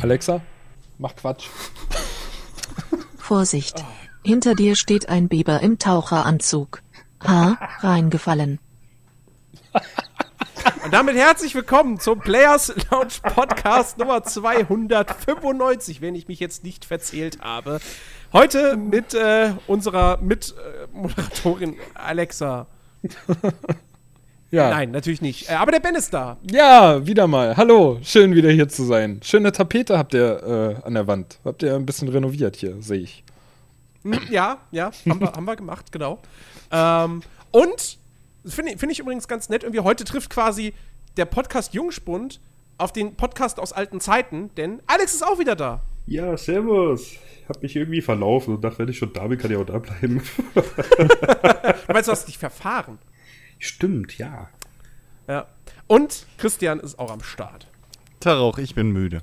Alexa, mach Quatsch. Vorsicht. Hinter dir steht ein Biber im Taucheranzug. Reingefallen. Und damit herzlich willkommen zum Players Lounge Podcast Nummer 295, wenn ich mich jetzt nicht verzählt habe. Heute mit unserer Mitmoderatorin Alexa. Ja. Nein, natürlich nicht. Aber der Ben ist da. Ja, wieder mal. Hallo, schön wieder hier zu sein. Schöne Tapete habt ihr an der Wand. Habt ihr ein bisschen renoviert hier, sehe ich. Ja, haben wir gemacht, genau. Und finde ich übrigens ganz nett, irgendwie heute trifft quasi der Podcast Jungspund auf den Podcast aus alten Zeiten, denn Alex ist auch wieder da. Ja, servus. Ich habe mich irgendwie verlaufen und dachte, wenn ich schon da bin, kann ich auch da bleiben. Du meinst, du hast dich verfahren? Stimmt, ja. Ja. Und Christian ist auch am Start. Tag auch, ich bin müde.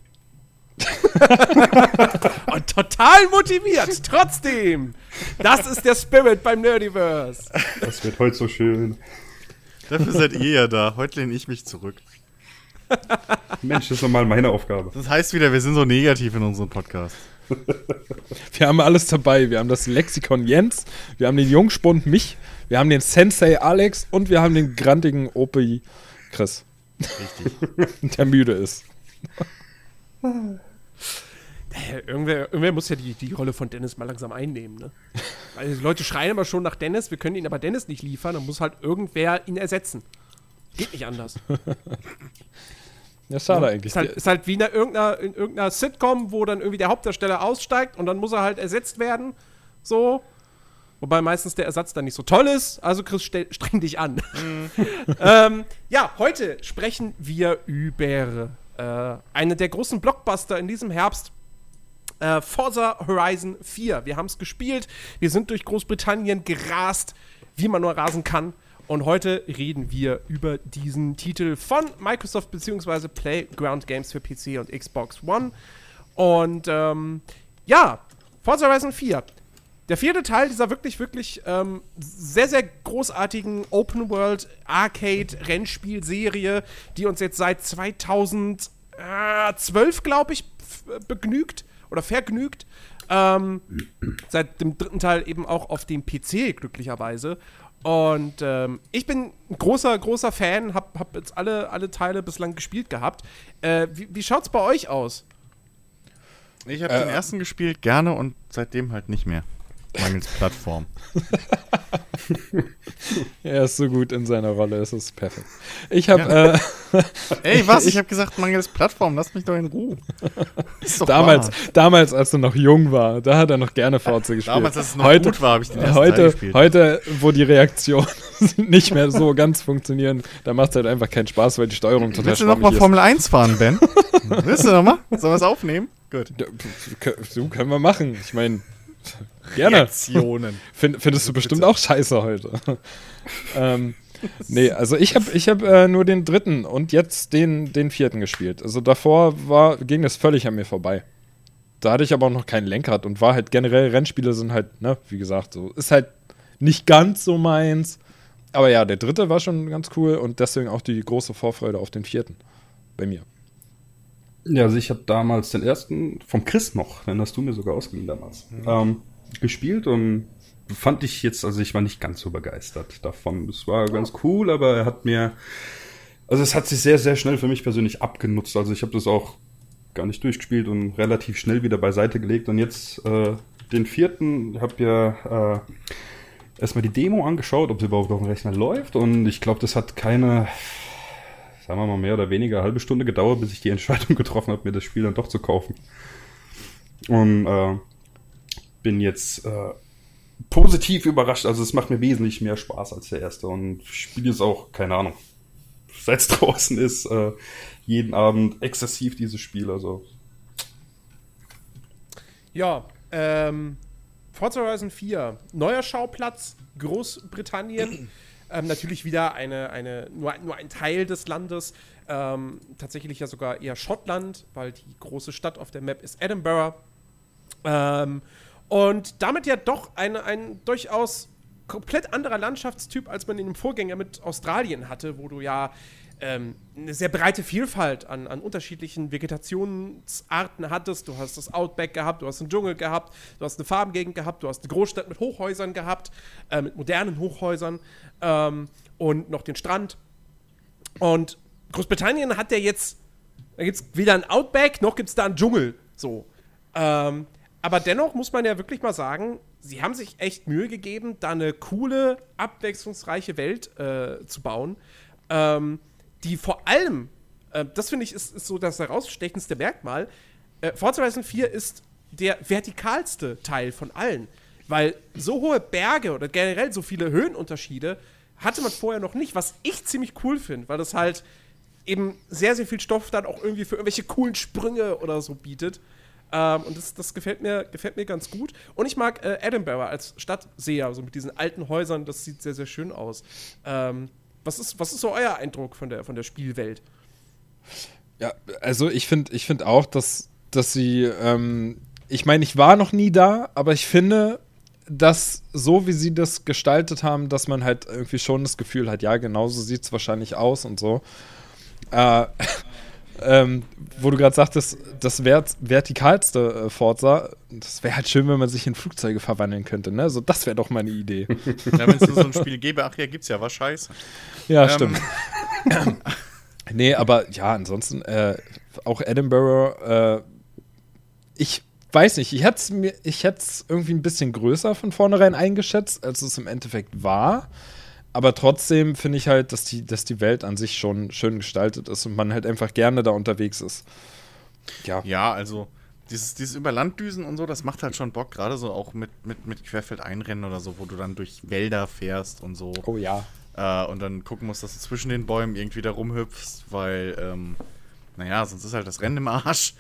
Und total motiviert, trotzdem. Das ist der Spirit beim Nerdiverse. Das wird heute so schön. Dafür seid ihr ja da. Heute lehne ich mich zurück. Mensch, das ist normal meine Aufgabe. Das heißt wieder, wir sind so negativ in unserem Podcast. Wir haben alles dabei. Wir haben das Lexikon Jens, wir haben den Jungspund mich, wir haben den Sensei Alex und wir haben den grantigen Opi Chris. Richtig. Der müde ist. Irgendwer muss ja die Rolle von Dennis mal langsam einnehmen, ne? Weil die Leute schreien immer schon nach Dennis, wir können ihn aber Dennis nicht liefern, dann muss halt irgendwer ihn ersetzen. Geht nicht anders. Ja, schade eigentlich. Ist halt wie in irgendeiner Sitcom, wo dann irgendwie der Hauptdarsteller aussteigt und dann muss er halt ersetzt werden. So. Wobei meistens der Ersatz dann nicht so toll ist. Also Chris, streng dich an. Ja, heute sprechen wir über eine der großen Blockbuster in diesem Herbst. Forza Horizon 4. Wir haben es gespielt. Wir sind durch Großbritannien gerast, wie man nur rasen kann. Und heute reden wir über diesen Titel von Microsoft bzw. Playground Games für PC und Xbox One. Und ja, Forza Horizon 4. Der vierte Teil dieser wirklich, wirklich sehr, sehr großartigen Open-World-Arcade-Rennspielserie, die uns jetzt seit 2012, glaube ich, begnügt oder vergnügt. Seit dem dritten Teil eben auch auf dem PC, glücklicherweise. Und ich bin ein großer Fan, hab jetzt alle Teile bislang gespielt gehabt. Wie schaut's bei euch aus? Ich habe den ersten gespielt, gerne, und seitdem halt nicht mehr. Mangels Plattform. Er ist so gut in seiner Rolle, es ist perfekt. Ich habe Ey, was? Ich habe gesagt, mangels Plattform, lass mich doch in Ruhe. Ist doch damals, als er noch jung war, da hat er noch gerne Forza gespielt. Damals, als es noch gut war, habe ich den ersten Teil gespielt. Heute, wo die Reaktionen nicht mehr so ganz funktionieren, da macht es halt einfach keinen Spaß, weil die Steuerung total schwammig ist. Willst du noch mal Formel 1 fahren, Ben? Willst du noch mal? Sollen wir es aufnehmen? Gut. So können wir machen. Ich meine, gerne. Reaktionen. Findest du bestimmt auch scheiße heute. Nee, also ich hab nur den dritten und jetzt den vierten gespielt. Also davor ging das völlig an mir vorbei. Da hatte ich aber auch noch kein Lenkrad und war halt generell, Rennspiele sind halt, ne, wie gesagt, so, ist halt nicht ganz so meins. Aber ja, der dritte war schon ganz cool und deswegen auch die große Vorfreude auf den vierten bei mir. Ja, also ich habe damals den ersten vom Chris noch, den hast du mir sogar ausgeliehen damals, gespielt und fand ich jetzt, also ich war nicht ganz so begeistert davon. Es war ganz cool, aber es hat sich sehr, sehr schnell für mich persönlich abgenutzt. Also ich habe das auch gar nicht durchgespielt und relativ schnell wieder beiseite gelegt. Und jetzt den vierten, habe ja erstmal die Demo angeschaut, ob sie überhaupt auf dem Rechner läuft. Und ich glaube, das hat keine, sagen wir mal, mehr oder weniger eine halbe Stunde gedauert, bis ich die Entscheidung getroffen habe, mir das Spiel dann doch zu kaufen. Und bin jetzt positiv überrascht. Also es macht mir wesentlich mehr Spaß als der erste. Und ich spiele jetzt auch, keine Ahnung, seit es draußen ist, jeden Abend exzessiv dieses Spiel. Also. Ja, Forza Horizon 4, neuer Schauplatz, Großbritannien. Natürlich wieder nur ein Teil des Landes. Tatsächlich ja sogar eher Schottland, weil die große Stadt auf der Map ist Edinburgh. Und damit ja doch ein durchaus komplett anderer Landschaftstyp, als man in dem Vorgänger mit Australien hatte, wo du ja eine sehr breite Vielfalt an unterschiedlichen Vegetationsarten hattest. Du hast das Outback gehabt, du hast einen Dschungel gehabt, du hast eine Farmgegend gehabt, du hast eine Großstadt mit Hochhäusern gehabt, mit modernen Hochhäusern und noch den Strand. Und Großbritannien hat ja jetzt, da gibt es weder ein Outback, noch gibt es da einen Dschungel. So. Aber dennoch muss man ja wirklich mal sagen, sie haben sich echt Mühe gegeben, da eine coole, abwechslungsreiche Welt zu bauen, die vor allem, das finde ich, ist so das herausstechendste Merkmal, Forza Horizon 4 ist der vertikalste Teil von allen, weil so hohe Berge oder generell so viele Höhenunterschiede hatte man vorher noch nicht, was ich ziemlich cool finde, weil das halt eben sehr, sehr viel Stoff dann auch irgendwie für irgendwelche coolen Sprünge oder so bietet. Und das gefällt mir ganz gut. Und ich mag Edinburgh als Stadt sehr, also mit diesen alten Häusern, das sieht sehr, sehr schön aus. Was ist so euer Eindruck von der Spielwelt? Ja, also ich finde auch, dass sie, ich meine, ich war noch nie da, aber ich finde, dass so wie sie das gestaltet haben, dass man halt irgendwie schon das Gefühl hat, ja, genauso sieht es wahrscheinlich aus und so. Wo du gerade sagtest, das vertikalste Forza, das wäre halt schön, wenn man sich in Flugzeuge verwandeln könnte, ne? So, das wäre doch mal eine Idee. Ja, wenn es so ein Spiel gäbe, ach ja, gibt's ja, war scheiße. Ja, stimmt. Nee, aber ja, ansonsten, auch Edinburgh, ich weiß nicht, ich hätte es irgendwie ein bisschen größer von vornherein eingeschätzt, als es im Endeffekt war. Aber trotzdem finde ich halt, dass die Welt an sich schon schön gestaltet ist und man halt einfach gerne da unterwegs ist. Ja, also dieses über Landdüsen und so, das macht halt schon Bock, gerade so auch mit Querfeldeinrennen oder so, wo du dann durch Wälder fährst und so. Oh ja. Und dann gucken musst, dass du zwischen den Bäumen irgendwie da rumhüpfst, weil, sonst ist halt das Rennen im Arsch.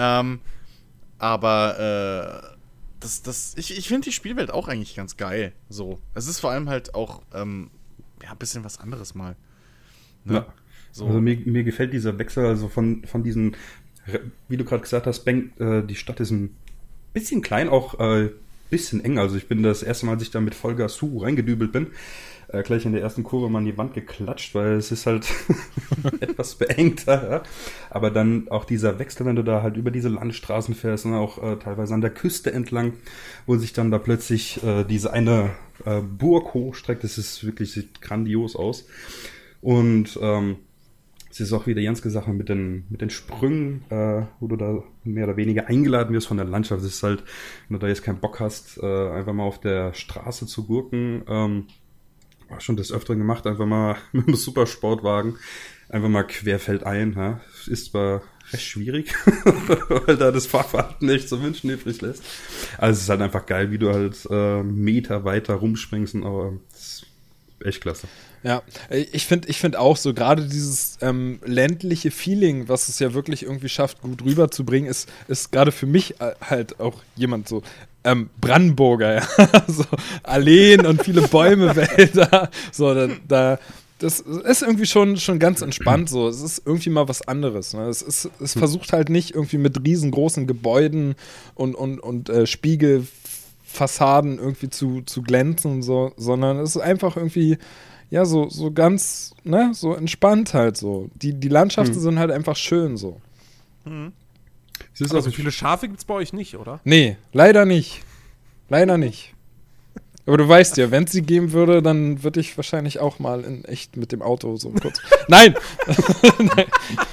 Ich finde die Spielwelt auch eigentlich ganz geil. So. Es ist vor allem halt auch ein bisschen was anderes mal. Ne? Ja. So. Also mir gefällt dieser Wechsel, also von diesen, wie du gerade gesagt hast, die Stadt ist ein bisschen klein, auch bisschen eng. Also ich bin das erste Mal, als ich da mit Vollgas reingedübelt bin, gleich in der ersten Kurve mal an die Wand geklatscht, weil es ist halt etwas beengter. Ja? Aber dann auch dieser Wechsel, wenn du da halt über diese Landstraßen fährst und auch teilweise an der Küste entlang, wo sich dann da plötzlich diese eine Burg hochstreckt. Das ist wirklich, sieht grandios aus. Und es ist auch, wie der Jens gesagt hat, mit den Sprüngen, wo du da mehr oder weniger eingeladen wirst von der Landschaft. Es ist halt, wenn du da jetzt keinen Bock hast, einfach mal auf der Straße zu gurken, war schon des Öfteren gemacht, einfach mal mit einem Supersportwagen, einfach mal querfeldein. Ja. Ist zwar recht schwierig, weil da das Fahrverhalten echt so wünschen übrig lässt. Also es ist halt einfach geil, wie du halt Meter weiter rumspringst, aber das ist echt klasse. Ja, ich find auch so, gerade dieses ländliche Feeling, was es ja wirklich irgendwie schafft, gut rüberzubringen, ist gerade für mich halt auch jemand so Brandenburger, ja, so Alleen und viele Bäume, Wälder, so, das ist irgendwie schon ganz entspannt so. Es ist irgendwie mal was anderes. Ne? Es versucht halt nicht irgendwie mit riesengroßen Gebäuden und Spiegelfassaden irgendwie zu glänzen, so, sondern es ist einfach irgendwie, ja, so ganz, ne, so entspannt halt so. Die Landschaften sind halt einfach schön so. Es ist also viele Schafe gibt es bei euch nicht, oder? Nee, leider nicht. Leider nicht. Aber du weißt ja, wenn es sie geben würde, dann würde ich wahrscheinlich auch mal in echt mit dem Auto so kurz. Nein! Nein.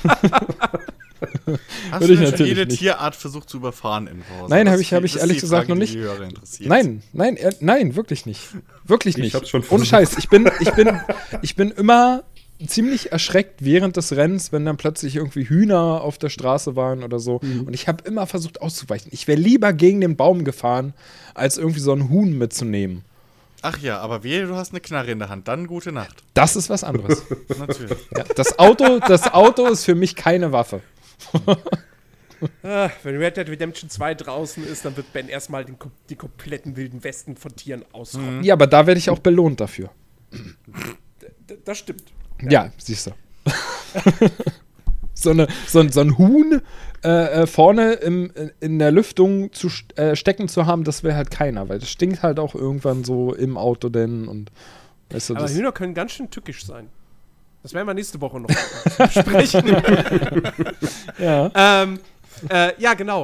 Hast du denn schon jede Tierart versucht zu überfahren in Forza? Nein, habe ich ehrlich gesagt noch nicht. Nein, wirklich nicht. Wirklich nicht. Ich hab's schon ohne Scheiß. Ich bin immer ziemlich erschreckt während des Rennens, wenn dann plötzlich irgendwie Hühner auf der Straße waren oder so. Und ich habe immer versucht auszuweichen. Ich wäre lieber gegen den Baum gefahren, als irgendwie so ein Huhn mitzunehmen. Ach ja, aber wehe, du hast eine Knarre in der Hand. Dann gute Nacht. Das ist was anderes. Natürlich. Ja, das Auto ist für mich keine Waffe. Wenn Red Dead Redemption 2 draußen ist, dann wird Ben erstmal die kompletten wilden Westen von Tieren ausrotten. Ja, aber da werde ich auch belohnt dafür. Das stimmt. Ja, siehst du. so ein Huhn vorne in der Lüftung stecken zu haben, das wäre halt keiner, weil das stinkt halt auch irgendwann so im Auto denn und weißt du, aber Hühner können ganz schön tückisch sein. Das werden wir nächste Woche noch besprechen. Ja. Ja, genau.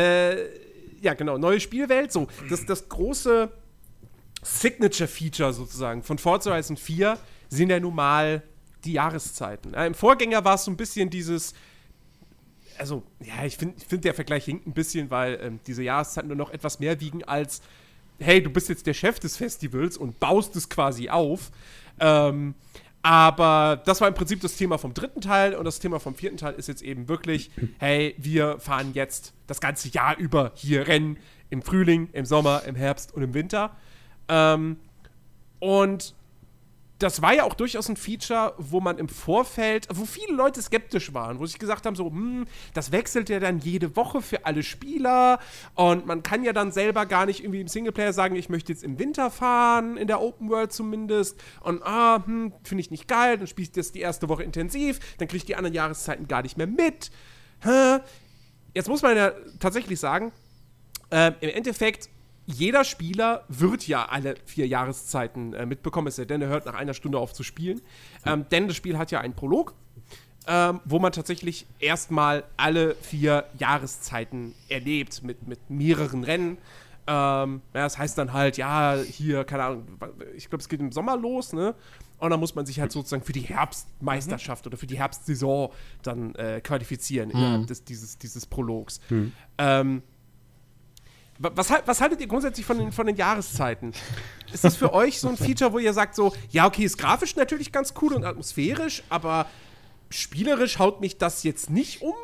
Neue Spielwelt. So, das große Signature-Feature sozusagen von Forza Horizon 4 sind ja nun mal die Jahreszeiten. Im Vorgänger war es so ein bisschen dieses, also, ja, ich finde, der Vergleich hinkt ein bisschen, weil diese Jahreszeiten nur noch etwas mehr wiegen als, hey, du bist jetzt der Chef des Festivals und baust es quasi auf. Aber das war im Prinzip das Thema vom 3. Teil und das Thema vom 4. Teil ist jetzt eben wirklich, hey, wir fahren jetzt das ganze Jahr über hier Rennen im Frühling, im Sommer, im Herbst und im Winter. Und das war ja auch durchaus ein Feature, wo man im Vorfeld, wo viele Leute skeptisch waren, wo sich gesagt haben, so, das wechselt ja dann jede Woche für alle Spieler und man kann ja dann selber gar nicht irgendwie im Singleplayer sagen, ich möchte jetzt im Winter fahren, in der Open World zumindest und finde ich nicht geil, dann spiele ich das die erste Woche intensiv, dann kriege ich die anderen Jahreszeiten gar nicht mehr mit. Jetzt muss man ja tatsächlich sagen, im Endeffekt, jeder Spieler wird ja alle 4 Jahreszeiten mitbekommen, es sei denn, er hört nach einer Stunde auf zu spielen. Denn das Spiel hat ja einen Prolog, wo man tatsächlich erstmal alle 4 Jahreszeiten erlebt mit mehreren Rennen. Das heißt dann halt, ja, hier, keine Ahnung, ich glaube, es geht im Sommer los, ne? Und dann muss man sich halt sozusagen für die Herbstmeisterschaft oder für die Herbstsaison dann qualifizieren innerhalb dieses Prologs. Was haltet ihr grundsätzlich von den Jahreszeiten? Ist das für euch so ein Feature, wo ihr sagt so, ja, okay, ist grafisch natürlich ganz cool und atmosphärisch, aber spielerisch haut mich das jetzt nicht um?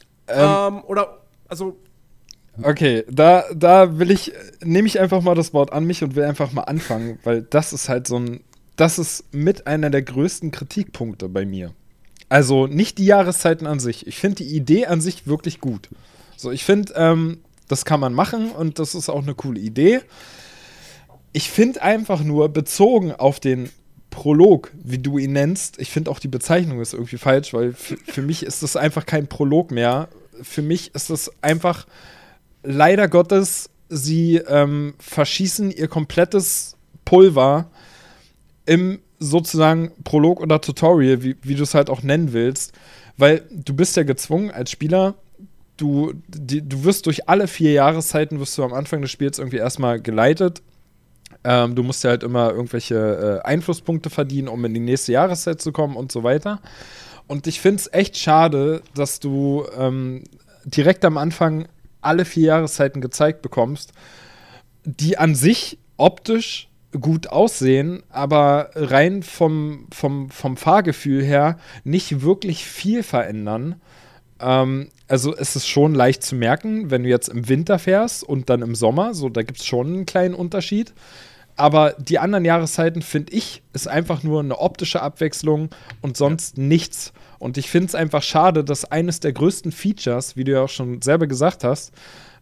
Okay, da nehme ich einfach mal das Wort an mich und will einfach mal anfangen, weil das ist halt das ist mit einer der größten Kritikpunkte bei mir. Also nicht die Jahreszeiten an sich. Ich finde die Idee an sich wirklich gut. So, ich finde, das kann man machen und das ist auch eine coole Idee. Ich finde einfach nur, bezogen auf den Prolog, wie du ihn nennst, ich finde auch die Bezeichnung ist irgendwie falsch, weil für mich ist das einfach kein Prolog mehr. Für mich ist das einfach, leider Gottes, sie verschießen ihr komplettes Pulver im sozusagen Prolog oder Tutorial, wie du es halt auch nennen willst, weil du bist ja gezwungen als Spieler, du wirst durch alle 4 Jahreszeiten, wirst du am Anfang des Spiels irgendwie erstmal geleitet. Du musst ja halt immer irgendwelche Einflusspunkte verdienen, um in die nächste Jahreszeit zu kommen und so weiter. Und ich finde es echt schade, dass du direkt am Anfang alle 4 Jahreszeiten gezeigt bekommst, die an sich optisch gut aussehen, aber rein vom Fahrgefühl her nicht wirklich viel verändern. Also es ist schon leicht zu merken, wenn du jetzt im Winter fährst und dann im Sommer, so da gibt es schon einen kleinen Unterschied. Aber die anderen Jahreszeiten, finde ich, ist einfach nur eine optische Abwechslung und sonst nichts. Und ich finde es einfach schade, dass eines der größten Features, wie du ja auch schon selber gesagt hast,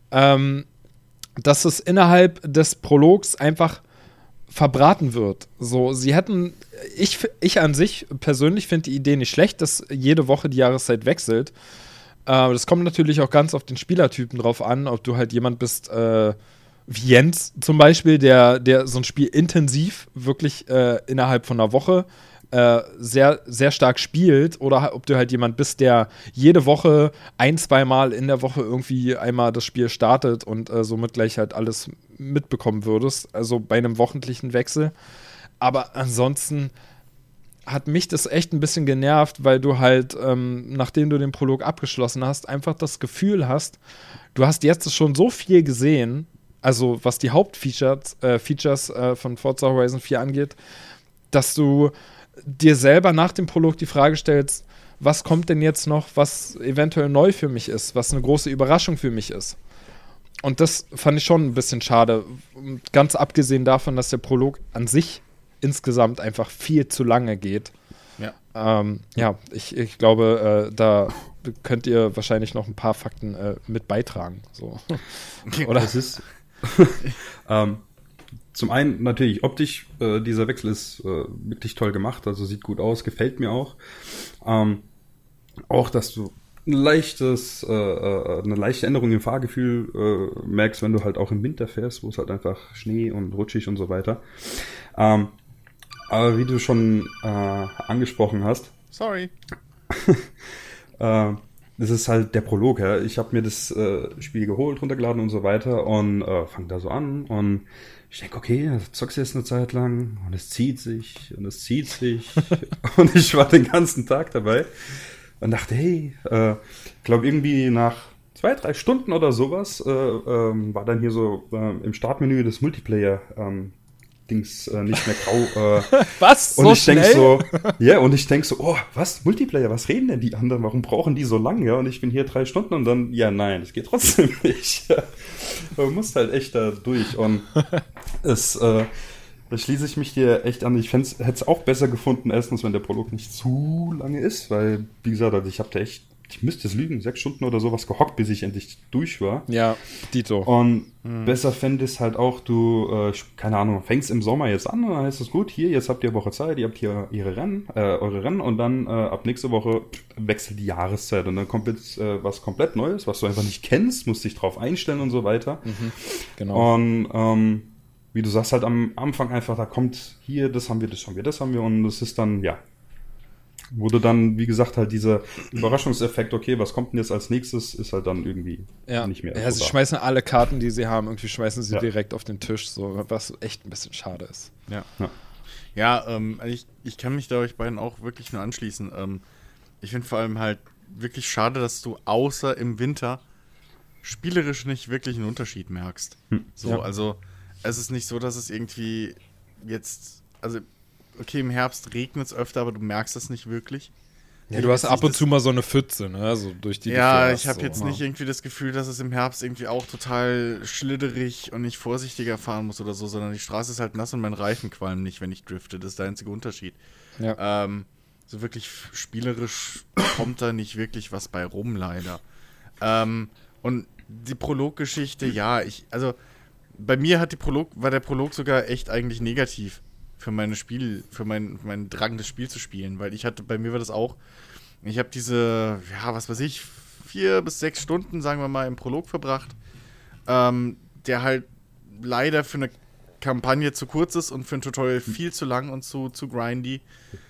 dass es innerhalb des Prologs einfach verbraten wird. So, sie hätten, ich an sich persönlich finde die Idee nicht schlecht, dass jede Woche die Jahreszeit wechselt. Das kommt natürlich auch ganz auf den Spielertypen drauf an, ob du halt jemand bist, wie Jens zum Beispiel, der so ein Spiel intensiv wirklich innerhalb von einer Woche sehr, sehr stark spielt, oder ob du halt jemand bist, der jede Woche 1-2 Mal in der Woche irgendwie einmal das Spiel startet und somit gleich halt alles mitbekommen würdest, also bei einem wöchentlichen Wechsel. Aber ansonsten hat mich das echt ein bisschen genervt, weil du halt, nachdem du den Prolog abgeschlossen hast, einfach das Gefühl hast, du hast jetzt schon so viel gesehen, also was die Hauptfeatures von Forza Horizon 4 angeht, dass du dir selber nach dem Prolog die Frage stellst, was kommt denn jetzt noch, was eventuell neu für mich ist, was eine große Überraschung für mich ist. Und das fand ich schon ein bisschen schade. Ganz abgesehen davon, dass der Prolog an sich insgesamt einfach viel zu lange geht. Ja, ich glaube, da könnt ihr wahrscheinlich noch ein paar Fakten mit beitragen. So. Oder? Das ist zum einen natürlich optisch, dieser Wechsel ist wirklich toll gemacht, also sieht gut aus, gefällt mir auch. Auch, dass du eine leichte Änderung im Fahrgefühl merkst, wenn du halt auch im Winter fährst, wo es halt einfach Schnee und rutschig und so weiter. Aber wie du schon angesprochen hast, Sorry. das ist halt der Prolog. Ja. Ich habe mir das Spiel geholt, runtergeladen und so weiter und fange da so an und ich denke, okay, zockst jetzt eine Zeit lang und es zieht sich und es zieht sich und ich war den ganzen Tag dabei und dachte, hey, glaube irgendwie nach 2-3 Stunden oder sowas war dann hier so im Startmenü das Multiplayer Dings nicht mehr grau. Was? Und So ich denke schnell? so, ja, und ich denke so, oh, was? Multiplayer, was reden denn die anderen? Warum brauchen die so lange? Ja, und ich bin hier 3 Stunden und dann, ja, nein, das geht trotzdem nicht. Man muss halt echt da durch und da schließe ich mich dir echt an. Ich hätte es auch besser gefunden, erstens, wenn der Prolog nicht zu lange ist, weil, wie gesagt, also ich habe da echt, ich müsste es lügen, 6 Stunden oder sowas gehockt, bis ich endlich durch war. Ja, Dito. Und besser fände es halt auch, du, keine Ahnung, fängst im Sommer jetzt an und dann heißt es gut, hier, jetzt habt ihr Woche Zeit, ihr habt hier eure Rennen und dann ab nächste Woche wechselt die Jahreszeit und dann kommt jetzt was komplett Neues, was du einfach nicht kennst, musst dich drauf einstellen und so weiter. Genau. Und wie du sagst, halt am Anfang einfach, da kommt hier, das haben wir und das ist dann, ja, wo du dann, wie gesagt, halt dieser Überraschungseffekt, okay, was kommt denn jetzt als nächstes, ist halt dann irgendwie nicht mehr. Ja, sie so da. schmeißen alle Karten, die sie haben, irgendwie schmeißen sie Ja. direkt auf den Tisch, so, was echt ein bisschen schade ist. Ja. Ja. Ja, ich kann mich da euch beiden auch wirklich nur anschließen. Ich finde vor allem halt wirklich schade, dass du außer im Winter spielerisch nicht wirklich einen Unterschied merkst. So, Ja. also es ist nicht so, dass es irgendwie jetzt, also okay, im Herbst regnet es öfter, aber du merkst das nicht wirklich. Ja, du hast ab und zu mal so eine Pfütze, ne, so durch die du Ja, fährst, ich habe so. jetzt nicht irgendwie das Gefühl, dass es im Herbst irgendwie auch total schlitterig und nicht vorsichtiger fahren muss oder so, sondern die Straße ist halt nass und mein Reifen qualmt nicht, wenn ich drifte. Das ist der einzige Unterschied. Ja. So wirklich spielerisch kommt da nicht wirklich was bei rum, leider. Und die Prologgeschichte, ja, also bei mir war der Prolog sogar echt eigentlich negativ für meinen Drang, das Spiel zu spielen, weil bei mir war das auch, ich habe diese, ja, was weiß ich, 4 bis 6 Stunden, sagen wir mal, im Prolog verbracht, der halt leider für eine Kampagne zu kurz ist und für ein Tutorial viel zu lang und zu grindy.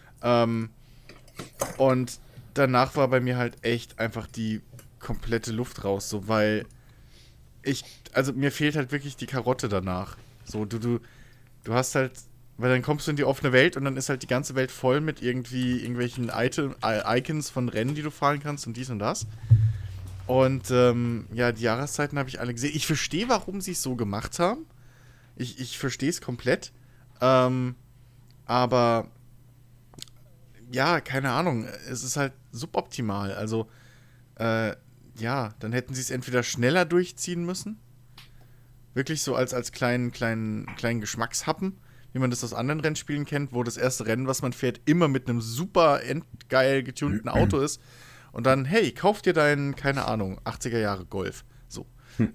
Und danach war bei mir halt echt einfach die komplette Luft raus, so, weil also mir fehlt halt wirklich die Karotte danach. So, du hast halt, weil dann kommst du in die offene Welt und dann ist halt die ganze Welt voll mit irgendwelchen Icons von Rennen, die du fahren kannst und dies und das. Und ja, die Jahreszeiten habe ich alle gesehen. Ich verstehe, warum sie es so gemacht haben. Ich verstehe es komplett. Aber ja, keine Ahnung. Es ist halt suboptimal. Also ja, dann hätten sie es entweder schneller durchziehen müssen. Wirklich so als kleinen Geschmackshappen, wie man das aus anderen Rennspielen kennt, wo das erste Rennen, was man fährt, immer mit einem super endgeil getunten Auto ist. Und dann, hey, kauf dir deinen, keine Ahnung, 80er Jahre Golf. So.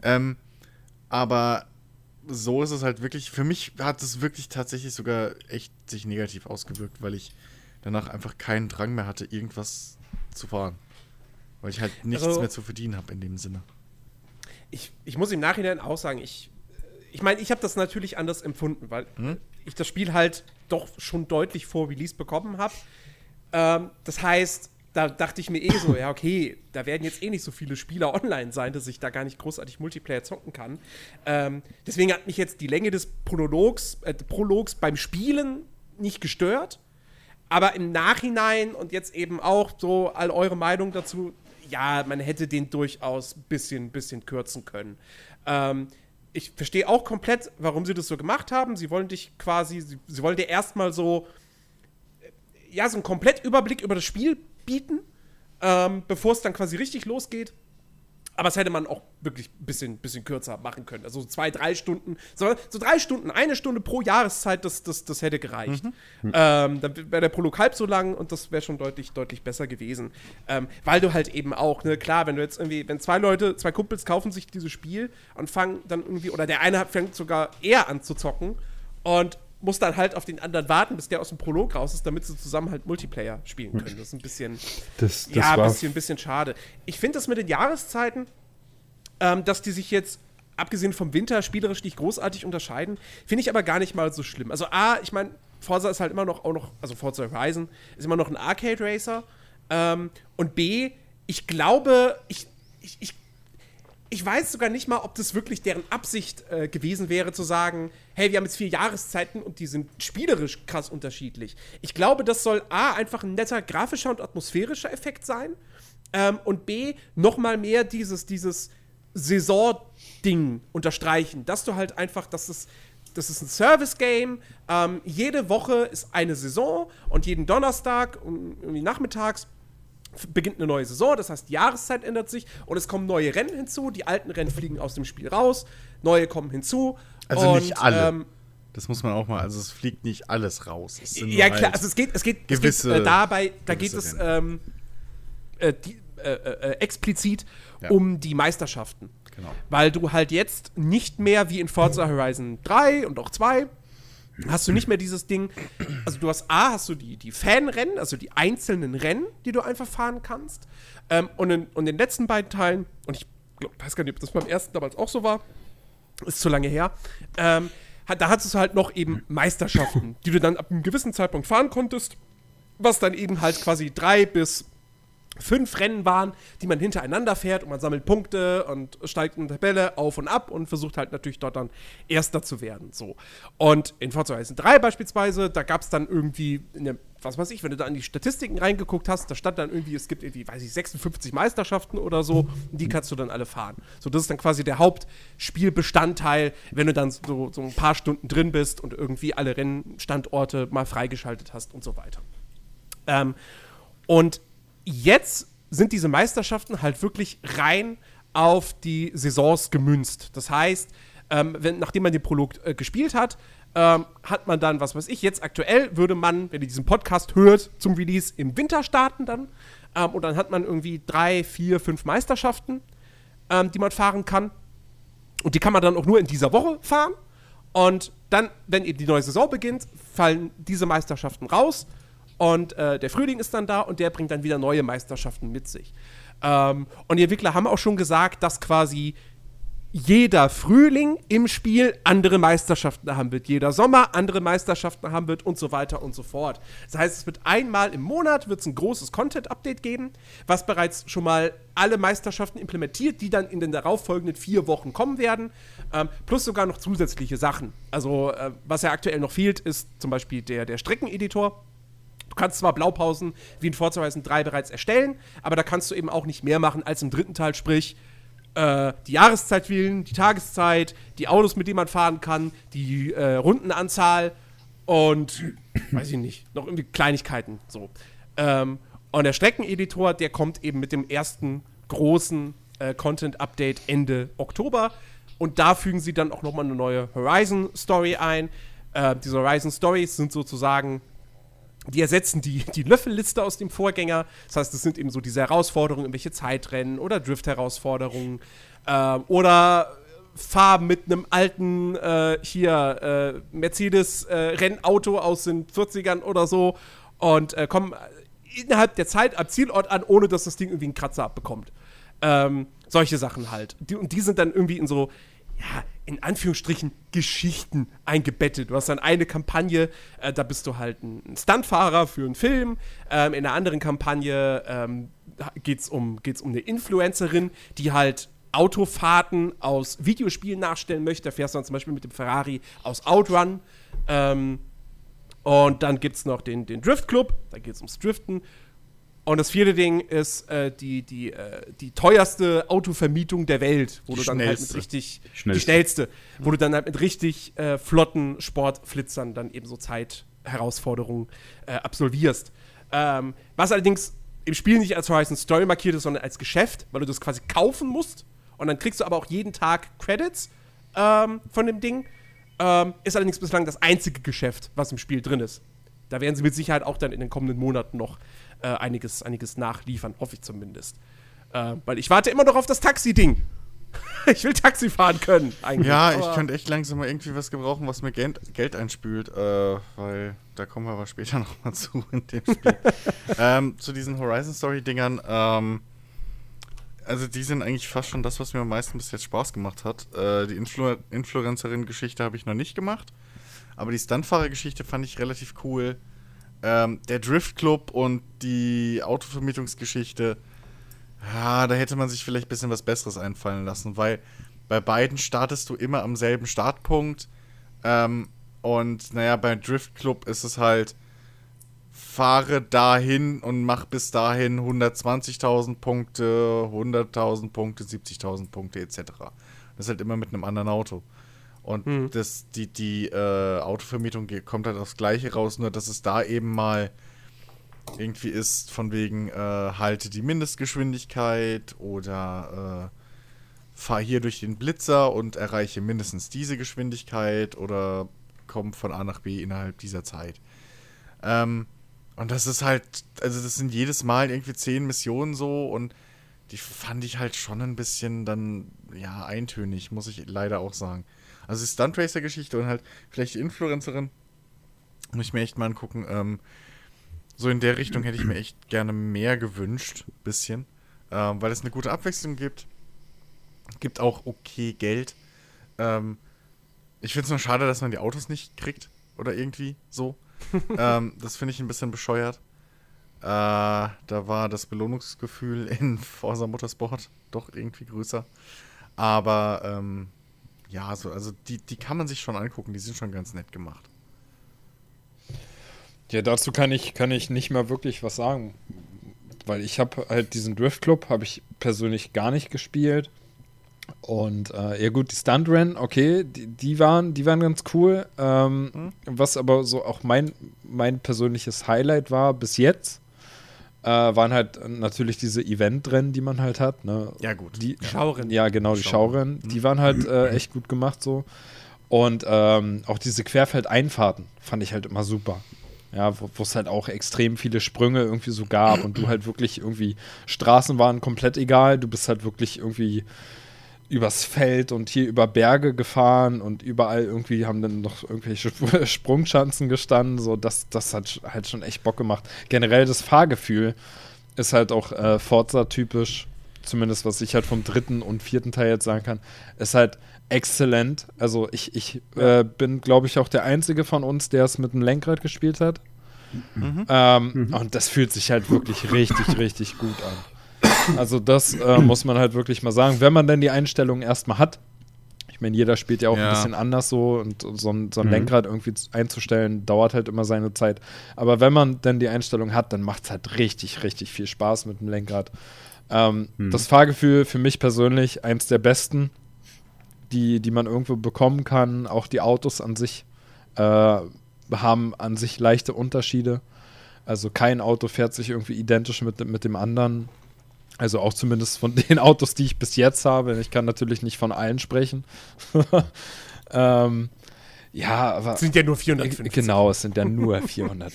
Aber so ist es halt wirklich, für mich hat es wirklich tatsächlich sogar echt sich negativ ausgewirkt, weil ich danach einfach keinen Drang mehr hatte, irgendwas zu fahren. Weil ich halt nichts mehr zu verdienen habe in dem Sinne. Ich muss im Nachhinein auch sagen, ich meine, ich habe das natürlich anders empfunden, weil ich das Spiel halt doch schon deutlich vor Release bekommen habe. Das heißt, da dachte ich mir so, ja okay, da werden jetzt nicht so viele Spieler online sein, dass ich da gar nicht großartig Multiplayer zocken kann. Deswegen hat mich jetzt die Länge des Prologs beim Spielen nicht gestört. Aber im Nachhinein und jetzt eben auch so all eure Meinung dazu, ja, man hätte den durchaus ein bisschen kürzen können. Ich verstehe auch komplett, warum sie das so gemacht haben. Sie wollen dich quasi, sie wollen dir erstmal so, ja, so einen Komplettüberblick über das Spiel bieten, bevor es dann quasi richtig losgeht. Aber das hätte man auch wirklich ein bisschen kürzer machen können. Also 2-3 Stunden, so 3 Stunden, 1 Stunde pro Jahreszeit, das hätte gereicht. Dann wäre der Prolog halb so lang und das wäre schon deutlich besser gewesen. Weil du halt eben auch, ne, klar, wenn du jetzt irgendwie, wenn 2 Kumpels kaufen sich dieses Spiel und fangen dann irgendwie, oder der eine fängt sogar eher an zu zocken und muss dann halt auf den anderen warten, bis der aus dem Prolog raus ist, damit sie zusammen halt Multiplayer spielen können. Das ist ein bisschen, ein bisschen schade. Ich finde das mit den Jahreszeiten, dass die sich jetzt, abgesehen vom Winter, spielerisch nicht großartig unterscheiden, finde ich aber gar nicht mal so schlimm. Also ich meine, Forza ist halt immer noch, also Forza Horizon ist immer noch ein Arcade Racer. Und B, ich glaube, ich weiß sogar nicht mal, ob das wirklich deren Absicht gewesen wäre, zu sagen, hey, wir haben jetzt 4 Jahreszeiten und die sind spielerisch krass unterschiedlich. Ich glaube, das soll A, einfach ein netter grafischer und atmosphärischer Effekt sein und B, nochmal mehr dieses Saison-Ding unterstreichen, dass du halt einfach, das ist ein Service-Game, jede Woche ist eine Saison und jeden Donnerstag, irgendwie nachmittags, beginnt eine neue Saison, das heißt, die Jahreszeit ändert sich und es kommen neue Rennen hinzu, die alten Rennen fliegen aus dem Spiel raus, neue kommen hinzu. Also und, nicht alle. Das muss man auch mal, also es fliegt nicht alles raus. Es sind ja, nur klar, halt also es geht gewisse, da geht es explizit um die Meisterschaften. Genau. Weil du halt jetzt nicht mehr wie in Forza Horizon 3 und auch 2 hast du nicht mehr dieses Ding, also du hast die Fanrennen, also die einzelnen Rennen, die du einfach fahren kannst. Und in den letzten beiden Teilen, und ich weiß gar nicht, ob das beim ersten damals auch so war, ist zu lange her, da hattest du halt noch eben Meisterschaften, die du dann ab einem gewissen Zeitpunkt fahren konntest, was dann eben halt quasi 3 bis 5 Rennen waren, die man hintereinander fährt und man sammelt Punkte und steigt in der Tabelle auf und ab und versucht halt natürlich dort dann Erster zu werden. So. Und in Forza Horizon 3 beispielsweise, da gab es dann irgendwie, was weiß ich, wenn du da in die Statistiken reingeguckt hast, da stand dann irgendwie, es gibt irgendwie, weiß ich, 56 Meisterschaften oder so, und die kannst du dann alle fahren. So, das ist dann quasi der Hauptspielbestandteil, wenn du dann so ein paar Stunden drin bist und irgendwie alle Rennstandorte mal freigeschaltet hast und so weiter. Und jetzt sind diese Meisterschaften halt wirklich rein auf die Saisons gemünzt. Das heißt, nachdem man den Prolog gespielt hat, hat man dann, was weiß ich, jetzt aktuell würde man, wenn ihr diesen Podcast hört, zum Release im Winter starten dann. Und dann hat man irgendwie 3, 4, 5 Meisterschaften, die man fahren kann. Und die kann man dann auch nur in dieser Woche fahren. Und dann, wenn eben die neue Saison beginnt, fallen diese Meisterschaften raus. Und der Frühling ist dann da und der bringt dann wieder neue Meisterschaften mit sich. Und die Entwickler haben auch schon gesagt, dass quasi jeder Frühling im Spiel andere Meisterschaften haben wird, jeder Sommer andere Meisterschaften haben wird und so weiter und so fort. Das heißt, es wird einmal im Monat wird's ein großes Content-Update geben, was bereits schon mal alle Meisterschaften implementiert, die dann in den darauffolgenden 4 Wochen kommen werden, plus sogar noch zusätzliche Sachen. Also, was ja aktuell noch fehlt, ist zum Beispiel der Streckeneditor. Du kannst zwar Blaupausen wie in Forza Horizon 3 bereits erstellen, aber da kannst du eben auch nicht mehr machen als im dritten Teil, sprich die Jahreszeit wählen, die Tageszeit, die Autos, mit denen man fahren kann, die Rundenanzahl und, weiß ich nicht, noch irgendwie Kleinigkeiten. So. Und der Streckeneditor, der kommt eben mit dem ersten großen Content-Update Ende Oktober und da fügen sie dann auch nochmal eine neue Horizon-Story ein. Diese Horizon-Stories sind sozusagen die ersetzen die Löffelliste aus dem Vorgänger. Das heißt, das sind eben so diese Herausforderungen, irgendwelche Zeitrennen oder Drift-Herausforderungen oder Farben mit einem alten Mercedes-Rennauto aus den 40ern oder so und kommen innerhalb der Zeit am Zielort an, ohne dass das Ding irgendwie einen Kratzer abbekommt. Solche Sachen halt. Und die sind dann irgendwie in so, ja, in Anführungsstrichen Geschichten eingebettet. Du hast dann eine Kampagne, da bist du halt ein Stuntfahrer für einen Film. In einer anderen Kampagne geht's um eine Influencerin, die halt Autofahrten aus Videospielen nachstellen möchte. Da fährst du dann zum Beispiel mit dem Ferrari aus Outrun. Und dann gibt's noch den Drift Club, da geht's ums Driften. Und das 4. Ding ist die teuerste Autovermietung der Welt, wo du dann halt mit richtig die schnellste, wo du dann halt mit richtig flotten Sportflitzern dann eben so Zeitherausforderungen absolvierst. Was allerdings im Spiel nicht als Horizon Story markiert ist, sondern als Geschäft, weil du das quasi kaufen musst. Und dann kriegst du aber auch jeden Tag Credits von dem Ding. Ist allerdings bislang das einzige Geschäft, was im Spiel drin ist. Da werden sie mit Sicherheit auch dann in den kommenden Monaten noch einiges nachliefern, hoffe ich zumindest. Weil ich warte immer noch auf das Taxi-Ding. Ich will Taxi fahren können, eigentlich. Ja, ich könnte echt langsam mal irgendwie was gebrauchen, was mir Geld einspült, weil da kommen wir aber später noch mal zu in dem Spiel. Zu diesen Horizon-Story-Dingern, also die sind eigentlich fast schon das, was mir am meisten bis jetzt Spaß gemacht hat. Die Influencerin-Geschichte habe ich noch nicht gemacht. aber die Stuntfahrer-Geschichte fand ich relativ cool. Der Drift Club und die Autovermietungsgeschichte, ja, da hätte man sich vielleicht ein bisschen was Besseres einfallen lassen, weil bei beiden startest du immer am selben Startpunkt. Und naja, bei Drift Club ist es halt, fahre dahin und mach bis dahin 120.000 Punkte, 100.000 Punkte, 70.000 Punkte etc. Das ist halt immer mit einem anderen Auto. Und die Autovermietung kommt halt aufs Gleiche raus, nur dass es da eben mal irgendwie ist, von wegen halte die Mindestgeschwindigkeit oder fahr hier durch den Blitzer und erreiche mindestens diese Geschwindigkeit oder komm von A nach B innerhalb dieser Zeit. Und das ist halt, also das sind jedes Mal irgendwie 10 Missionen so und die fand ich halt schon ein bisschen dann, ja, eintönig, muss ich leider auch sagen. Also die Stunt Racer-Geschichte und halt vielleicht die Influencerin, muss ich mir echt mal angucken. So in der Richtung hätte ich mir echt gerne mehr gewünscht, bisschen, weil es eine gute Abwechslung gibt. Gibt auch okay Geld. Ich finde es nur schade, dass man die Autos nicht kriegt oder irgendwie so. Das finde ich ein bisschen bescheuert. Da war das Belohnungsgefühl in Forza Motorsport doch irgendwie größer. Aber ja, also die kann man sich schon angucken, die sind schon ganz nett gemacht. Ja, dazu kann ich nicht mehr wirklich was sagen. Weil ich habe halt diesen Drift Club, habe ich persönlich gar nicht gespielt. Und ja gut, die Stuntrennen, okay, die waren ganz cool. Was aber so auch mein persönliches Highlight war bis jetzt, waren halt natürlich diese Eventrennen, die man halt hat. Ne? Ja gut. Die Schaurennen. Ja, genau, die Schaurennen. Die waren halt echt gut gemacht so. Und auch diese Querfeldeinfahrten fand ich halt immer super. Ja, wo es halt auch extrem viele Sprünge irgendwie so gab und du halt wirklich irgendwie, Straßen waren komplett egal, du bist halt wirklich irgendwie übers Feld und hier über Berge gefahren und überall irgendwie haben dann noch irgendwelche Sprungschanzen gestanden, so das hat halt schon echt Bock gemacht. Generell das Fahrgefühl ist halt auch Forza-typisch, zumindest was ich halt vom 3. und 4. Teil jetzt sagen kann, ist halt exzellent. Also ich bin, glaube ich, auch der Einzige von uns, der es mit dem Lenkrad gespielt hat. Und das fühlt sich halt wirklich richtig, richtig gut an. Also das muss man halt wirklich mal sagen. Wenn man dann die Einstellungen erstmal hat, ich meine, jeder spielt ja auch ein bisschen anders so und so ein Lenkrad irgendwie einzustellen, dauert halt immer seine Zeit. Aber wenn man dann die Einstellung hat, dann macht es halt richtig, richtig viel Spaß mit dem Lenkrad. Das Fahrgefühl für mich persönlich eins der besten, die man irgendwo bekommen kann. Auch die Autos an sich haben an sich leichte Unterschiede. Also kein Auto fährt sich irgendwie identisch mit dem anderen. Also auch zumindest von den Autos, die ich bis jetzt habe. Ich kann natürlich nicht von allen sprechen. Ja, aber... Es sind ja nur 450. Genau, es sind ja nur 400.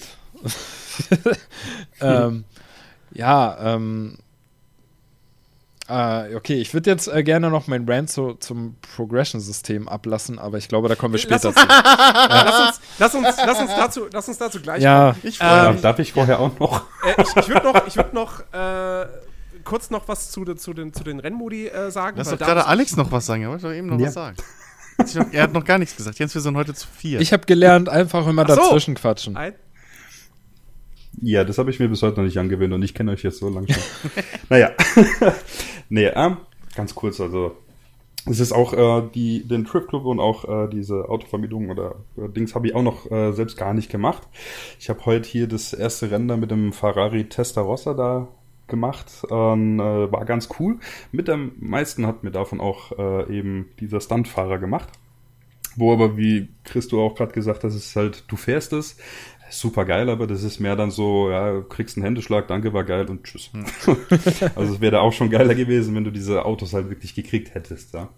Okay, ich würde jetzt gerne noch meinen Rant zum Progression-System ablassen, aber ich glaube, da kommen wir später zu. Lass uns dazu gleich kommen. Darf ich vorher auch noch? Ich würd noch kurz noch was zu den Rennmodi sagen. Lass doch gerade Alex noch was sagen. Er wollte doch eben noch was sagen. Er hat noch gar nichts gesagt. Jens, wir sind heute zu 4. Ich habe gelernt, einfach immer dazwischen quatschen. Ja, das habe ich mir bis heute noch nicht angewöhnt und ich kenne euch jetzt so lange schon. Naja. Nee, ganz kurz, also es ist auch den Drift Club und auch diese Autovermietung oder Dings habe ich auch noch selbst gar nicht gemacht. Ich habe heute hier das erste Rennen da mit dem Ferrari Testarossa da gemacht. War ganz cool. Mit am meisten hat mir davon auch eben dieser Stuntfahrer gemacht. Wo aber, wie Christo auch gerade gesagt hat, ist halt, du fährst es, super geil, aber das ist mehr dann so, ja, kriegst einen Händeschlag, danke, war geil und tschüss. Also es wäre da auch schon geiler gewesen, wenn du diese Autos halt wirklich gekriegt hättest, ja.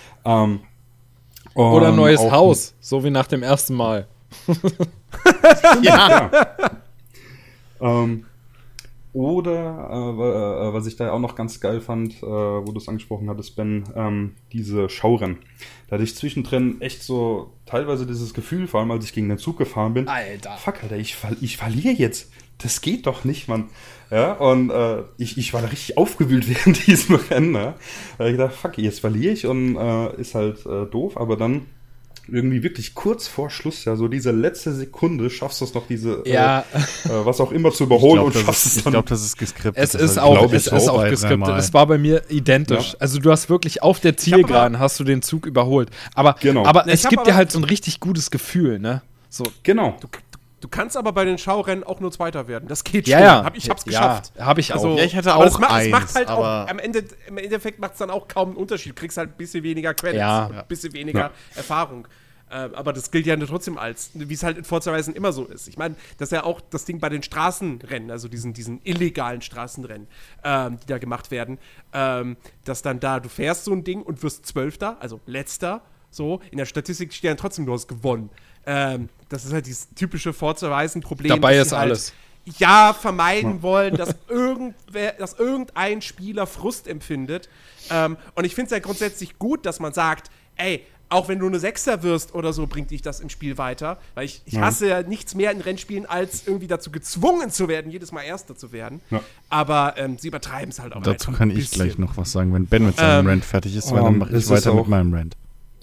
Oder ein neues Haus, so wie nach dem ersten Mal. Ja. Oder, was ich da auch noch ganz geil fand, wo du es angesprochen hattest, Ben, diese Schaurennen. Da hatte ich zwischendrin echt so teilweise dieses Gefühl, vor allem als ich gegen den Zug gefahren bin. Alter. Fuck, Alter, ich verliere jetzt. Das geht doch nicht, Mann. Ja, und ich war da richtig aufgewühlt während diesem Rennen. Ja. Da hab ich gedacht, fuck, jetzt verliere ich und ist halt doof. Aber dann irgendwie wirklich kurz vor Schluss, ja, so diese letzte Sekunde schaffst du es noch, diese, Ja. was auch immer zu überholen und schaffst es Ich dann. glaube, das ist geskriptet. Es Das ist hab auch, glaub ich, es ist auch bei geskriptet. dreimal. Es war bei mir identisch. Ja. Also du hast wirklich auf der Zielgeraden hast du den Zug überholt. Aber, Genau. aber Ich es hab gibt aber- dir halt so ein richtig gutes Gefühl, ne? So. Genau. Du kannst aber bei den Schaurennen auch nur Zweiter werden. Das geht Ja, schon. ja. Ich hab's geschafft. Ja, habe ich auch. Ja, ich hatte aber auch es macht eins, halt aber auch, im Endeffekt macht es dann auch kaum einen Unterschied. Du kriegst halt ein bisschen weniger Credits, Ja. und ein bisschen weniger Erfahrung. Aber das gilt ja trotzdem als, wie es halt in Forza Horizon immer so ist. Ich meine, das ist ja auch das Ding bei den Straßenrennen, also diesen illegalen Straßenrennen, die da gemacht werden, dass dann da, du fährst so ein Ding und wirst Zwölfter, also Letzter, so, in der Statistik steht dann trotzdem, du hast gewonnen. Das ist halt dieses typische Forza Horizon-Problem. Dabei dass ist sie halt, alles. Ja, vermeiden wollen, dass irgendein Spieler Frust empfindet. Und ich finde es ja grundsätzlich gut, dass man sagt, ey, auch wenn du eine Sechster wirst oder so, bringt dich das im Spiel weiter. Weil ich hasse ja nichts mehr in Rennspielen, als irgendwie dazu gezwungen zu werden, jedes Mal Erster zu werden. Ja. Aber sie übertreiben es halt auch. Dazu einfach kann ein ich bisschen. gleich noch was sagen, wenn Ben mit seinem Rant fertig ist, weil dann mache es ich ist weiter auch- mit meinem Rant.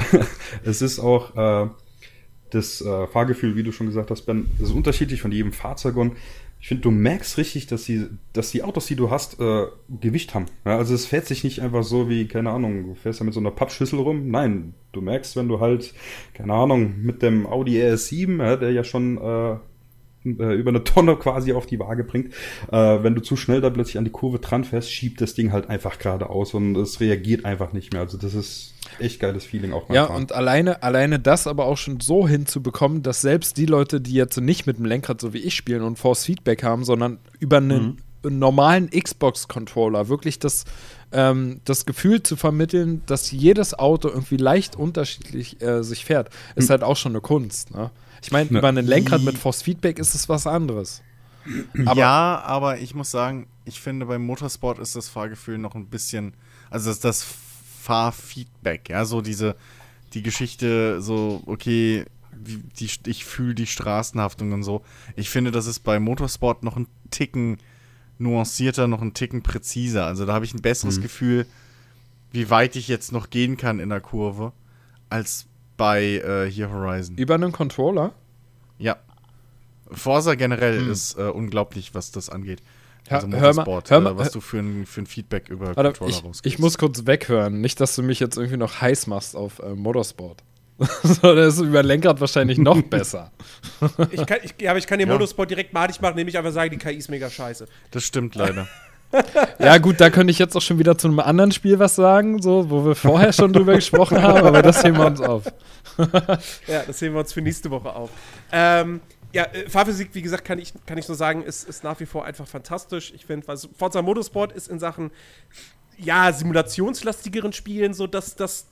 Es ist auch das Fahrgefühl, wie du schon gesagt hast, Ben, ist unterschiedlich von jedem Fahrzeug und ich finde, du merkst richtig, dass die Autos, die du hast, Gewicht haben. Ja, also es fährt sich nicht einfach so wie, keine Ahnung, du fährst ja mit so einer Pappschüssel rum. Nein, du merkst, wenn du halt, keine Ahnung, mit dem Audi RS7, ja, der ja schon über eine Tonne quasi auf die Waage bringt, wenn du zu schnell da plötzlich an die Kurve dran fährst, schiebt das Ding halt einfach geradeaus und es reagiert einfach nicht mehr. Also das ist echt geiles Feeling auch beim Ja, Fahren. und alleine das aber auch schon so hinzubekommen, dass selbst die Leute, die jetzt nicht mit dem Lenkrad so wie ich spielen und Force Feedback haben, sondern über einen normalen Xbox-Controller wirklich das Gefühl zu vermitteln, dass jedes Auto irgendwie leicht unterschiedlich sich fährt, ist halt auch schon eine Kunst, ne? Ich meine, Ja. über ein Lenkrad mit Force Feedback ist es was anderes. Ja, aber ich muss sagen, ich finde, beim Motorsport ist das Fahrgefühl noch ein bisschen, also das Fahrfeedback, ja, so die Geschichte, so, okay, ich fühle die Straßenhaftung und so. Ich finde, das ist bei Motorsport noch ein Ticken nuancierter, noch ein Ticken präziser. Also da habe ich ein besseres Gefühl, wie weit ich jetzt noch gehen kann in der Kurve, als bei hier Horizon. Über einen Controller? Ja. Forza generell ist unglaublich, was das angeht. Also Hör mal, Motorsport, was du für ein Feedback über Warte, Controller ich rausgibst. muss kurz weghören. Nicht, dass du mich jetzt irgendwie noch heiß machst auf Motorsport. So, das ist über Lenkrad wahrscheinlich noch besser. Ich kann den Motorsport direkt madig machen, nämlich einfach sagen, die KI ist mega scheiße. Das stimmt leider. Ja, gut, da könnte ich jetzt auch schon wieder zu einem anderen Spiel was sagen, so, wo wir vorher schon drüber gesprochen haben, aber das heben wir uns auf. Ja, das sehen wir uns für nächste Woche auf. Fahrphysik, wie gesagt, kann ich nur sagen, ist nach wie vor einfach fantastisch. Ich finde, Forza Motorsport ist in Sachen, simulationslastigeren Spielen so das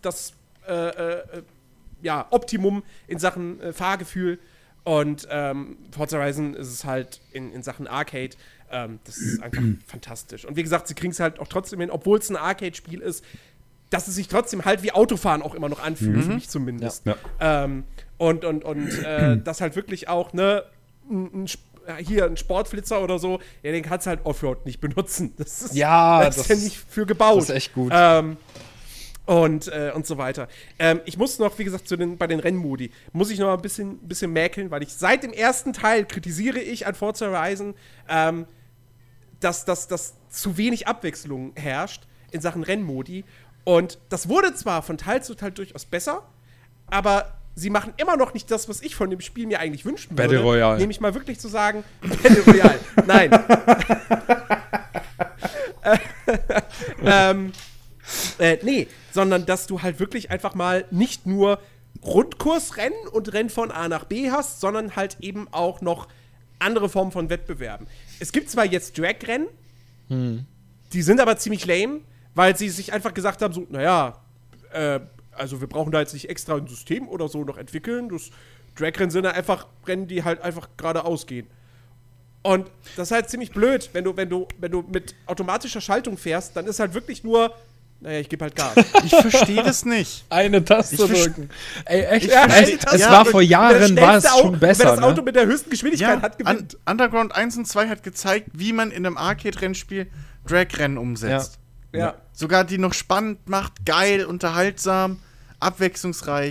Optimum in Sachen Fahrgefühl. Und Forza Horizon ist es halt in Sachen Arcade. Das ist einfach fantastisch. Und wie gesagt, sie kriegen es halt auch trotzdem hin, obwohl es ein Arcade-Spiel ist, dass es sich trotzdem halt wie Autofahren auch immer noch anfühlt, für mich zumindest. Ja. Das halt wirklich auch, ne, ein Sportflitzer oder so, ja, den kannst du halt Offroad nicht benutzen. Das ist ja nicht für gebaut. Das ist echt gut. Und so weiter. Ich muss noch, wie gesagt, bei den Rennmodi, muss ich noch ein bisschen mäkeln, weil ich seit dem ersten Teil kritisiere ich an Forza Horizon, dass zu wenig Abwechslung herrscht in Sachen Rennmodi. Und das wurde zwar von Teil zu Teil durchaus besser, aber sie machen immer noch nicht das, was ich von dem Spiel mir eigentlich wünschen würde. Battle Royale. Nämlich mal wirklich zu sagen, Battle Royale, nein. Nee, sondern dass du halt wirklich einfach mal nicht nur Rundkursrennen und Rennen von A nach B hast, sondern halt eben auch noch andere Formen von Wettbewerben. Es gibt zwar jetzt Drag-Rennen, die sind aber ziemlich lame, weil sie sich einfach gesagt haben, so, also wir brauchen da jetzt nicht extra ein System oder so noch entwickeln. Drag-Rennen sind einfach Rennen, die halt einfach geradeaus gehen. Und das ist halt ziemlich blöd, wenn du mit automatischer Schaltung fährst, dann ist halt wirklich nur, ich gebe halt Gas. Ich verstehe das nicht. Eine Taste drücken. Ey, echt? die Taste Es war vor Jahren, war es schon besser. Wer das Auto Ne? mit der höchsten Geschwindigkeit hat, gewinnt. Underground 1 und 2 hat gezeigt, wie man in einem Arcade-Rennspiel Drag-Rennen umsetzt. Ja. Sogar die noch spannend macht, geil, unterhaltsam, abwechslungsreich.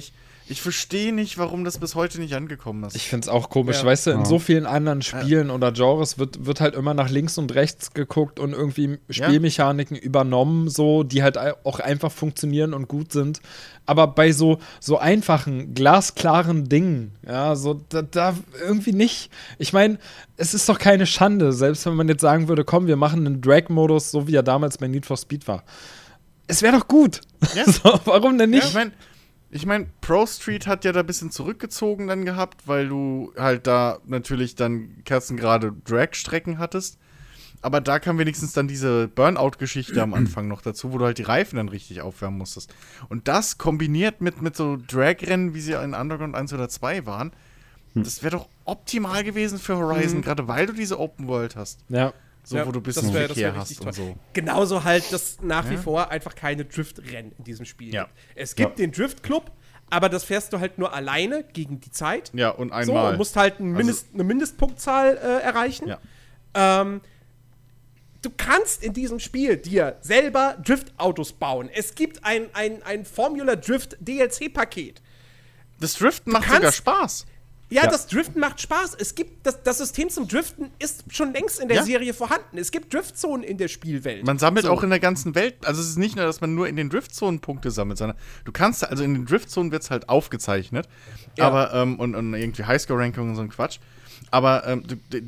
Ich verstehe nicht, warum das bis heute nicht angekommen ist. Ich find's auch komisch, Ja. weißt du, in so vielen anderen Spielen oder Genres wird halt immer nach links und rechts geguckt und irgendwie Spielmechaniken übernommen, so, die halt auch einfach funktionieren und gut sind. Aber bei so einfachen, glasklaren Dingen, ja, so, da irgendwie nicht. Ich meine, es ist doch keine Schande, selbst wenn man jetzt sagen würde, komm, wir machen einen Drag-Modus, so wie er damals bei Need for Speed war. Es wäre doch gut. Ja. So, warum denn nicht? Ja, ich meine, Pro Street hat ja da ein bisschen zurückgezogen dann gehabt, weil du halt da natürlich dann kerzengerade Drag-Strecken hattest. Aber da kam wenigstens dann diese Burnout-Geschichte am Anfang noch dazu, wo du halt die Reifen dann richtig aufwärmen musstest. Und das kombiniert mit so Drag-Rennen, wie sie in Underground 1 oder 2 waren, das wäre doch optimal gewesen für Horizon, gerade weil du diese Open World hast. Ja. So, wo du ein bisschen das wär Verkehr richtig hast und so. Genauso halt, dass nach wie vor einfach keine Drift-Rennen in diesem Spiel Ja. gibt. Es gibt den Drift-Club, aber das fährst du halt nur alleine gegen die Zeit. Ja, und So, einmal. und musst halt eine Mindestpunktzahl erreichen. Ja. Du kannst in diesem Spiel dir selber Drift-Autos bauen. Es gibt ein Formula Drift DLC-Paket. Das Driften macht kannst- sogar Spaß. Ja, das Driften macht Spaß. Es gibt das System zum Driften ist schon längst in der Ja. Serie vorhanden. Es gibt Driftzonen in der Spielwelt. Man sammelt So. auch in der ganzen Welt, also es ist nicht nur, dass man nur in den Driftzonen Punkte sammelt, sondern du kannst, also in den Driftzonen wird es halt aufgezeichnet, Ja. aber, und irgendwie Highscore-Ranking und so ein Quatsch, aber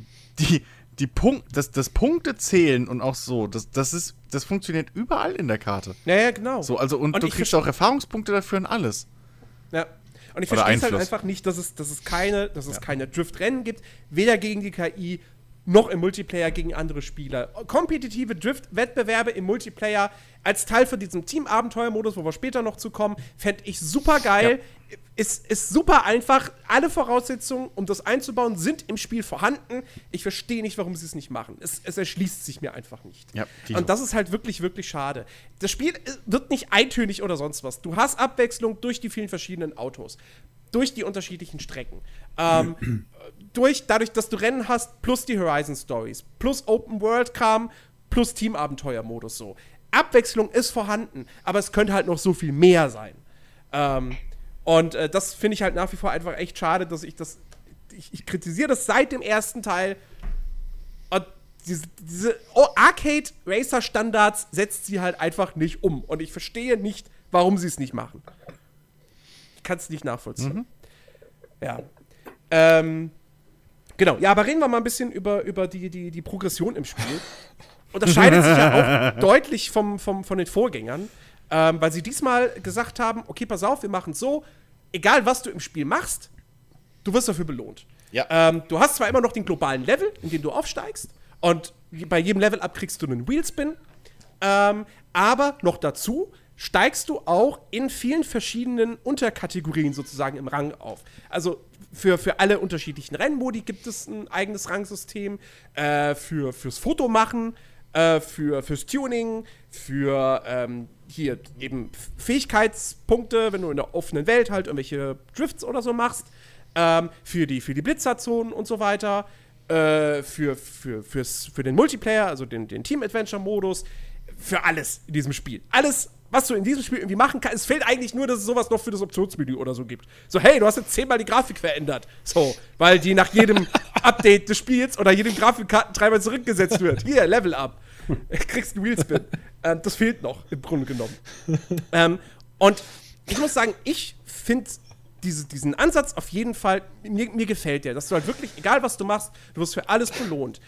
das Punktezählen und auch so, das funktioniert überall in der Karte. Ja, genau. So, also, und du ich kriegst auch Erfahrungspunkte dafür und alles. Ja. Und ich Oder verstehe es halt Einfluss. einfach nicht, dass es keine Drift-Rennen gibt, weder gegen die KI noch im Multiplayer gegen andere Spieler. Kompetitive Drift-Wettbewerbe im Multiplayer als Teil von diesem Team-Abenteuer-Modus, wo wir später noch zu kommen, fände ich super geil. Ist super einfach. Alle Voraussetzungen, um das einzubauen, sind im Spiel vorhanden. Ich verstehe nicht, warum sie es nicht machen. Es erschließt sich mir einfach nicht. Ja, Und das ist halt wirklich, wirklich schade. Das Spiel wird nicht eintönig oder sonst was. Du hast Abwechslung durch die vielen verschiedenen Autos, durch die unterschiedlichen Strecken, dadurch, dass du Rennen hast, plus die Horizon Stories, plus Open World Kram, plus Team-Abenteuer-Modus so. Abwechslung ist vorhanden, aber es könnte halt noch so viel mehr sein. Und das finde ich halt nach wie vor einfach echt schade, dass ich kritisiere das seit dem ersten Teil. Und diese Arcade-Racer-Standards setzt sie halt einfach nicht um. Und ich verstehe nicht, warum sie es nicht machen. Ich kann es nicht nachvollziehen. Ja. Genau. Ja, aber reden wir mal ein bisschen über die Progression im Spiel. Unterscheidet sich ja auch deutlich von den Vorgängern. Weil sie diesmal gesagt haben, okay, pass auf, wir machen es so, egal was du im Spiel machst, du wirst dafür belohnt. Ja. Du hast zwar immer noch den globalen Level, in dem du aufsteigst, und bei jedem Level-Up kriegst du einen Wheelspin, aber noch dazu steigst du auch in vielen verschiedenen Unterkategorien sozusagen im Rang auf. Also für alle unterschiedlichen Rennmodi gibt es ein eigenes Rangsystem, fürs Fotomachen, fürs Tuning, für hier eben Fähigkeitspunkte, wenn du in der offenen Welt halt irgendwelche Drifts oder so machst, für die Blitzerzonen und so weiter, für den Multiplayer, also den Team-Adventure-Modus, für alles in diesem Spiel. Alles, was du in diesem Spiel irgendwie machen kannst. Es fehlt eigentlich nur, dass es sowas noch für das Optionsmenü oder so gibt. So, hey, du hast jetzt 10-mal die Grafik verändert. So, weil die nach jedem Update des Spiels oder jedem Grafikkartentreiber zurückgesetzt wird. Hier, Level Up. Kriegst einen Wheelspin. Das fehlt noch, im Grunde genommen. Und ich muss sagen, ich finde diesen Ansatz auf jeden Fall, mir gefällt der, dass du halt wirklich, egal was du machst, du wirst für alles belohnt.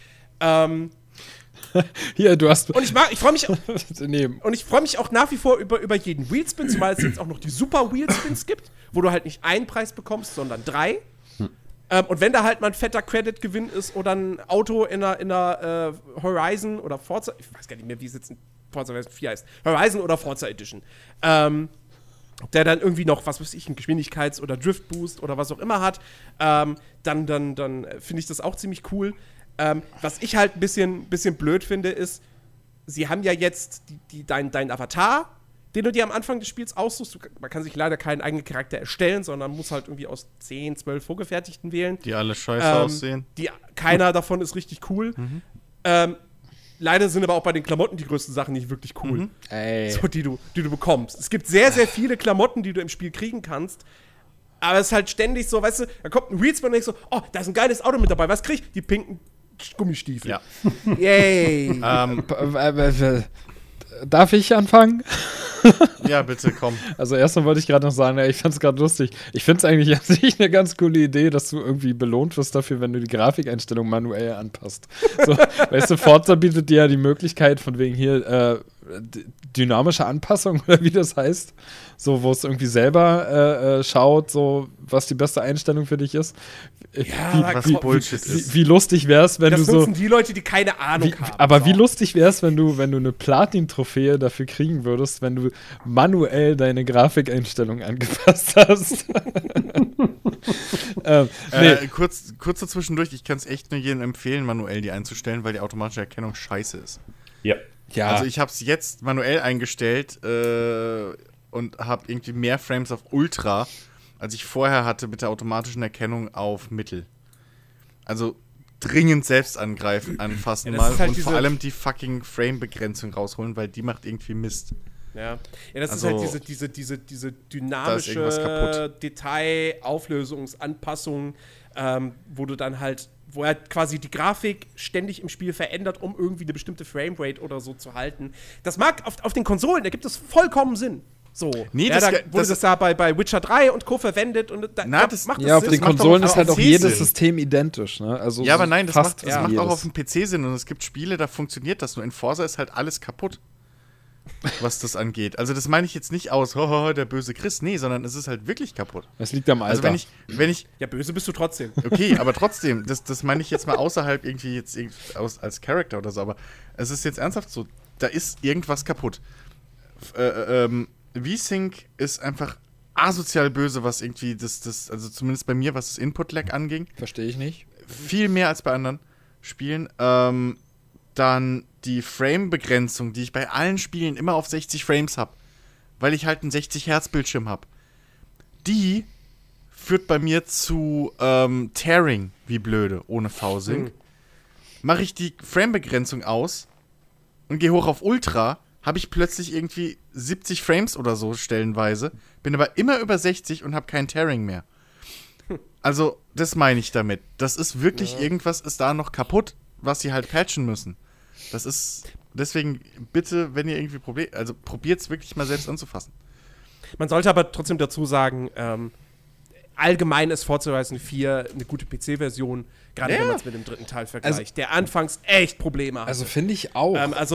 Hier, du hast. Und ich freue mich, nee. und ich freue mich auch nach wie vor über jeden Wheelspin, zumal es jetzt auch noch die Super Wheelspins gibt, wo du halt nicht einen Preis bekommst, sondern 3. Und wenn da halt mal ein fetter Credit-Gewinn ist oder ein Auto in einer Horizon oder Forza, ich weiß gar nicht mehr, wie es jetzt in Forza 4 heißt, Horizon oder Forza Edition, der dann irgendwie noch, was weiß ich, einen Geschwindigkeits- oder Drift-Boost oder was auch immer hat, dann finde ich das auch ziemlich cool. Was ich halt ein bisschen blöd finde, ist, sie haben ja jetzt deinen Avatar, den du dir am Anfang des Spiels aussuchst. Man kann sich leider keinen eigenen Charakter erstellen, sondern muss halt irgendwie aus 10, 12 vorgefertigten wählen. Die alle scheiße aussehen. Keiner davon ist richtig cool. Leider sind aber auch bei den Klamotten die größten Sachen nicht wirklich cool. Ey. So, die du bekommst. Es gibt sehr, sehr viele Klamotten, die du im Spiel kriegen kannst. aber es ist halt ständig so, weißt du, da kommt ein Reelsman und ich so, oh, da ist ein geiles Auto mit dabei, was krieg ich? Die pinken Gummistiefel. Ja. Yay. Darf ich anfangen? Ja, bitte, komm. Also erstmal wollte ich gerade noch sagen, ich fand es gerade lustig. Ich finde es eigentlich an sich eine ganz coole Idee, dass du irgendwie belohnt wirst dafür, wenn du die Grafikeinstellung manuell anpasst. So, weißt du, Forza bietet dir ja die Möglichkeit von wegen hier dynamische Anpassung oder wie das heißt. So, wo es irgendwie selber schaut, so was die beste Einstellung für dich ist. Ja, was Bullshit ist. Wie lustig wär's, wenn das du so. nutzen die Leute, die keine Ahnung haben. Aber so. wie lustig wär's, wenn du eine Platin-Trophäe dafür kriegen würdest, wenn du manuell deine Grafikeinstellung angepasst hast. Kurz dazwischendurch, ich kann es echt nur jedem empfehlen, manuell die einzustellen, weil die automatische Erkennung scheiße ist. Ja. Also ich habe es jetzt manuell eingestellt und habe irgendwie mehr Frames auf Ultra, als ich vorher hatte mit der automatischen Erkennung auf Mittel. Also dringend selbst anfassen Ja, das mal ist halt und vor diese- allem die fucking Frame-Begrenzung rausholen, weil die macht irgendwie Mist. Ja, das Also, ist halt diese da ist irgendwas dynamische kaputt. Detailauflösungsanpassung, wo du dann halt, wo er quasi die Grafik ständig im Spiel verändert, um irgendwie eine bestimmte Framerate oder so zu halten. Das mag auf den Konsolen, da gibt es vollkommen Sinn. So. Nee, ja, da das- wurde das da bei Witcher 3 und Co. verwendet und da das- macht Ja, auf Sinn. den macht doch Konsolen auch ist halt auf auch jedes PC Sinn. System identisch, ne? Also Ja, aber nein, das fast macht auch jedes. auf dem PC Sinn und es gibt Spiele, da funktioniert das nur. In Forza ist halt alles kaputt, was das angeht. Also das meine ich jetzt nicht aus, der böse Chris, nee, sondern es ist halt wirklich kaputt. Es liegt am Alter. Also wenn ich Ja, böse bist du trotzdem. okay, aber trotzdem, das meine ich jetzt mal außerhalb irgendwie jetzt als Charakter oder so, aber es ist jetzt ernsthaft so, da ist irgendwas kaputt. V-Sync ist einfach asozial böse, was irgendwie also zumindest bei mir, was das Input-Lag anging. Verstehe ich nicht. Viel mehr als bei anderen Spielen. Dann die Frame-Begrenzung, die ich bei allen Spielen immer auf 60 Frames habe, weil ich halt einen 60-Hertz-Bildschirm habe. Die führt bei mir zu Tearing, wie blöde, ohne V-Sync. Mache ich die Frame-Begrenzung aus und gehe hoch auf Ultra, habe ich plötzlich irgendwie 70 Frames oder so stellenweise, bin aber immer über 60 und habe kein Tearing mehr. Also, das meine ich damit. Das ist wirklich, irgendwas ist da noch kaputt, was sie halt patchen müssen. Das ist, deswegen bitte, wenn ihr irgendwie probiert es wirklich mal selbst anzufassen. Man sollte aber trotzdem dazu sagen, allgemein ist Forza Horizon 4 eine gute PC-Version, gerade wenn man es mit dem dritten Teil vergleicht, der anfangs echt Probleme hatte. Also finde ich auch.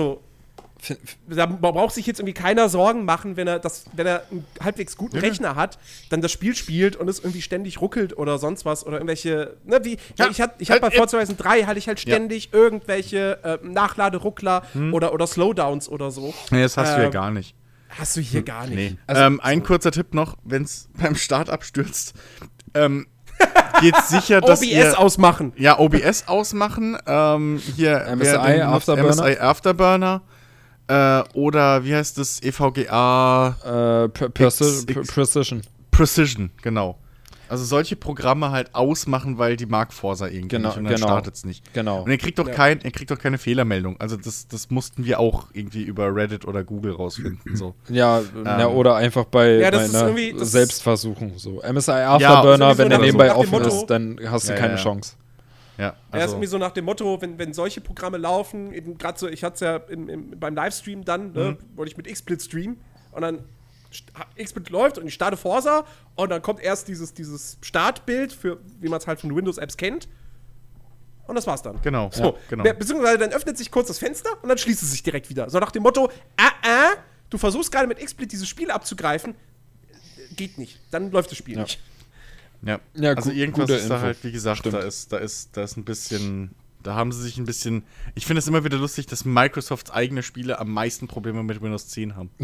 Da braucht sich jetzt irgendwie keiner Sorgen machen, wenn er einen halbwegs guten Rechner hat, dann das Spiel spielt und es irgendwie ständig ruckelt oder sonst was oder irgendwelche, ne, wie, Ja, ich hab bei Forza Horizon 3 hatte ich halt ständig irgendwelche Nachladeruckler oder Slowdowns oder so. Nee, das hast du ja gar nicht. Hast du hier gar nicht. Nee. Also- ein kurzer Tipp noch, wenn es beim Start abstürzt, geht sicher, dass OBS ausmachen. Ja, OBS ausmachen. Hier MSI wer den benutzt, Afterburner. MSI Afterburner. Oder wie heißt das? EVGA Precision. Precision, genau. Also solche Programme halt ausmachen, weil die mag Forza irgendwie Genau, nicht und dann genau. startet's nicht. Genau. Und er kriegt doch keine Fehlermeldung. Also das mussten wir auch irgendwie über Reddit oder Google rausfinden. So. Ja, oder einfach bei Ja, das ist einer irgendwie- das Selbstversuchung. So. MSI das Afterburner, ist wenn der irgendwie so nebenbei nach dem offen Motto- ist, dann hast du Ja, keine ja. Chance. Ja, Ja, ist also, irgendwie so nach dem Motto, wenn solche Programme laufen, gerade so, ich hatte es ja beim Livestream dann, ne, wollte ich mit XSplit streamen und dann XSplit läuft und ich starte Forza und dann kommt erst dieses Startbild, für wie man es halt von Windows-Apps kennt und das war's dann. genau. So, Ja, genau. Beziehungsweise dann öffnet sich kurz das Fenster und dann schließt es sich direkt wieder. So nach dem Motto, du versuchst gerade mit XSplit dieses Spiel abzugreifen, geht nicht. Dann läuft das Spiel nicht. Ja, Ja, also irgendwas gute ist da Info. halt, wie gesagt, Stimmt. da ist ein bisschen, da haben sie sich ein bisschen, ich finde es immer wieder lustig, dass Microsofts eigene Spiele am meisten Probleme mit Windows 10 haben.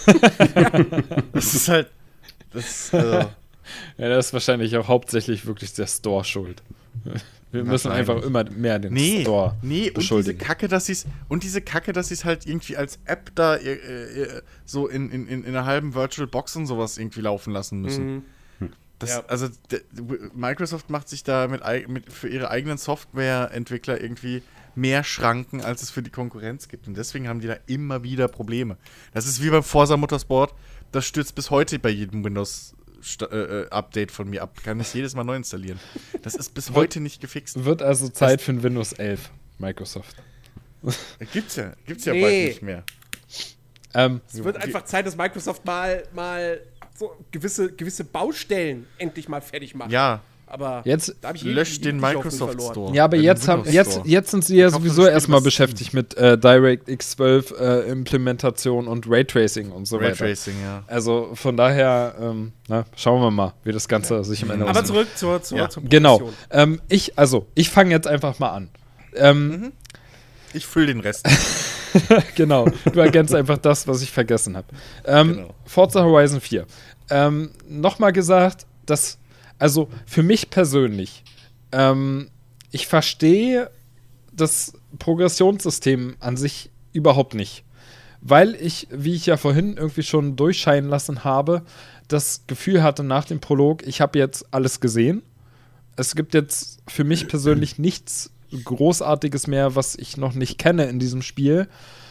Das ist halt, Ja, das ist wahrscheinlich auch hauptsächlich wirklich der Store schuld. Wir müssen einfach immer mehr den Store und diese beschuldigen. Kacke, dass sie es halt irgendwie als App da so in einer halben Virtual Box und sowas irgendwie laufen lassen müssen. Ja. Also Microsoft macht sich da für ihre eigenen Softwareentwickler irgendwie mehr Schranken, als es für die Konkurrenz gibt. Und deswegen haben die da immer wieder Probleme. Das ist wie beim Forza Motorsport, das stürzt bis heute bei jedem Update von mir ab. Kann das jedes Mal neu installieren. Das ist bis heute nicht gefixt. Wird also Zeit für ein Windows 11, Microsoft. Gibt's ja Nee. bald nicht mehr. Es wird einfach Zeit, dass Microsoft mal so gewisse Baustellen endlich mal fertig macht. Ja, Aber Jetzt da hab ich löscht den jegliche Hoffnung Microsoft verloren. Store. Ja, aber Den jetzt Windows Store. sind sie ja Kauft sowieso das Spiel, erstmal was beschäftigt mit DirectX 12 Implementation und Raytracing und so weiter. Raytracing, ja. Also von daher, schauen wir mal, wie das Ganze sich am Ende Aber auswirkt. zurück zur Genau. Progression. Ich fange jetzt einfach mal an. Ich fülle den Rest. Genau, du ergänzt einfach das, was ich vergessen habe. Genau. Forza Horizon 4. Nochmal gesagt, also für mich persönlich, ich verstehe das Progressionssystem an sich überhaupt nicht. Weil ich, wie ich ja vorhin irgendwie schon durchscheinen lassen habe, das Gefühl hatte nach dem Prolog, ich habe jetzt alles gesehen. Es gibt jetzt für mich persönlich nichts Großartiges mehr, was ich noch nicht kenne in diesem Spiel.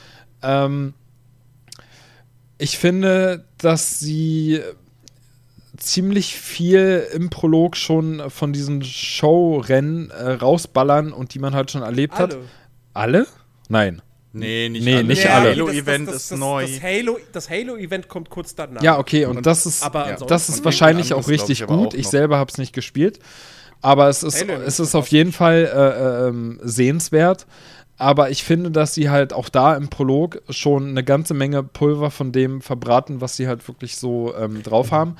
Ich finde, dass sie ziemlich viel im Prolog schon von diesen Showrennen rausballern und die man halt schon erlebt hat. Alle? Nein. Nee, nicht Nee, alle. nicht Das alle. Halo-Event ist neu. Das Halo-Event kommt kurz danach. Ja, okay, und das ist, aber das ansonsten- ist wahrscheinlich Und auch anderes, glaub richtig ich, aber gut. auch Ich noch. selber habe es nicht gespielt. Aber es ist Halo auf jeden Fall sehenswert. Aber ich finde, dass sie halt auch da im Prolog schon eine ganze Menge Pulver von dem verbraten, was sie halt wirklich so drauf haben.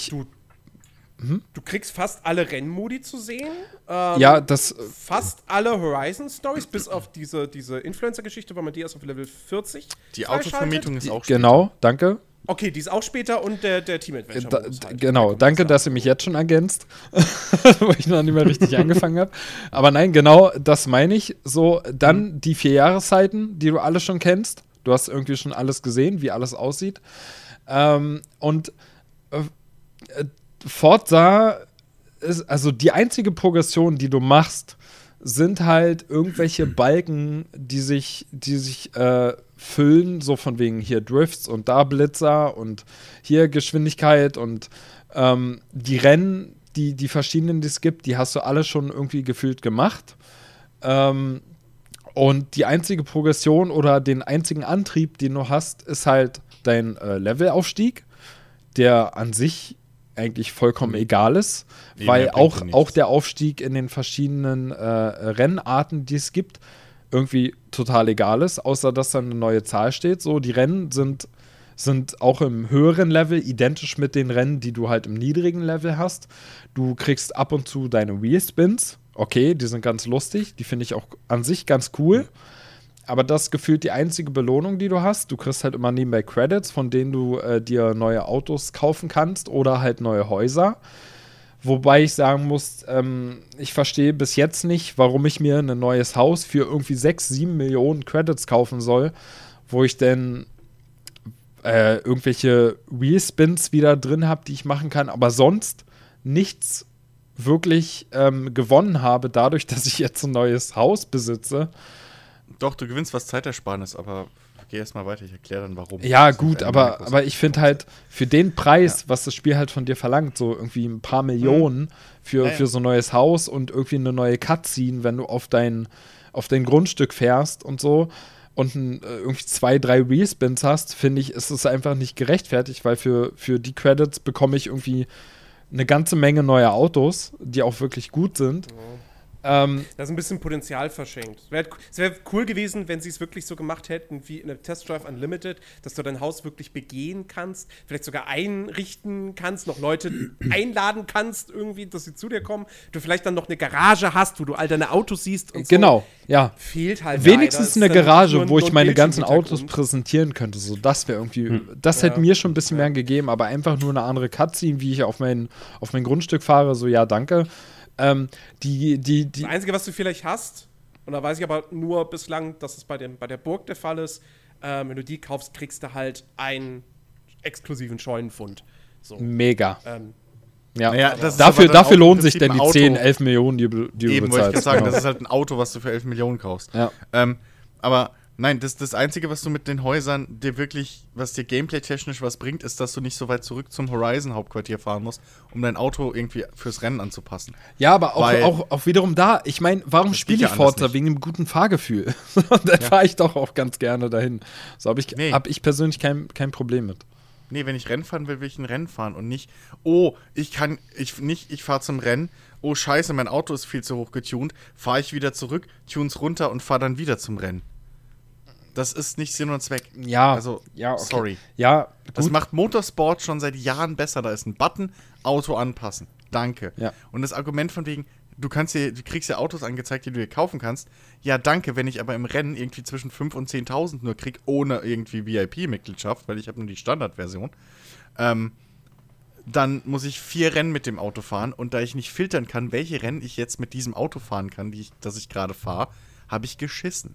Du kriegst fast alle Rennmodi zu sehen. Ja, das Fast alle Horizon-Stories, bis auf diese Influencer-Geschichte, weil man die erst auf Level 40 Die freischaltet. Autovermietung ist auch genau, danke. Okay, die ist auch später und der Team-Adventure-Modus halt. Genau, danke, dass ihr mich jetzt schon ergänzt, wo ich noch nicht mehr richtig angefangen habe. Aber nein, genau, das meine ich. So, dann die 4 Jahreszeiten, die du alle schon kennst. Du hast irgendwie schon alles gesehen, wie alles aussieht. Forza ist, also die einzige Progression, die du machst, sind halt irgendwelche Balken, die sich füllen, so von wegen hier Drifts und da Blitzer und hier Geschwindigkeit und die Rennen, die verschiedenen, die es gibt, die hast du alle schon irgendwie gefühlt gemacht. Und die einzige Progression oder den einzigen Antrieb, den du hast, ist halt dein Levelaufstieg, der an sich eigentlich vollkommen egal ist, Nee, weil der bringt dir nichts. auch der Aufstieg in den verschiedenen Rennarten, die es gibt, irgendwie total egal ist, außer dass da eine neue Zahl steht. So, die Rennen sind auch im höheren Level identisch mit den Rennen, die du halt im niedrigen Level hast. Du kriegst ab und zu deine Wheel-Spins. Okay, die sind ganz lustig. Die finde ich auch an sich ganz cool. Aber das ist gefühlt die einzige Belohnung, die du hast. Du kriegst halt immer nebenbei Credits, von denen du dir neue Autos kaufen kannst oder halt neue Häuser. Wobei ich sagen muss, ich verstehe bis jetzt nicht, warum ich mir ein neues Haus für irgendwie 6-7 Millionen Credits kaufen soll, wo ich denn irgendwelche Wheel-Spins wieder drin habe, die ich machen kann, aber sonst nichts wirklich gewonnen habe, dadurch, dass ich jetzt ein neues Haus besitze. Doch, du gewinnst was Zeitersparnis, aber geh erst mal weiter, ich erkläre dann warum. Ja, Das ist gut, eine aber Microsoft- ich finde halt, für den Preis, was das Spiel halt von dir verlangt, so irgendwie ein paar Millionen für so ein neues Haus und irgendwie eine neue Cutscene, wenn du auf dein Grundstück fährst und so und irgendwie 2-3 Respins hast, finde ich, ist es einfach nicht gerechtfertigt, weil für die Credits bekomme ich irgendwie eine ganze Menge neue Autos, die auch wirklich gut sind. Da ist ein bisschen Potenzial verschenkt. Es wäre cool gewesen, wenn sie es wirklich so gemacht hätten wie in der Test Drive Unlimited, dass du dein Haus wirklich begehen kannst, vielleicht sogar einrichten kannst, noch Leute einladen kannst irgendwie, dass sie zu dir kommen. Du vielleicht dann noch eine Garage hast, wo du all deine Autos siehst und so. Genau, ja. Fehlt halt Wenigstens leider. eine Ist dann Garage, nur wo ich ein meine ganzen Bildschirmhintergrund. Autos präsentieren könnte. So, das wäre irgendwie, das hätte mir schon ein bisschen mehr gegeben, aber einfach nur eine andere Cutscene, wie ich auf mein Grundstück fahre, so ja, danke. Das Einzige, was du vielleicht hast, und da weiß ich aber nur bislang, dass es bei der Burg der Fall ist, wenn du die kaufst, kriegst du halt einen exklusiven Scheunenfund. So. Mega. Ja. Naja, das ist aber dann auch Dafür im lohnen sich Prinzip denn ein die Auto. 10, 11 Millionen, die du Eben, wollte ich bezahlst. gerade sagen, Genau. das ist halt ein Auto, was du für 11 Millionen kaufst. Ja. Aber Nein, das Einzige, was du mit den Häusern dir wirklich, was dir gameplay-technisch was bringt, ist, dass du nicht so weit zurück zum Horizon-Hauptquartier fahren musst, um dein Auto irgendwie fürs Rennen anzupassen. Ja, aber auch wiederum da, ich meine, warum spiele ich Forza? Wegen dem guten Fahrgefühl. Dann fahre ich doch auch ganz gerne dahin. So habe ich persönlich kein Problem mit. Nee, wenn ich Rennen fahren will ich ein Rennen fahren und nicht, oh, ich fahre zum Rennen, oh scheiße, mein Auto ist viel zu hoch getuned, fahre ich wieder zurück, tune's runter und fahre dann wieder zum Rennen. Das ist nicht Sinn und Zweck. Ja, also, ja, okay. Sorry. Ja, gut. Das macht Motorsport schon seit Jahren besser. Da ist ein Button, Auto anpassen. Danke. Ja. Und das Argument von wegen, du kriegst ja Autos angezeigt, die du dir kaufen kannst. Ja, danke, wenn ich aber im Rennen irgendwie zwischen 5.000 und 10.000 nur krieg, ohne irgendwie VIP-Mitgliedschaft, weil ich habe nur die Standardversion, dann muss ich 4 Rennen mit dem Auto fahren. Und da ich nicht filtern kann, welche Rennen ich jetzt mit diesem Auto fahren kann, das ich gerade fahre, habe ich geschissen.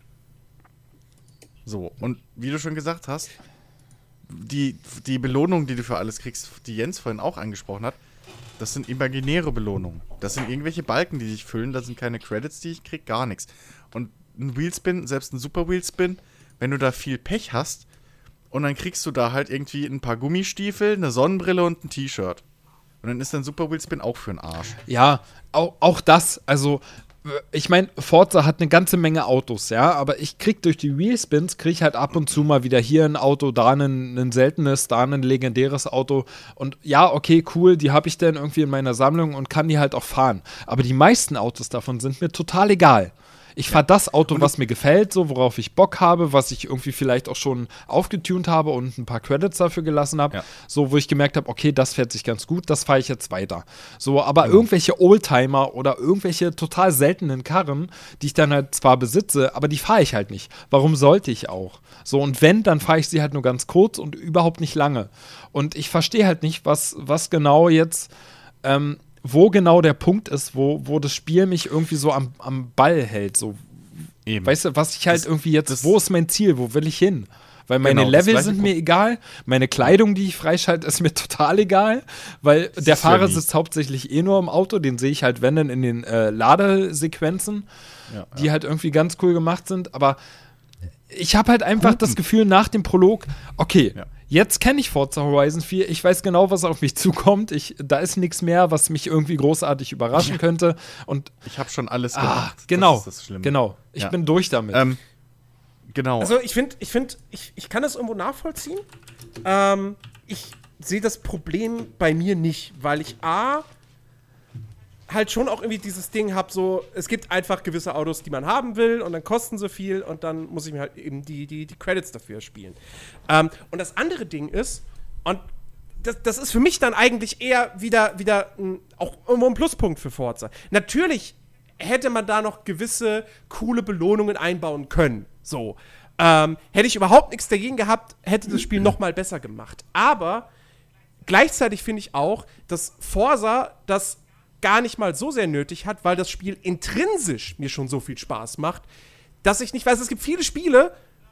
So, und wie du schon gesagt hast, die Belohnung, die du für alles kriegst, die Jens vorhin auch angesprochen hat, das sind imaginäre Belohnungen. Das sind irgendwelche Balken, die sich füllen, da sind keine Credits, die ich krieg, gar nichts. Und ein Wheelspin, selbst ein Super Wheelspin, wenn du da viel Pech hast und dann kriegst du da halt irgendwie ein paar Gummistiefel, eine Sonnenbrille und ein T-Shirt. Und dann ist dein Super Wheelspin auch für den Arsch. Ja, auch das, also ich meine, Forza hat eine ganze Menge Autos, ja, aber ich krieg durch die Wheelspins, halt ab und zu mal wieder hier ein Auto, da ein seltenes, da ein legendäres Auto und ja, okay, cool, die habe ich dann irgendwie in meiner Sammlung und kann die halt auch fahren. Aber die meisten Autos davon sind mir total egal. Ich fahre das Auto, was mir gefällt, so worauf ich Bock habe, was ich irgendwie vielleicht auch schon aufgetunt habe und ein paar Credits dafür gelassen habe, so wo ich gemerkt habe, okay, das fährt sich ganz gut, das fahre ich jetzt weiter. So, aber irgendwelche Oldtimer oder irgendwelche total seltenen Karren, die ich dann halt zwar besitze, aber die fahre ich halt nicht. Warum sollte ich auch? So, und wenn, dann fahre ich sie halt nur ganz kurz und überhaupt nicht lange. Und ich verstehe halt nicht, was genau jetzt wo genau der Punkt ist, wo das Spiel mich irgendwie so am Ball hält. So. Eben. Weißt du, was ich halt irgendwie jetzt, wo ist mein Ziel, wo will ich hin? Weil meine Level sind mir egal, meine Kleidung, die ich freischalte, ist mir total egal, weil der Fahrer sitzt hauptsächlich nur im Auto, den sehe ich halt, wenn dann in den Ladesequenzen, die halt irgendwie ganz cool gemacht sind, aber ich habe halt einfach das Gefühl nach dem Prolog, okay, jetzt kenne ich Forza Horizon 4, ich weiß genau, was auf mich zukommt, da ist nichts mehr, was mich irgendwie großartig überraschen könnte. Und ich habe schon alles gemacht. Genau, das ist das Schlimme. Genau. Ich bin durch damit. Genau. Also ich kann das irgendwo nachvollziehen. Ich sehe das Problem bei mir nicht, weil ich halt schon auch irgendwie dieses Ding habe, so, es gibt einfach gewisse Autos, die man haben will und dann kosten sie viel und dann muss ich mir halt eben die Credits dafür spielen. Und das andere Ding ist, und das ist für mich dann eigentlich eher wieder auch irgendwo ein Pluspunkt für Forza. Natürlich hätte man da noch gewisse coole Belohnungen einbauen können. So. Hätte ich überhaupt nichts dagegen gehabt, hätte das Spiel noch mal besser gemacht. Aber gleichzeitig finde ich auch, dass Forza das gar nicht mal so sehr nötig hat, weil das Spiel intrinsisch mir schon so viel Spaß macht, dass ich nicht weiß, es gibt viele Spiele,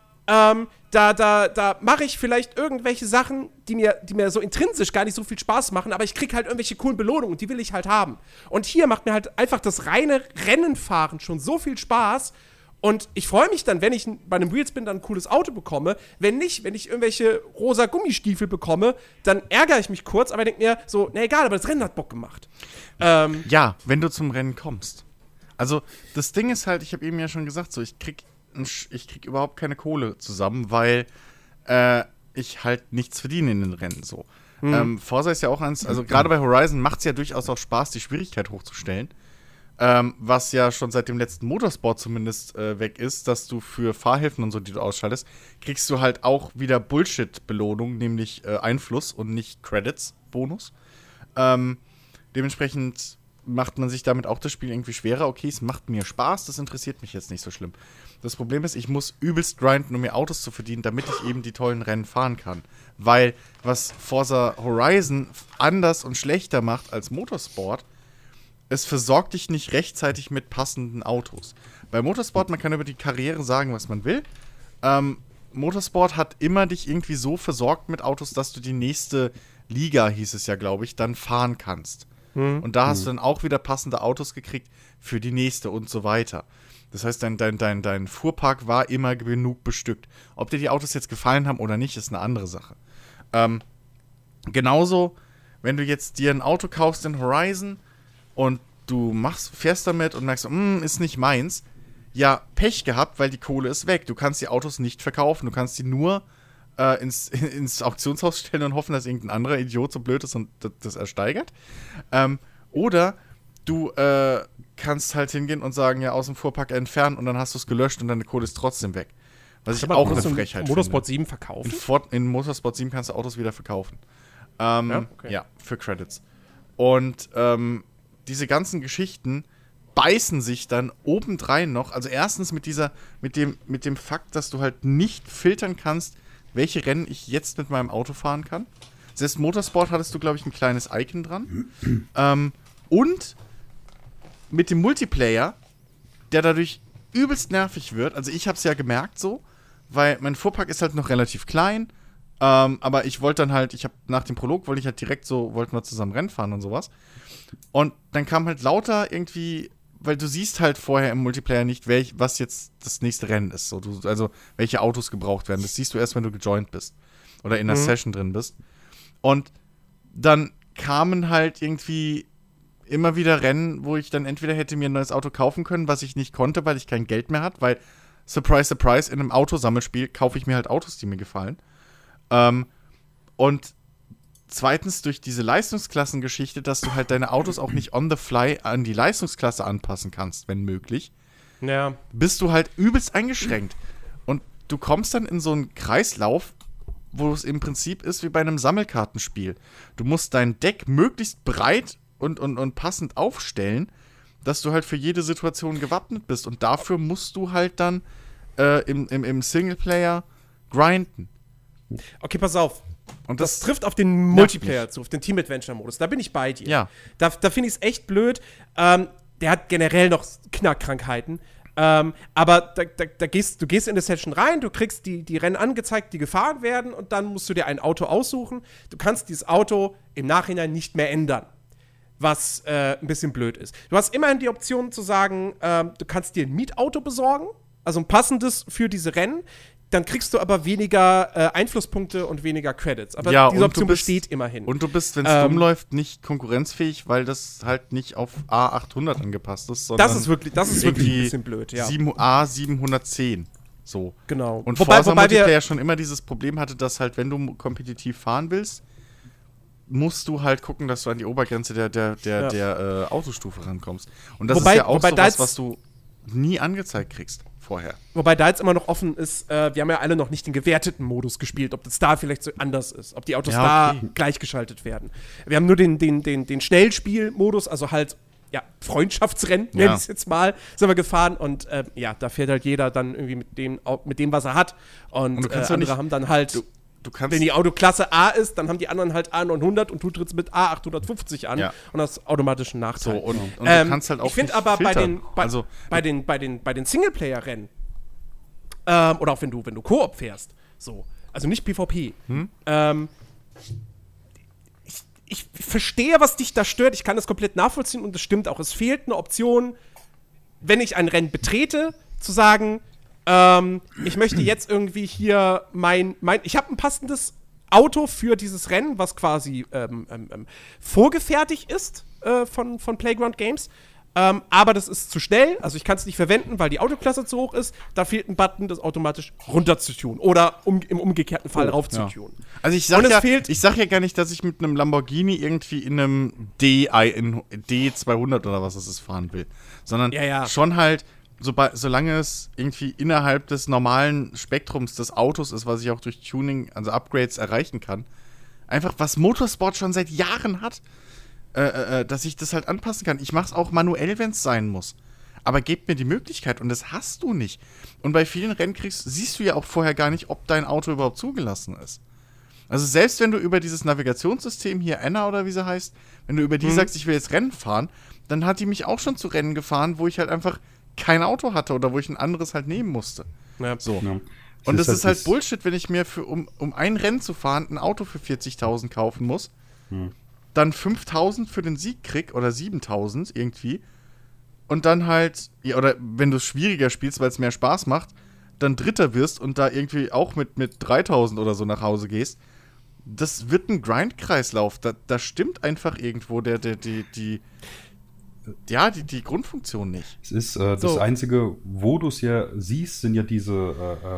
da mache ich vielleicht irgendwelche Sachen, die mir so intrinsisch gar nicht so viel Spaß machen, aber ich kriege halt irgendwelche coolen Belohnungen und die will ich halt haben. Und hier macht mir halt einfach das reine Rennenfahren schon so viel Spaß. Und ich freue mich dann, wenn ich bei einem Wheelspin dann ein cooles Auto bekomme. Wenn nicht, wenn ich irgendwelche rosa Gummistiefel bekomme, dann ärgere ich mich kurz, aber denke mir so, na egal, aber das Rennen hat Bock gemacht. Ja, wenn du zum Rennen kommst. Also, das Ding ist halt, ich habe eben ja schon gesagt, so, ich krieg überhaupt keine Kohle zusammen, weil ich halt nichts verdiene in den Rennen, so. Forza ist ja auch also gerade bei Horizon macht es ja durchaus auch Spaß, die Schwierigkeit hochzustellen. Was ja schon seit dem letzten Motorsport zumindest weg ist, dass du für Fahrhilfen und so, die du ausschaltest, kriegst du halt auch wieder Bullshit-Belohnung, nämlich Einfluss und nicht Credits-Bonus. Dementsprechend macht man sich damit auch das Spiel irgendwie schwerer. Okay, es macht mir Spaß, das interessiert mich jetzt nicht so schlimm. Das Problem ist, ich muss übelst grinden, um mir Autos zu verdienen, damit ich eben die tollen Rennen fahren kann. Weil was Forza Horizon anders und schlechter macht als Motorsport, es versorgt dich nicht rechtzeitig mit passenden Autos. Bei Motorsport, man kann über die Karriere sagen, was man will. Motorsport hat immer dich irgendwie so versorgt mit Autos, dass du die nächste Liga, hieß es ja, glaube ich, dann fahren kannst. Und da hast du dann auch wieder passende Autos gekriegt für die nächste und so weiter. Das heißt, dein Fuhrpark war immer genug bestückt. Ob dir die Autos jetzt gefallen haben oder nicht, ist eine andere Sache. Genauso, wenn du jetzt dir ein Auto kaufst in Horizon und du fährst damit und merkst, ist nicht meins, ja, Pech gehabt, weil die Kohle ist weg. Du kannst die Autos nicht verkaufen, du kannst die nur ins Auktionshaus stellen und hoffen, dass irgendein anderer Idiot so blöd ist und das ersteigert. Oder du kannst halt hingehen und sagen, ja, aus dem Fuhrpark entfernen und dann hast du es gelöscht und deine Kohle ist trotzdem weg. Was ich auch eine Frechheit finde. Motorsport 7 verkaufen? In Motorsport 7 kannst du Autos wieder verkaufen. Okay. Ja, für Credits. Und diese ganzen Geschichten beißen sich dann obendrein noch. Also erstens mit dem Fakt, dass du halt nicht filtern kannst, welche Rennen ich jetzt mit meinem Auto fahren kann. Selbst Motorsport hattest du, glaube ich, ein kleines Icon dran. Und mit dem Multiplayer, der dadurch übelst nervig wird. Also ich habe es ja gemerkt so, weil mein Fuhrpark ist halt noch relativ klein. Aber ich wollte dann halt, nach dem Prolog wollten wir zusammen Rennen fahren und sowas. Und dann kam halt lauter irgendwie, weil du siehst halt vorher im Multiplayer nicht, was jetzt das nächste Rennen ist. So, also welche Autos gebraucht werden. Das siehst du erst, wenn du gejoint bist. Oder in der Session drin bist. Und dann kamen halt irgendwie immer wieder Rennen, wo ich dann entweder hätte mir ein neues Auto kaufen können, was ich nicht konnte, weil ich kein Geld mehr hatte, weil, surprise, surprise, in einem Autosammelspiel kaufe ich mir halt Autos, die mir gefallen. Und zweitens durch diese Leistungsklassengeschichte, dass du halt deine Autos auch nicht on the fly an die Leistungsklasse anpassen kannst, wenn möglich, bist du halt übelst eingeschränkt. Und du kommst dann in so einen Kreislauf, wo es im Prinzip ist wie bei einem Sammelkartenspiel. Du musst dein Deck möglichst breit und passend aufstellen, dass du halt für jede Situation gewappnet bist. Und dafür musst du halt dann im Singleplayer grinden. Okay, pass auf. Und das trifft auf den Multiplayer zu, auf den Team-Adventure-Modus. Da bin ich bei dir. Ja. Da finde ich es echt blöd. Der hat generell noch Knackkrankheiten. Aber du gehst in eine Session rein, du kriegst die Rennen angezeigt, die gefahren werden, und dann musst du dir ein Auto aussuchen. Du kannst dieses Auto im Nachhinein nicht mehr ändern, was ein bisschen blöd ist. Du hast immerhin die Option zu sagen, du kannst dir ein Mietauto besorgen, also ein passendes für diese Rennen. Dann kriegst du aber weniger Einflusspunkte und weniger Credits. Aber ja, diese Option besteht immerhin. Und du bist, wenn es dumm läuft, nicht konkurrenzfähig, weil das halt nicht auf A800 angepasst ist, sondern das ist wirklich ein bisschen blöd, ja. A710. So. Genau. Und Forza Multiplayer schon immer dieses Problem hatte, dass halt, wenn du kompetitiv fahren willst, musst du halt gucken, dass du an die Obergrenze der Autostufe rankommst. Und das ist ja auch sowas, was du nie angezeigt kriegst vorher. Wobei da jetzt immer noch offen ist, wir haben ja alle noch nicht den gewerteten Modus gespielt, ob das da vielleicht so anders ist, ob die Autos da gleichgeschaltet werden. Wir haben nur den Schnellspiel-Modus, also halt, ja, Freundschaftsrennen, nenne ich es jetzt mal, sind wir gefahren, und da fährt halt jeder dann irgendwie mit dem, was er hat, und andere haben dann halt, wenn die Autoklasse A ist, dann haben die anderen halt A900 und du trittst mit A850 an und hast automatisch einen Nachteil. So, und du kannst halt auch ich finde aber bei den Singleplayer-Rennen oder auch wenn du Koop fährst, so, also nicht PvP, ich verstehe, was dich da stört, ich kann das komplett nachvollziehen und das stimmt auch. Es fehlt eine Option, wenn ich ein Rennen betrete, zu sagen, ich möchte jetzt irgendwie hier ich habe ein passendes Auto für dieses Rennen, was quasi vorgefertigt ist von Playground Games. Aber das ist zu schnell, also ich kann es nicht verwenden, weil die Autoklasse zu hoch ist. Da fehlt ein Button, das automatisch runter zu tun oder im umgekehrten Fall rauf zu tun. Also ich sag ja gar nicht, dass ich mit einem Lamborghini irgendwie in einem D200 oder was das ist fahren will, sondern schon halt, solange es irgendwie innerhalb des normalen Spektrums des Autos ist, was ich auch durch Tuning, also Upgrades erreichen kann, einfach was Motorsport schon seit Jahren hat, dass ich das halt anpassen kann. Ich mach's auch manuell, wenn es sein muss. Aber gebt mir die Möglichkeit, und das hast du nicht. Und bei vielen Rennen siehst du ja auch vorher gar nicht, ob dein Auto überhaupt zugelassen ist. Also selbst wenn du über dieses Navigationssystem hier, Anna oder wie sie heißt, wenn du über die sagst, ich will jetzt Rennen fahren, dann hat die mich auch schon zu Rennen gefahren, wo ich halt einfach kein Auto hatte oder wo ich ein anderes halt nehmen musste. Ja. So. Ja. Und das ist halt Bullshit, wenn ich mir um ein Rennen zu fahren ein Auto für 40.000 kaufen muss, dann 5.000 für den Sieg krieg oder 7.000 irgendwie und dann halt, ja, oder wenn du es schwieriger spielst, weil es mehr Spaß macht, dann Dritter wirst und da irgendwie auch mit 3000 oder so nach Hause gehst, das wird ein Grind-Kreislauf. Da stimmt einfach irgendwo die Grundfunktion nicht. Es ist das Einzige, wo du es ja siehst, sind ja diese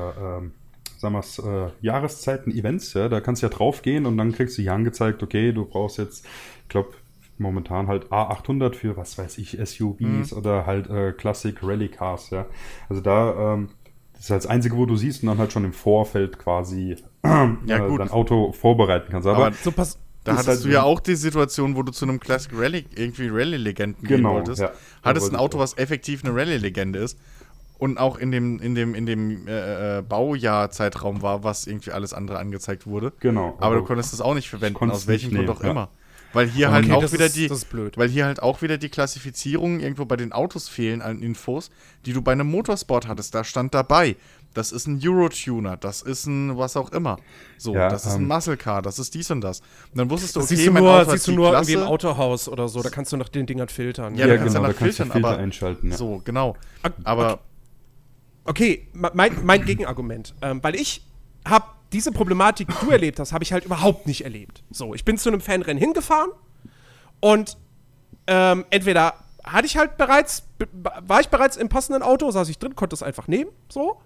Jahreszeiten, Events, ja, da kannst du ja drauf gehen und dann kriegst du hier angezeigt, okay, du brauchst jetzt, ich glaube, momentan halt A800 für, was weiß ich, SUVs oder halt Classic Rally Cars, ja. Also da, das ist halt das Einzige, wo du siehst und dann halt schon im Vorfeld quasi dein Auto vorbereiten kannst. Aber so da hattest halt du ja auch die Situation, wo du zu einem Classic Rally, irgendwie Rally-Legenden gehen wolltest. Ja, hattest ein Auto, was effektiv eine Rally-Legende ist. Und auch in dem Baujahr-Zeitraum war, was irgendwie alles andere angezeigt wurde. Genau. Aber du konntest das auch nicht verwenden, aus welchem Grund auch immer. Weil hier halt auch wieder weil hier halt auch wieder die Klassifizierungen irgendwo bei den Autos fehlen an Infos, die du bei einem Motorsport hattest. Da stand dabei, das ist ein Eurotuner, das ist ein was auch immer. So, ja, das ist ein Muscle Car, das ist dies und das. Und dann wusstest du, okay, siehst du nur irgendwie im Autohaus oder so, da kannst du nach den Dingern filtern. Ja, da kannst du danach filtern, aber einschalten. Ja. So, genau. Aber okay, mein Gegenargument, weil ich habe diese Problematik, die du erlebt hast, habe ich halt überhaupt nicht erlebt. So, ich bin zu einem Fanrennen hingefahren und entweder war ich bereits im passenden Auto, saß ich drin, konnte es einfach nehmen, so.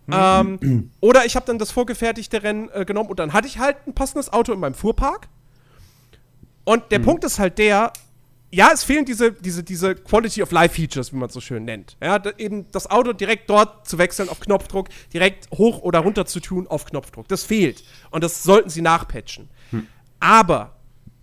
Oder ich habe dann das vorgefertigte Rennen genommen und dann hatte ich halt ein passendes Auto in meinem Fuhrpark. Und der Punkt ist halt der, ja, es fehlen diese Quality of Life Features, wie man es so schön nennt. Ja, eben das Auto direkt dort zu wechseln auf Knopfdruck, direkt hoch oder runter zu tun auf Knopfdruck. Das fehlt. Und das sollten sie nachpatchen. Aber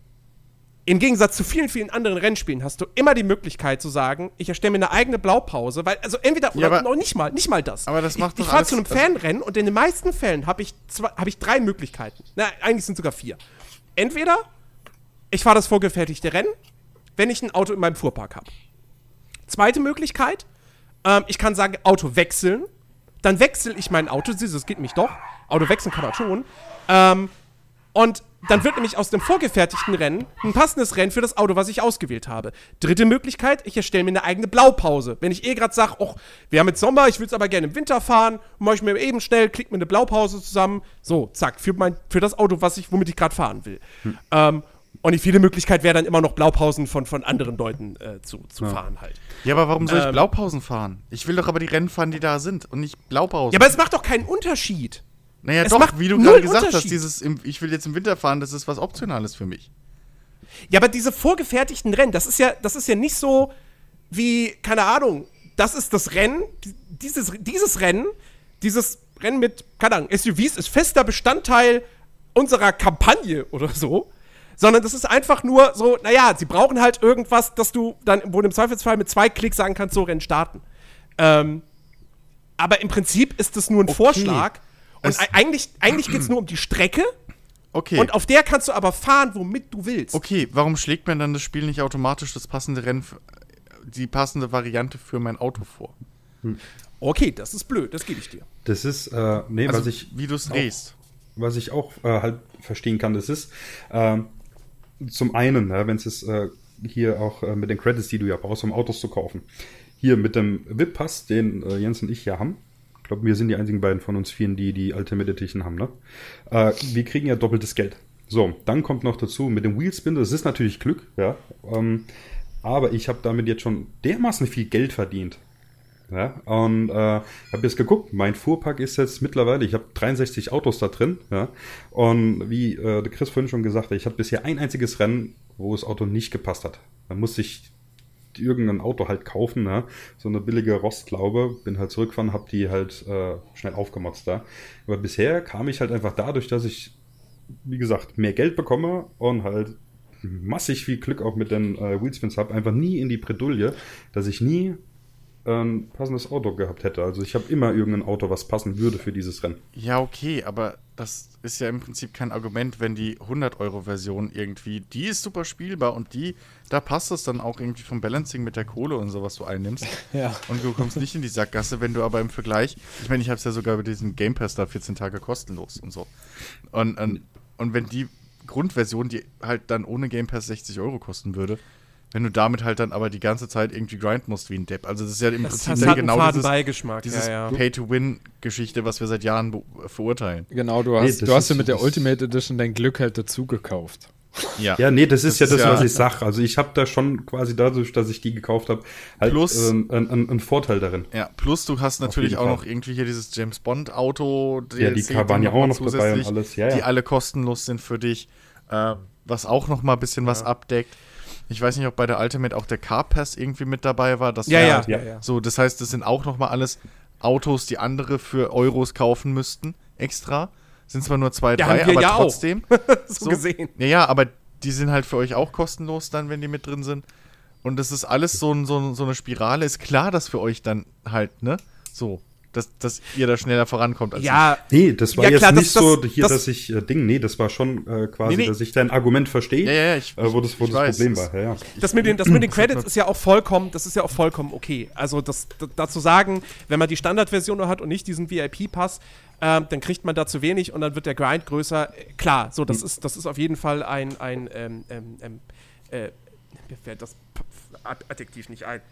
im Gegensatz zu vielen, vielen anderen Rennspielen hast du immer die Möglichkeit zu sagen, ich erstelle mir eine eigene Blaupause, weil, also entweder, oder noch nicht mal das. Aber das macht ich fahre zu einem Fanrennen und in den meisten Fällen habe ich 3 Möglichkeiten. Na, eigentlich sind sogar 4. Entweder ich fahre das vorgefertigte Rennen, wenn ich ein Auto in meinem Fuhrpark habe. Zweite Möglichkeit, ich kann sagen, Auto wechseln. Dann wechsle ich mein Auto, das geht nämlich doch. Auto wechseln kann man schon. Und dann wird nämlich aus dem vorgefertigten Rennen ein passendes Rennen für das Auto, was ich ausgewählt habe. Dritte Möglichkeit, ich erstelle mir eine eigene Blaupause. Wenn ich gerade sage, wir haben jetzt Sommer, ich will es aber gerne im Winter fahren, mache ich mir eben schnell, klick mir eine Blaupause zusammen. So, zack, für das Auto, womit ich gerade fahren will. Und die viele Möglichkeit wäre dann immer noch Blaupausen von anderen Leuten zu fahren halt. Ja, aber warum soll ich Blaupausen fahren? Ich will doch aber die Rennen fahren, die da sind und nicht Blaupausen. Ja, aber es macht doch keinen Unterschied. Naja, es doch, wie du gerade gesagt hast, ich will jetzt im Winter fahren, das ist was Optionales für mich. Ja, aber diese vorgefertigten Rennen, das ist ja nicht so wie, keine Ahnung, das ist das Rennen, dieses Rennen mit, keine Ahnung, SUVs ist fester Bestandteil unserer Kampagne oder so. Sondern das ist einfach nur so, naja, sie brauchen halt irgendwas, dass du dann, wo du im Zweifelsfall mit 2 Klicks sagen kannst, so Rennen starten. Aber im Prinzip ist das nur ein Vorschlag. Und eigentlich geht es nur um die Strecke. Okay. Und auf der kannst du aber fahren, womit du willst. Okay, warum schlägt mir dann das Spiel nicht automatisch das passende Rennen, die passende Variante für mein Auto vor? Okay, das ist blöd, das gebe ich dir. Das ist, wie du es drehst. Was ich auch halt verstehen kann, das ist, zum einen, wenn es hier auch mit den Credits, die du ja brauchst, um Autos zu kaufen. Hier mit dem VIP-Pass, den Jens und ich ja haben. Ich glaube, wir sind die einzigen beiden von uns Vieren, die Ultimate Edition haben, ne? Wir kriegen ja doppeltes Geld. So, dann kommt noch dazu mit dem Wheelspin, das ist natürlich Glück, ja. Aber ich habe damit jetzt schon dermaßen viel Geld verdient. Ja, und habe jetzt geguckt, mein Fuhrpark ist jetzt mittlerweile, ich habe 63 Autos da drin, ja, und wie der Chris vorhin schon gesagt hat, ich hatte bisher ein einziges Rennen, wo das Auto nicht gepasst hat. Dann musste ich irgendein Auto halt kaufen, ja, so eine billige Rostlaube, bin halt zurückgefahren, habe die halt schnell aufgemotzt da. Aber bisher kam ich halt einfach dadurch, dass ich, wie gesagt, mehr Geld bekomme und halt massig viel Glück auch mit den Wheelspins habe, einfach nie in die Bredouille, dass ich nie ein passendes Auto gehabt hätte. Also ich habe immer irgendein Auto, was passen würde für dieses Rennen. Ja, okay, aber das ist ja im Prinzip kein Argument, wenn die 100-Euro-Version irgendwie, die ist super spielbar und da passt es dann auch irgendwie vom Balancing mit der Kohle und so, was du einnimmst. Ja. Und du kommst nicht in die Sackgasse, wenn du aber im Vergleich, ich meine, ich habe es ja sogar mit diesem Game Pass da 14 Tage kostenlos und so. Und wenn die Grundversion, die halt dann ohne Game Pass 60 Euro kosten würde, wenn du damit halt dann aber die ganze Zeit irgendwie grinden musst wie ein Depp. Also das ist ja im Prinzip Das dann hat genau einen faden dieses Beigeschmack. dieses Pay-to-Win-Geschichte, was wir seit Jahren verurteilen. Genau, du Nee, hast das dir ist- mit der das- Ultimate Edition dein Glück halt dazu gekauft. Ja, nee, das ist ja das, was ja- ich sag. Also ich habe da schon quasi dadurch, dass ich die gekauft habe, halt Plus- einen Vorteil darin. Ja, plus du hast natürlich jeden auch Fall. noch irgendwie hier dieses James Bond Auto, Ja, die DLC waren ja auch noch zusätzlich, dabei und alles. Ja, die ja. alle kostenlos sind für dich, was auch noch mal ein bisschen was abdeckt. Ich weiß nicht, ob bei der Ultimate auch der Car Pass irgendwie mit dabei war. Das Ja, war ja, halt- ja. So, das heißt, das sind auch noch mal alles Autos, die andere für Euros kaufen müssten, extra. Sind zwar nur 2, Ja, 3, haben wir aber ja auch. trotzdem. so gesehen. Ja, aber die sind halt für euch auch kostenlos dann, wenn die mit drin sind. Und das ist alles so eine Spirale. Ist klar, dass für euch dann halt, ne? So, dass ihr da schneller vorankommt als Ja, Nee, das war Ja, jetzt klar, nicht das- so, das- hier, das- dass ich nee, das war schon quasi, Nee, nee. dass ich dein Argument verstehe, Ja, ich wo das ich weiß, Problem das- war. Ja, ja. Das mit den Credits ist ja auch vollkommen, okay. Also dazu sagen, wenn man die Standardversion nur hat und nicht diesen VIP-Pass, dann kriegt man da zu wenig und dann wird der Grind größer. Klar, so das ist auf jeden Fall mir fällt das Adjektiv nicht ein.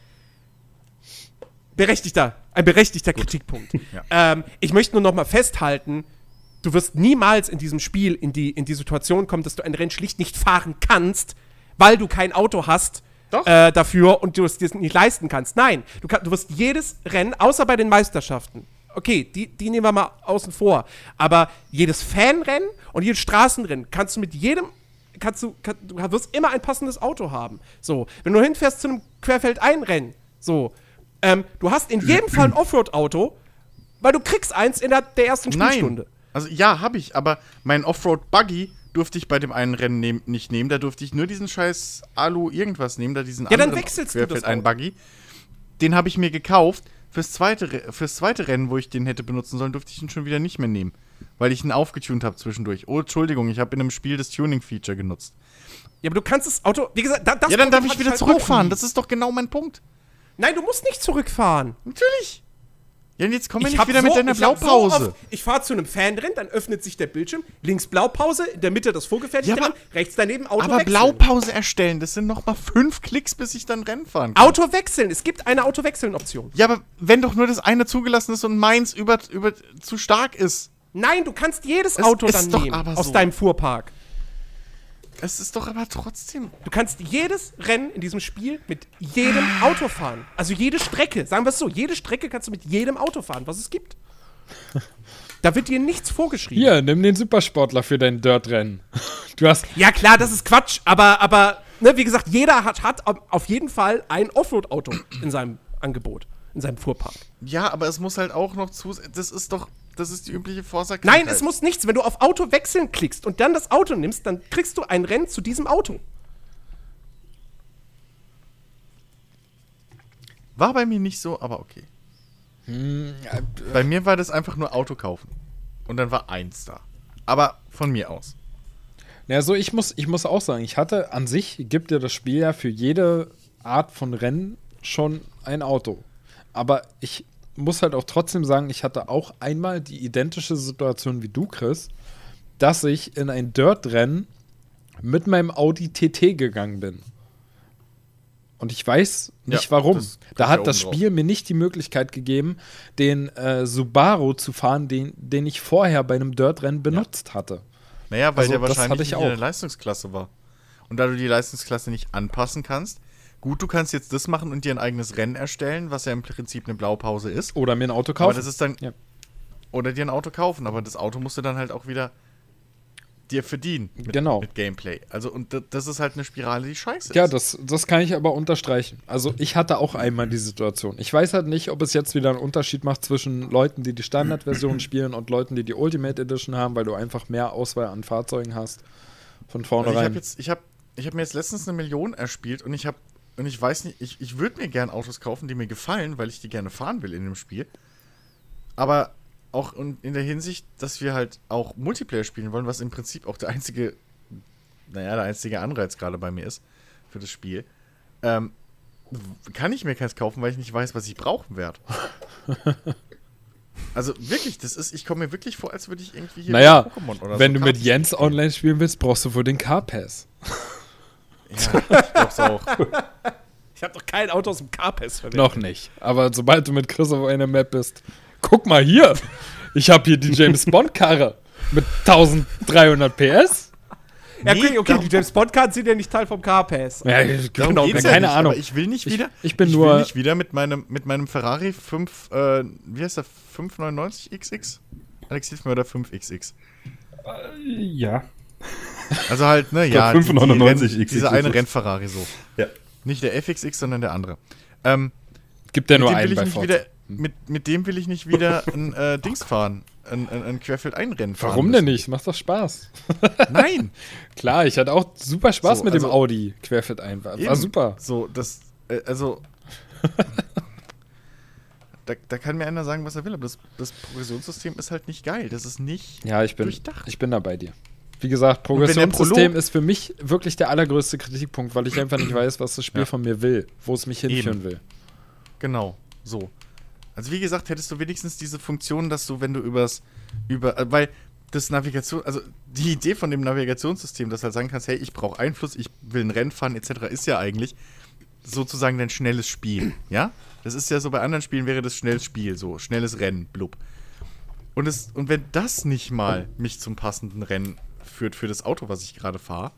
Ein berechtigter Kritikpunkt. Ich möchte nur noch mal festhalten, du wirst niemals in diesem Spiel in die Situation kommen, dass du ein Rennen schlicht nicht fahren kannst, weil du kein Auto hast dafür und du es dir nicht leisten kannst. Nein, du wirst jedes Rennen, außer bei den Meisterschaften, okay, die nehmen wir mal außen vor, aber jedes Fanrennen und jedes Straßenrennen kannst du mit jedem du wirst immer ein passendes Auto haben. So, wenn du hinfährst zu einem Querfeldeinrennen, so, du hast in jedem Fall ein Offroad-Auto, weil du kriegst eins in der ersten Spielstunde. Nein. Also ja, habe ich, aber mein Offroad-Buggy durfte ich bei dem einen Rennen nicht nehmen. Da durfte ich nur diesen scheiß Alu-Irgendwas nehmen, da diesen Ja, dann anderen wechselst du das Querfeldein-Buggy. Den habe ich mir gekauft. Fürs zweite Rennen, wo ich den hätte benutzen sollen, durfte ich ihn schon wieder nicht mehr nehmen. Weil ich ihn aufgetunt habe zwischendurch. Oh, Entschuldigung, ich habe in einem Spiel das Tuning-Feature genutzt. Ja, aber du kannst das Auto, wie gesagt, das Ja, dann darf Problem ich hatte wieder halt zurückfahren. auch nie. Das ist doch genau mein Punkt. Nein, du musst nicht zurückfahren. Natürlich. Ja, und jetzt komm mir nicht hab wieder mit deiner ich hab Blaupause. Ich fahre zu einem Fanrennen, dann öffnet sich der Bildschirm, links Blaupause, in der Mitte das vorgefertigte Ja, aber- Rennen, rechts daneben Auto Aber wechseln. Blaupause erstellen, das sind noch mal 5 Klicks, bis ich dann Rennen fahren kann. Auto wechseln, es gibt eine Auto-Wechseln-Option. Ja, aber wenn doch nur das eine zugelassen ist und meins über zu stark ist. Nein, du kannst jedes Es Auto ist dann doch nehmen aber aus so. deinem Fuhrpark. Es ist doch aber trotzdem. Du kannst jedes Rennen in diesem Spiel mit jedem Auto fahren. Also jede Strecke, sagen wir es so, jede Strecke kannst du mit jedem Auto fahren, was es gibt. Da wird dir nichts vorgeschrieben. Hier, nimm den Supersportler für dein Dirt-Rennen. Du hast. Ja klar, das ist Quatsch, aber ne, wie gesagt, jeder hat auf jeden Fall ein Offroad-Auto in seinem Angebot, in seinem Fuhrpark. Ja, aber es muss halt auch noch das ist die übliche Forsa. Nein, es muss nichts. Wenn du auf Auto wechseln klickst und dann das Auto nimmst, dann kriegst du ein Rennen zu diesem Auto. War bei mir nicht so, aber okay. Bei mir war das einfach nur Auto kaufen. Und dann war eins da. Aber von mir aus. Ja, so ich muss auch sagen, ich hatte an sich, gibt dir das Spiel ja für jede Art von Rennen schon ein Auto. Aber ich muss halt auch trotzdem sagen, ich hatte auch einmal die identische Situation wie du, Chris, dass ich in ein Dirt-Rennen mit meinem Audi TT gegangen bin. Und ich weiß nicht Ja, warum. das kommt Da ja hat das oben drauf. Spiel mir nicht die Möglichkeit gegeben, den Subaru zu fahren, den ich vorher bei einem Dirt-Rennen benutzt hatte. Naja, weil Also, der das wahrscheinlich hatte ich nicht in der auch. Leistungsklasse war. Und da du die Leistungsklasse nicht anpassen kannst, gut, du kannst jetzt das machen und dir ein eigenes Rennen erstellen, was ja im Prinzip eine Blaupause ist. Oder mir ein Auto Aber kaufen. das ist dann. Ja. Oder dir ein Auto kaufen, aber das Auto musst du dann halt auch wieder dir verdienen Genau. mit Gameplay. Also, und das ist halt eine Spirale, die scheiße Ja, ist. das kann ich aber unterstreichen. Also ich hatte auch einmal die Situation. Ich weiß halt nicht, ob es jetzt wieder einen Unterschied macht zwischen Leuten, die die Standardversion spielen und Leuten, die die Ultimate Edition haben, weil du einfach mehr Auswahl an Fahrzeugen hast. Von Also vornherein. ich hab mir jetzt letztens 1 Million erspielt und ich weiß nicht, ich würde mir gern Autos kaufen, die mir gefallen, weil ich die gerne fahren will in dem Spiel. Aber auch in der Hinsicht, dass wir halt auch Multiplayer spielen wollen, was im Prinzip auch der einzige Anreiz gerade bei mir ist für das Spiel, kann ich mir keins kaufen, weil ich nicht weiß, was ich brauchen werde. Also wirklich, ich komme mir wirklich vor, als würde ich irgendwie hier Naja, Pokémon oder wenn so du mit Karten Jens spielen. online spielen willst, brauchst du wohl den Car Pass. Ja, ich glaub's auch. Ich habe doch kein Auto aus dem Carpass verwendet. Noch nicht. Aber sobald du mit Chris auf einer Map bist, guck mal hier. Ich habe hier die James Bond-Karre mit 1300 PS. Ja, Nee, okay, darum- die James Bond-Cards sind ja nicht Teil vom Carpass. Ja, Darum genau, geht's ja keine nicht, Ahnung. Aber ich will nicht wieder. Ich bin will nur. nicht wieder mit meinem Ferrari 5, wie heißt der? 599XX? Alex, hilf mir, oder 5XX? Ja. Also halt, ne, glaub, ja. 599 XX. Dieser eine Renn-Ferrari so. Ja. Nicht der FXX, sondern der andere. Gibt ja nur Mit dem einen will ich bei nicht Forza. wieder, mit dem will ich nicht wieder ein Dings fahren. Ein Querfeldeinrennen fahren. Warum denn nicht? Macht doch Spaß. Nein! Klar, ich hatte auch super Spaß So, mit dem also- Audi Querfeld ein. War Eben. super. So, das, also. da kann mir einer sagen, was er will, aber das Progressionssystem ist halt nicht geil. Das ist nicht Ja, ich bin durchdacht. da bei dir. Wie gesagt, wenn der Progressionssystem Prolog- ist für mich wirklich der allergrößte Kritikpunkt, weil ich einfach nicht weiß, was das Spiel Ja. von mir will, wo es mich hinführen will. Genau, so. Also wie gesagt, hättest du wenigstens diese Funktion, dass du, wenn du weil das Navigation, also die Idee von dem Navigationssystem, dass du halt sagen kannst, hey, ich brauche Einfluss, ich will ein Rennen fahren, etc., ist ja eigentlich sozusagen dein schnelles Spiel, ja? Das ist ja so, bei anderen Spielen wäre das schnelles Spiel, so, schnelles Rennen, blub. Und wenn das nicht mal mich zum passenden Rennen führt für das Auto, was ich gerade fahre,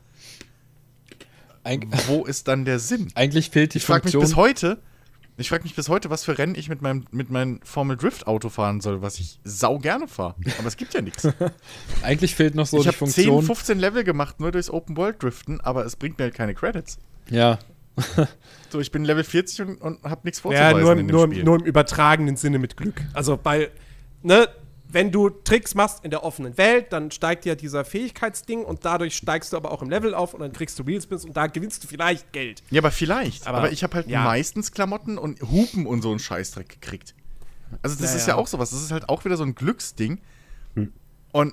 wo ist dann der Sinn? Eigentlich fehlt die Ich frage mich Funktion. bis heute, was für Rennen ich mit meinem Formel Drift Auto fahren soll, was ich sau gerne fahre. Aber es gibt ja nichts. Eigentlich fehlt noch so Ich die habe 10, Funktion. 15 Level gemacht, nur durchs Open World Driften, aber es bringt mir halt keine Credits. Ja, So, ich bin Level 40 und habe nichts Ja, vorzuweisen nur in dem Spiel. im übertragenen Sinne mit Glück. Also wenn du Tricks machst in der offenen Welt, dann steigt ja dieser Fähigkeitsding und dadurch steigst du aber auch im Level auf und dann kriegst du Wheelspins und da gewinnst du vielleicht Geld. Ja, aber vielleicht. Aber- Aber ich habe halt ja. meistens Klamotten und Hupen und so einen Scheißdreck gekriegt. Also das Ja, ist ja ja. auch sowas. Das ist halt auch wieder so ein Glücksding. Und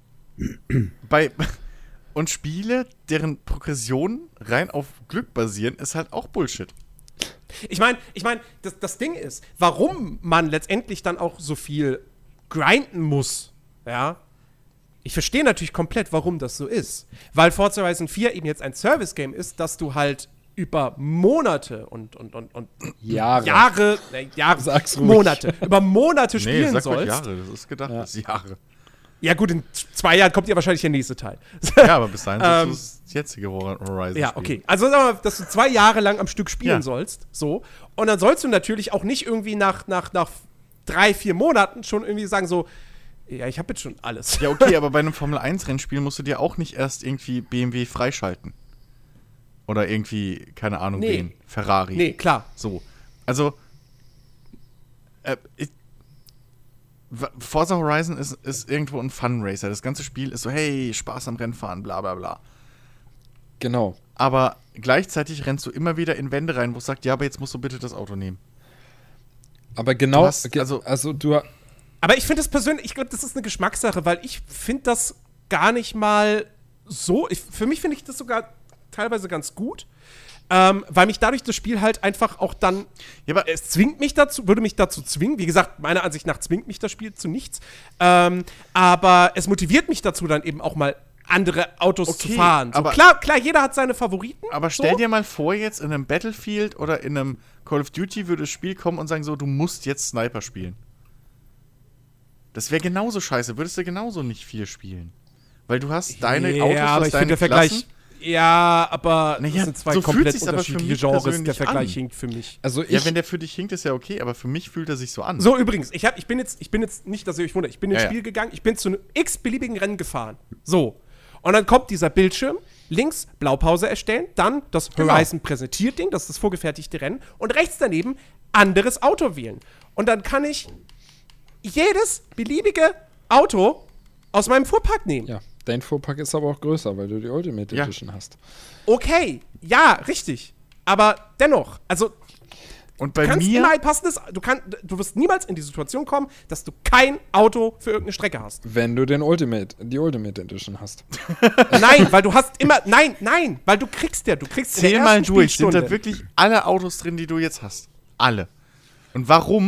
und Spiele, deren Progression rein auf Glück basieren, ist halt auch Bullshit. Ich meine, das Ding ist, warum man letztendlich dann auch so viel grinden muss, ja, ich verstehe natürlich komplett, warum das so ist. Weil Forza Horizon 4 eben jetzt ein Service-Game ist, dass du halt über Monate und Jahre. Sag's ruhig. Monate, über Monate spielen sag sollst. ruhig Jahre, das ist gedacht, das ist Jahre. Ja gut, in 2 Jahren kommt ja wahrscheinlich der nächste Teil. Ja, aber bis dahin sollst du das jetzige Horizon Ja, spielen. okay. Also sagen wir mal, dass du 2 Jahre lang am Stück spielen Ja. sollst, so. Und dann sollst du natürlich auch nicht irgendwie nach 3-4 Monaten schon irgendwie sagen so, ja, ich habe jetzt schon alles. Ja, okay, aber bei einem Formel-1-Rennspiel musst du dir auch nicht erst irgendwie BMW freischalten. Oder irgendwie, keine Ahnung, Nee. wen. Ferrari. Nee, klar. So. Also, Forza Horizon ist irgendwo ein Fun-Racer. Das ganze Spiel ist so, hey, Spaß am Rennfahren, bla bla bla. Genau. Aber gleichzeitig rennst du immer wieder in Wände rein, wo es sagt, ja, aber jetzt musst du bitte das Auto nehmen. Aber genau, Du hast- also du, Aber ich finde das persönlich, ich glaube, das ist eine Geschmackssache, weil ich finde das gar nicht mal so, für mich finde ich das sogar teilweise ganz gut, weil mich dadurch das Spiel halt einfach auch dann, Ja, aber es zwingt mich dazu, würde mich dazu zwingen, wie gesagt, meiner Ansicht nach zwingt mich das Spiel zu nichts, aber es motiviert mich dazu dann eben auch mal andere Autos zu Okay, fahren. So, aber- klar, jeder hat seine Favoriten. Aber stell so. dir mal vor, jetzt in einem Battlefield oder in einem Call of Duty würde das Spiel kommen und sagen so, du musst jetzt Sniper spielen. Das wäre genauso scheiße, würdest du genauso nicht viel spielen. Weil du hast deine Autos, du aber hast ich deine finde der Vergleich. Klassen. Ja, aber Naja, das sind zwei so fühlt komplett sich's aber für unterschiedliche mich Genres. persönlich Der Vergleich an. hinkt für mich. also Ja, ich, wenn der für dich hinkt, ist ja okay, aber für mich fühlt er sich so an. So, übrigens, ich bin jetzt nicht, dass ihr euch wundert, ich bin ins Ja, ja. Spiel gegangen, ich bin zu einem x-beliebigen Rennen gefahren. So. Und dann kommt dieser Bildschirm, links Blaupause erstellen, dann das Genau. Horizon präsentiert Ding, das ist das vorgefertigte Rennen, und rechts daneben anderes Auto wählen. Und dann kann ich jedes beliebige Auto aus meinem Fuhrpark nehmen. ja, dein Fuhrpark ist aber auch größer, weil du die Ultimate Ja. Edition hast. Okay, ja, richtig. Aber dennoch, also Und du bei kannst mir, immer ein passendes, du wirst niemals in die Situation kommen, dass du kein Auto für irgendeine Strecke hast. Wenn du die Ultimate Edition hast. Nein, weil du hast immer, nein, weil du kriegst in der zähl mal ersten durch, sind da Spielstunde- wirklich alle Autos drin, die du jetzt hast? Alle. Und warum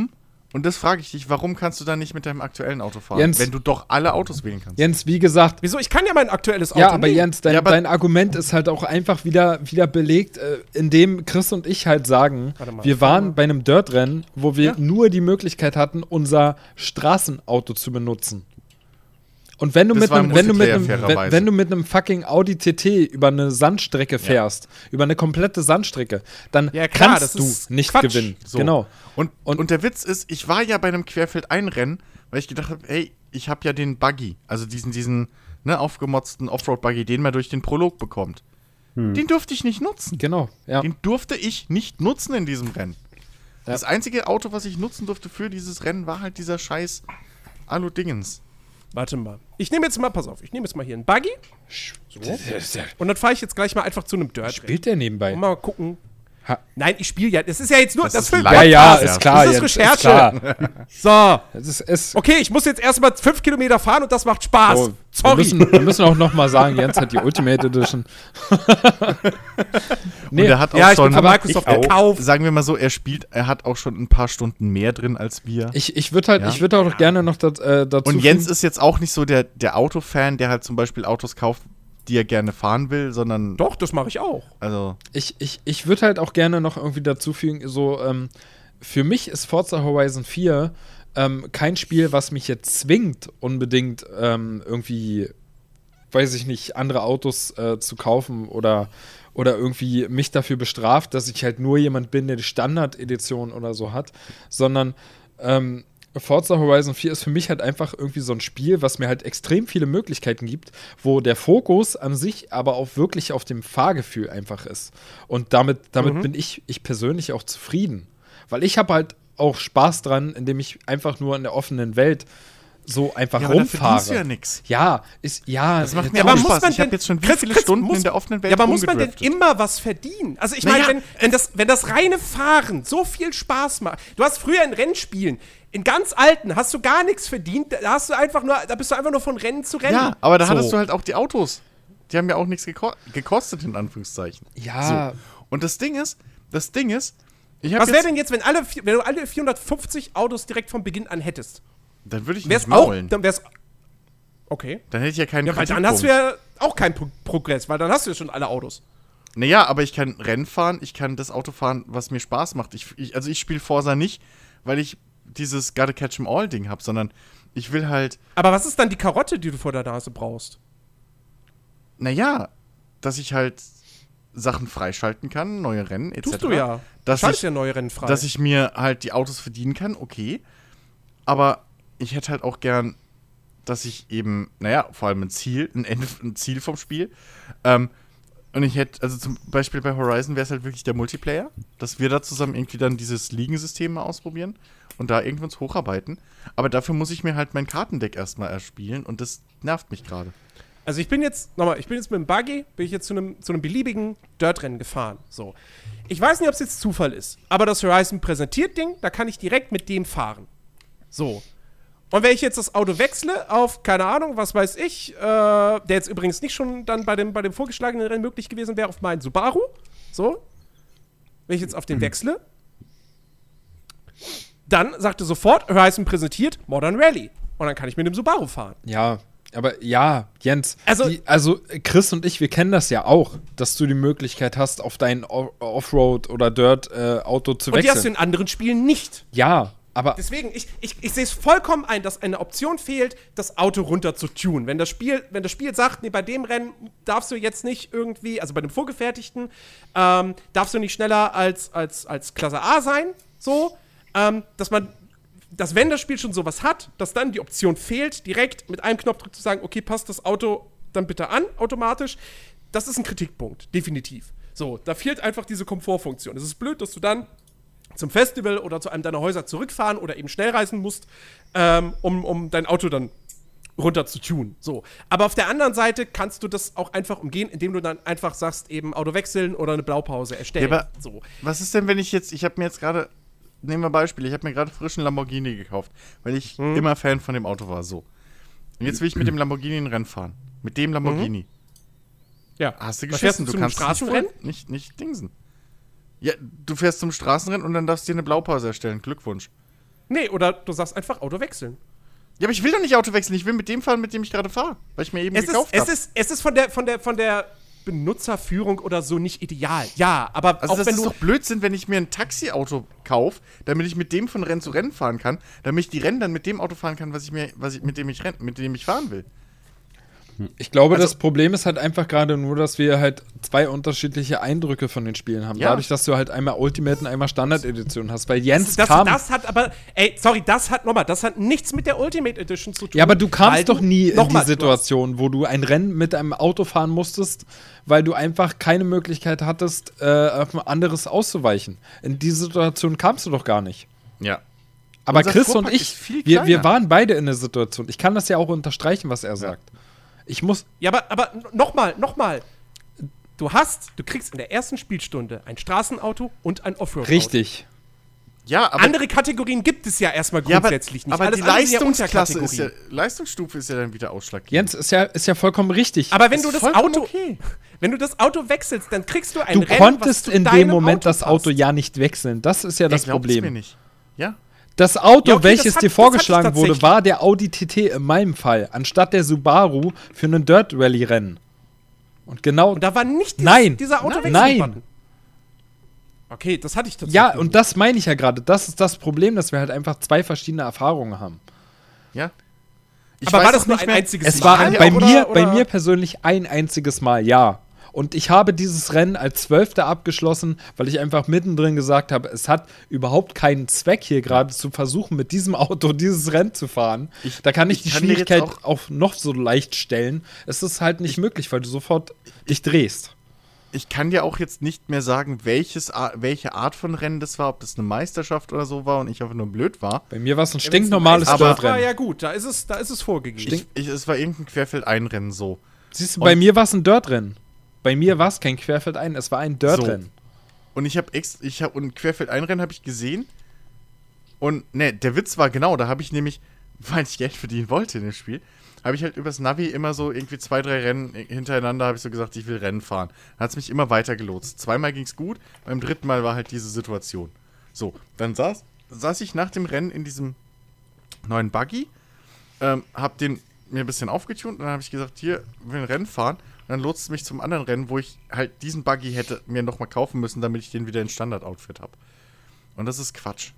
Und das frage ich dich, warum kannst du dann nicht mit deinem aktuellen Auto fahren, Jens. wenn du doch alle Autos wählen kannst? Jens, wie gesagt, Wieso? Ich kann ja mein aktuelles Auto ja, aber nehmen. Jens, dein Argument ist halt auch einfach wieder belegt, indem Chris und ich halt sagen, Warte mal, wir waren bei einem Dirt-Rennen, wo wir nur die Möglichkeit hatten, unser Straßenauto zu benutzen. Und wenn du Das mit war einem, im wenn du mit Multiplayer, einem, fairerweise. wenn du mit einem fucking Audi TT über eine Sandstrecke fährst, über eine komplette Sandstrecke, dann Ja, klar, kannst das du ist nicht Quatsch. gewinnen. So. Genau. Und der Witz ist, ich war ja bei einem Querfeldeinrennen, weil ich gedacht habe, ey, ich habe ja den Buggy, also diesen aufgemotzten Offroad-Buggy, den man durch den Prolog bekommt. Den durfte ich nicht nutzen. Genau, ja. Den durfte ich nicht nutzen in diesem Rennen. Ja. Das einzige Auto, was ich nutzen durfte für dieses Rennen, war halt dieser scheiß Alu-Dingens. Warte mal. Ich nehme jetzt mal hier einen Buggy. Und dann fahre ich jetzt gleich mal einfach zu einem Dirt. Spielt der nebenbei? Und mal gucken. Ha. Nein, ich spiele ja. Das ist ja jetzt nur. Das Das ist Film. live. Ja, ja, Podcast. ist klar. Das ist Jens, Recherche. klar. So. Es ist Okay, ich muss jetzt erstmal 5 Kilometer fahren und das macht Spaß. so, Sorry. wir müssen auch noch mal sagen, Jens hat die Ultimate Edition. Und er hat auch ja, ich bin schon, von Microsoft gekauft. sagen wir mal so, er hat auch schon ein paar Stunden mehr drin als wir. Ich würde halt, Ja. ich würde auch gerne noch dazu Und Jens fügen- ist jetzt auch nicht so der Autofan, der halt zum Beispiel Autos kauft, die er gerne fahren will, sondern, Doch, das mache ich auch. also, Ich würde halt auch gerne noch irgendwie dazu fügen, so, für mich ist Forza Horizon 4 kein Spiel, was mich jetzt zwingt, unbedingt irgendwie, weiß ich nicht, andere Autos zu kaufen oder irgendwie mich dafür bestraft, dass ich halt nur jemand bin, der die Standard-Edition oder so hat, sondern Forza Horizon 4 ist für mich halt einfach irgendwie so ein Spiel, was mir halt extrem viele Möglichkeiten gibt, wo der Fokus an sich aber auch wirklich auf dem Fahrgefühl einfach ist. Und damit bin ich persönlich auch zufrieden. Weil ich habe halt auch Spaß dran, indem ich einfach nur in der offenen Welt so einfach ja, aber da verdienst rumfahre. du ja nix. Ja, Das macht mir Ja, aber auch muss Spaß. man Ich habe denn- jetzt schon wie Chris, viele Chris, Stunden muss- in der offenen Welt Ja, aber muss man denn rumgedraftet. immer was verdienen? Also ich Naja, meine, wenn das reine Fahren so viel Spaß macht. Du hast früher in Rennspielen, in ganz alten, hast du gar nichts verdient. Da bist du einfach nur von Rennen zu Rennen. Ja, aber da So. hattest du halt auch die Autos. Die haben ja auch nichts gekostet, in Anführungszeichen. Ja. So. Und das Ding ist, ich habe Was wäre denn jetzt, wenn du alle 450 Autos direkt von Beginn an hättest? Dann würde ich Wär's nicht auch, maulen. dann wär's okay. Dann hätte ich ja keinen Ja, weil dann hast du ja auch keinen Progress, weil dann hast du ja schon alle Autos. Naja, aber ich kann Rennen fahren, ich kann das Auto fahren, was mir Spaß macht. Also ich spiele Forza nicht, weil ich dieses Gotta Catch 'em All Ding habe, sondern ich will halt, Aber was ist dann die Karotte, die du vor der Nase brauchst? naja, dass ich halt Sachen freischalten kann, neue Rennen etc. Tust du ja. Dass Schaltest ich, ja neue Rennen frei. dass ich mir halt die Autos verdienen kann, okay. Aber ich hätte halt auch gern, dass ich eben, naja, vor allem ein Ziel vom Spiel. Und ich hätte, also zum Beispiel bei Horizon wäre es halt wirklich der Multiplayer, dass wir da zusammen irgendwie dann dieses Ligensystem mal ausprobieren und da irgendwie uns hocharbeiten. Aber dafür muss ich mir halt mein Kartendeck erstmal erspielen und das nervt mich gerade. Also ich bin jetzt mit dem Buggy, bin ich jetzt zu einem beliebigen Dirt-Rennen gefahren. So. Ich weiß nicht, ob es jetzt Zufall ist, aber das Horizon präsentiert Ding, da kann ich direkt mit dem fahren. So. Und wenn ich jetzt das Auto wechsle auf, keine Ahnung, was weiß ich, der jetzt übrigens nicht schon dann bei dem vorgeschlagenen Rennen möglich gewesen wäre, auf meinen Subaru. So. Wenn ich jetzt auf den wechsle, dann sagte sofort, Horizon präsentiert Modern Rally. Und dann kann ich mit dem Subaru fahren. Ja, aber ja, Jens, Also- Chris und ich, wir kennen das ja auch, dass du die Möglichkeit hast, auf dein Offroad- oder Dirt-Auto zu Und die hast du wechseln. in anderen Spielen nicht. Ja, aber Deswegen, ich sehe es vollkommen ein, dass eine Option fehlt, das Auto runter zu tunen. Wenn das Spiel sagt, nee, bei dem Rennen darfst du jetzt nicht irgendwie, also bei dem vorgefertigten, darfst du nicht schneller als Klasse A sein, so, dass wenn das Spiel schon sowas hat, dass dann die Option fehlt, direkt mit einem Knopfdruck zu sagen, okay, passt das Auto dann bitte an, automatisch. Das ist ein Kritikpunkt, definitiv. So, da fehlt einfach diese Komfortfunktion. Es ist blöd, dass du dann zum Festival oder zu einem deiner Häuser zurückfahren oder eben schnell reisen musst, um dein Auto dann runter zu tunen. So. Aber auf der anderen Seite kannst du das auch einfach umgehen, indem du dann einfach sagst, eben Auto wechseln oder eine Blaupause erstellen. Ja, aber so. was ist denn, wenn ich habe mir jetzt gerade, nehmen wir ein Beispiel, ich habe mir gerade frischen Lamborghini gekauft, weil ich immer Fan von dem Auto war, so. Und jetzt will ich mit dem Lamborghini ein Rennen fahren. Mit dem Lamborghini. Ja. Hast du Was fährst geschissen, du du zu einem kannst Straßenrennen? nicht dingsen. Ja, du fährst zum Straßenrennen und dann darfst du dir eine Blaupause erstellen. Glückwunsch. Nee, oder du sagst einfach Auto wechseln. Ja, aber ich will doch nicht Auto wechseln. Ich will mit dem fahren, mit dem ich gerade fahre. Weil ich mir eben gekauft habe. Es ist von der Benutzerführung oder so nicht ideal. Ja, aber Also auch das wenn ist du doch Blödsinn, wenn ich mir ein Taxiauto kaufe, damit ich mit dem von Rennen zu Rennen fahren kann, damit ich die Rennen dann mit dem Auto fahren kann, mit dem ich fahren will. Ich glaube, Also- das Problem ist halt einfach gerade nur, dass wir halt zwei unterschiedliche Eindrücke von den Spielen haben. Ja. Dadurch, dass du halt einmal Ultimate und einmal Standard-Edition hast. Weil Jens das kam... hat aber, das hat nichts mit der Ultimate Edition zu tun. Ja, aber du weil kamst doch nie in die nochmal, Situation, wo du ein Rennen mit einem Auto fahren musstest, weil du einfach keine Möglichkeit hattest, auf ein anderes auszuweichen. In diese Situation kamst du doch gar nicht. Ja. Aber Unser Chris und Fuhrpark ich, ist viel wir kleiner. waren beide in der Situation. Ich kann das ja auch unterstreichen, was er sagt. Ich muss... Ja, aber nochmal. Du kriegst in der ersten Spielstunde ein Straßenauto und ein Offroad-Auto. Richtig. Ja, aber, Andere Kategorien gibt es ja erstmal ja, grundsätzlich nicht. aber Alles die andere sind ja Leistungsklasse Unterkategorien. Leistungsstufe ist ja dann wieder ausschlaggebend. Jens, ist ja vollkommen richtig. Aber wenn Ist du das vollkommen Auto, okay. wenn du das Auto wechselst, dann kriegst du ein Du Rennen, konntest was zu in dem deinem Moment das passt. Auto ja nicht wechseln. Das ist ja das Glaubt's Problem. mir nicht. Ja. Das Auto, Ja, okay, welches das hat- dir das vorgeschlagen hatte ich wurde, tatsächlich. war der Audi TT in meinem Fall, anstatt der Subaru für einen Dirt Rally Rennen. Und genau Und da war nicht Nein. dieser Autowechsel. Nein. Okay, das hatte ich tatsächlich. ja, und das meine ich ja gerade. Das ist das Problem, dass wir halt einfach zwei verschiedene Erfahrungen haben. Ja. Ich aber weiß war das auch nur nicht ein mehr- einziges Es Mal? war bei oder? mir persönlich ein einziges Mal, ja. Und ich habe dieses Rennen als 12. abgeschlossen, weil ich einfach mittendrin gesagt habe, es hat überhaupt keinen Zweck hier gerade zu versuchen, mit diesem Auto dieses Rennen zu fahren. Da kann ich die kann dir jetzt Schwierigkeit auch noch so leicht stellen. Es ist halt nicht möglich, weil du sofort dich drehst. Ich kann dir auch jetzt nicht mehr sagen, welche Art von Rennen das war, ob das eine Meisterschaft oder so war und ich einfach nur blöd war. Bei mir war es ein Ja, wenn's stinknormales eine Meisterschaft war, Dirtrennen. ja gut, da ist es vorgegeben. Es war irgendein Querfeldeinrennen so. Siehst du, bei mir war es ein Dirtrennen. Bei mir war es kein Querfeldein, es war ein Dirtrennen. Und und Querfeldeinrennen habe ich gesehen. Und ne, der Witz war genau, da habe ich nämlich, weil ich Geld verdienen wollte in dem Spiel, habe ich halt übers Navi immer so irgendwie 2, 3 Rennen hintereinander, habe ich so gesagt, ich will Rennen fahren. Dann hat es mich immer weiter gelotst. Zweimal ging es gut, beim dritten Mal war halt diese Situation. So, dann saß ich nach dem Rennen in diesem neuen Buggy, hab den mir ein bisschen aufgetunt und dann habe ich gesagt, hier, will ein Rennen fahren. Und dann lotst es mich zum anderen Rennen, wo ich halt diesen Buggy hätte mir nochmal kaufen müssen, damit ich den wieder in Standard-Outfit habe. Und das ist Quatsch.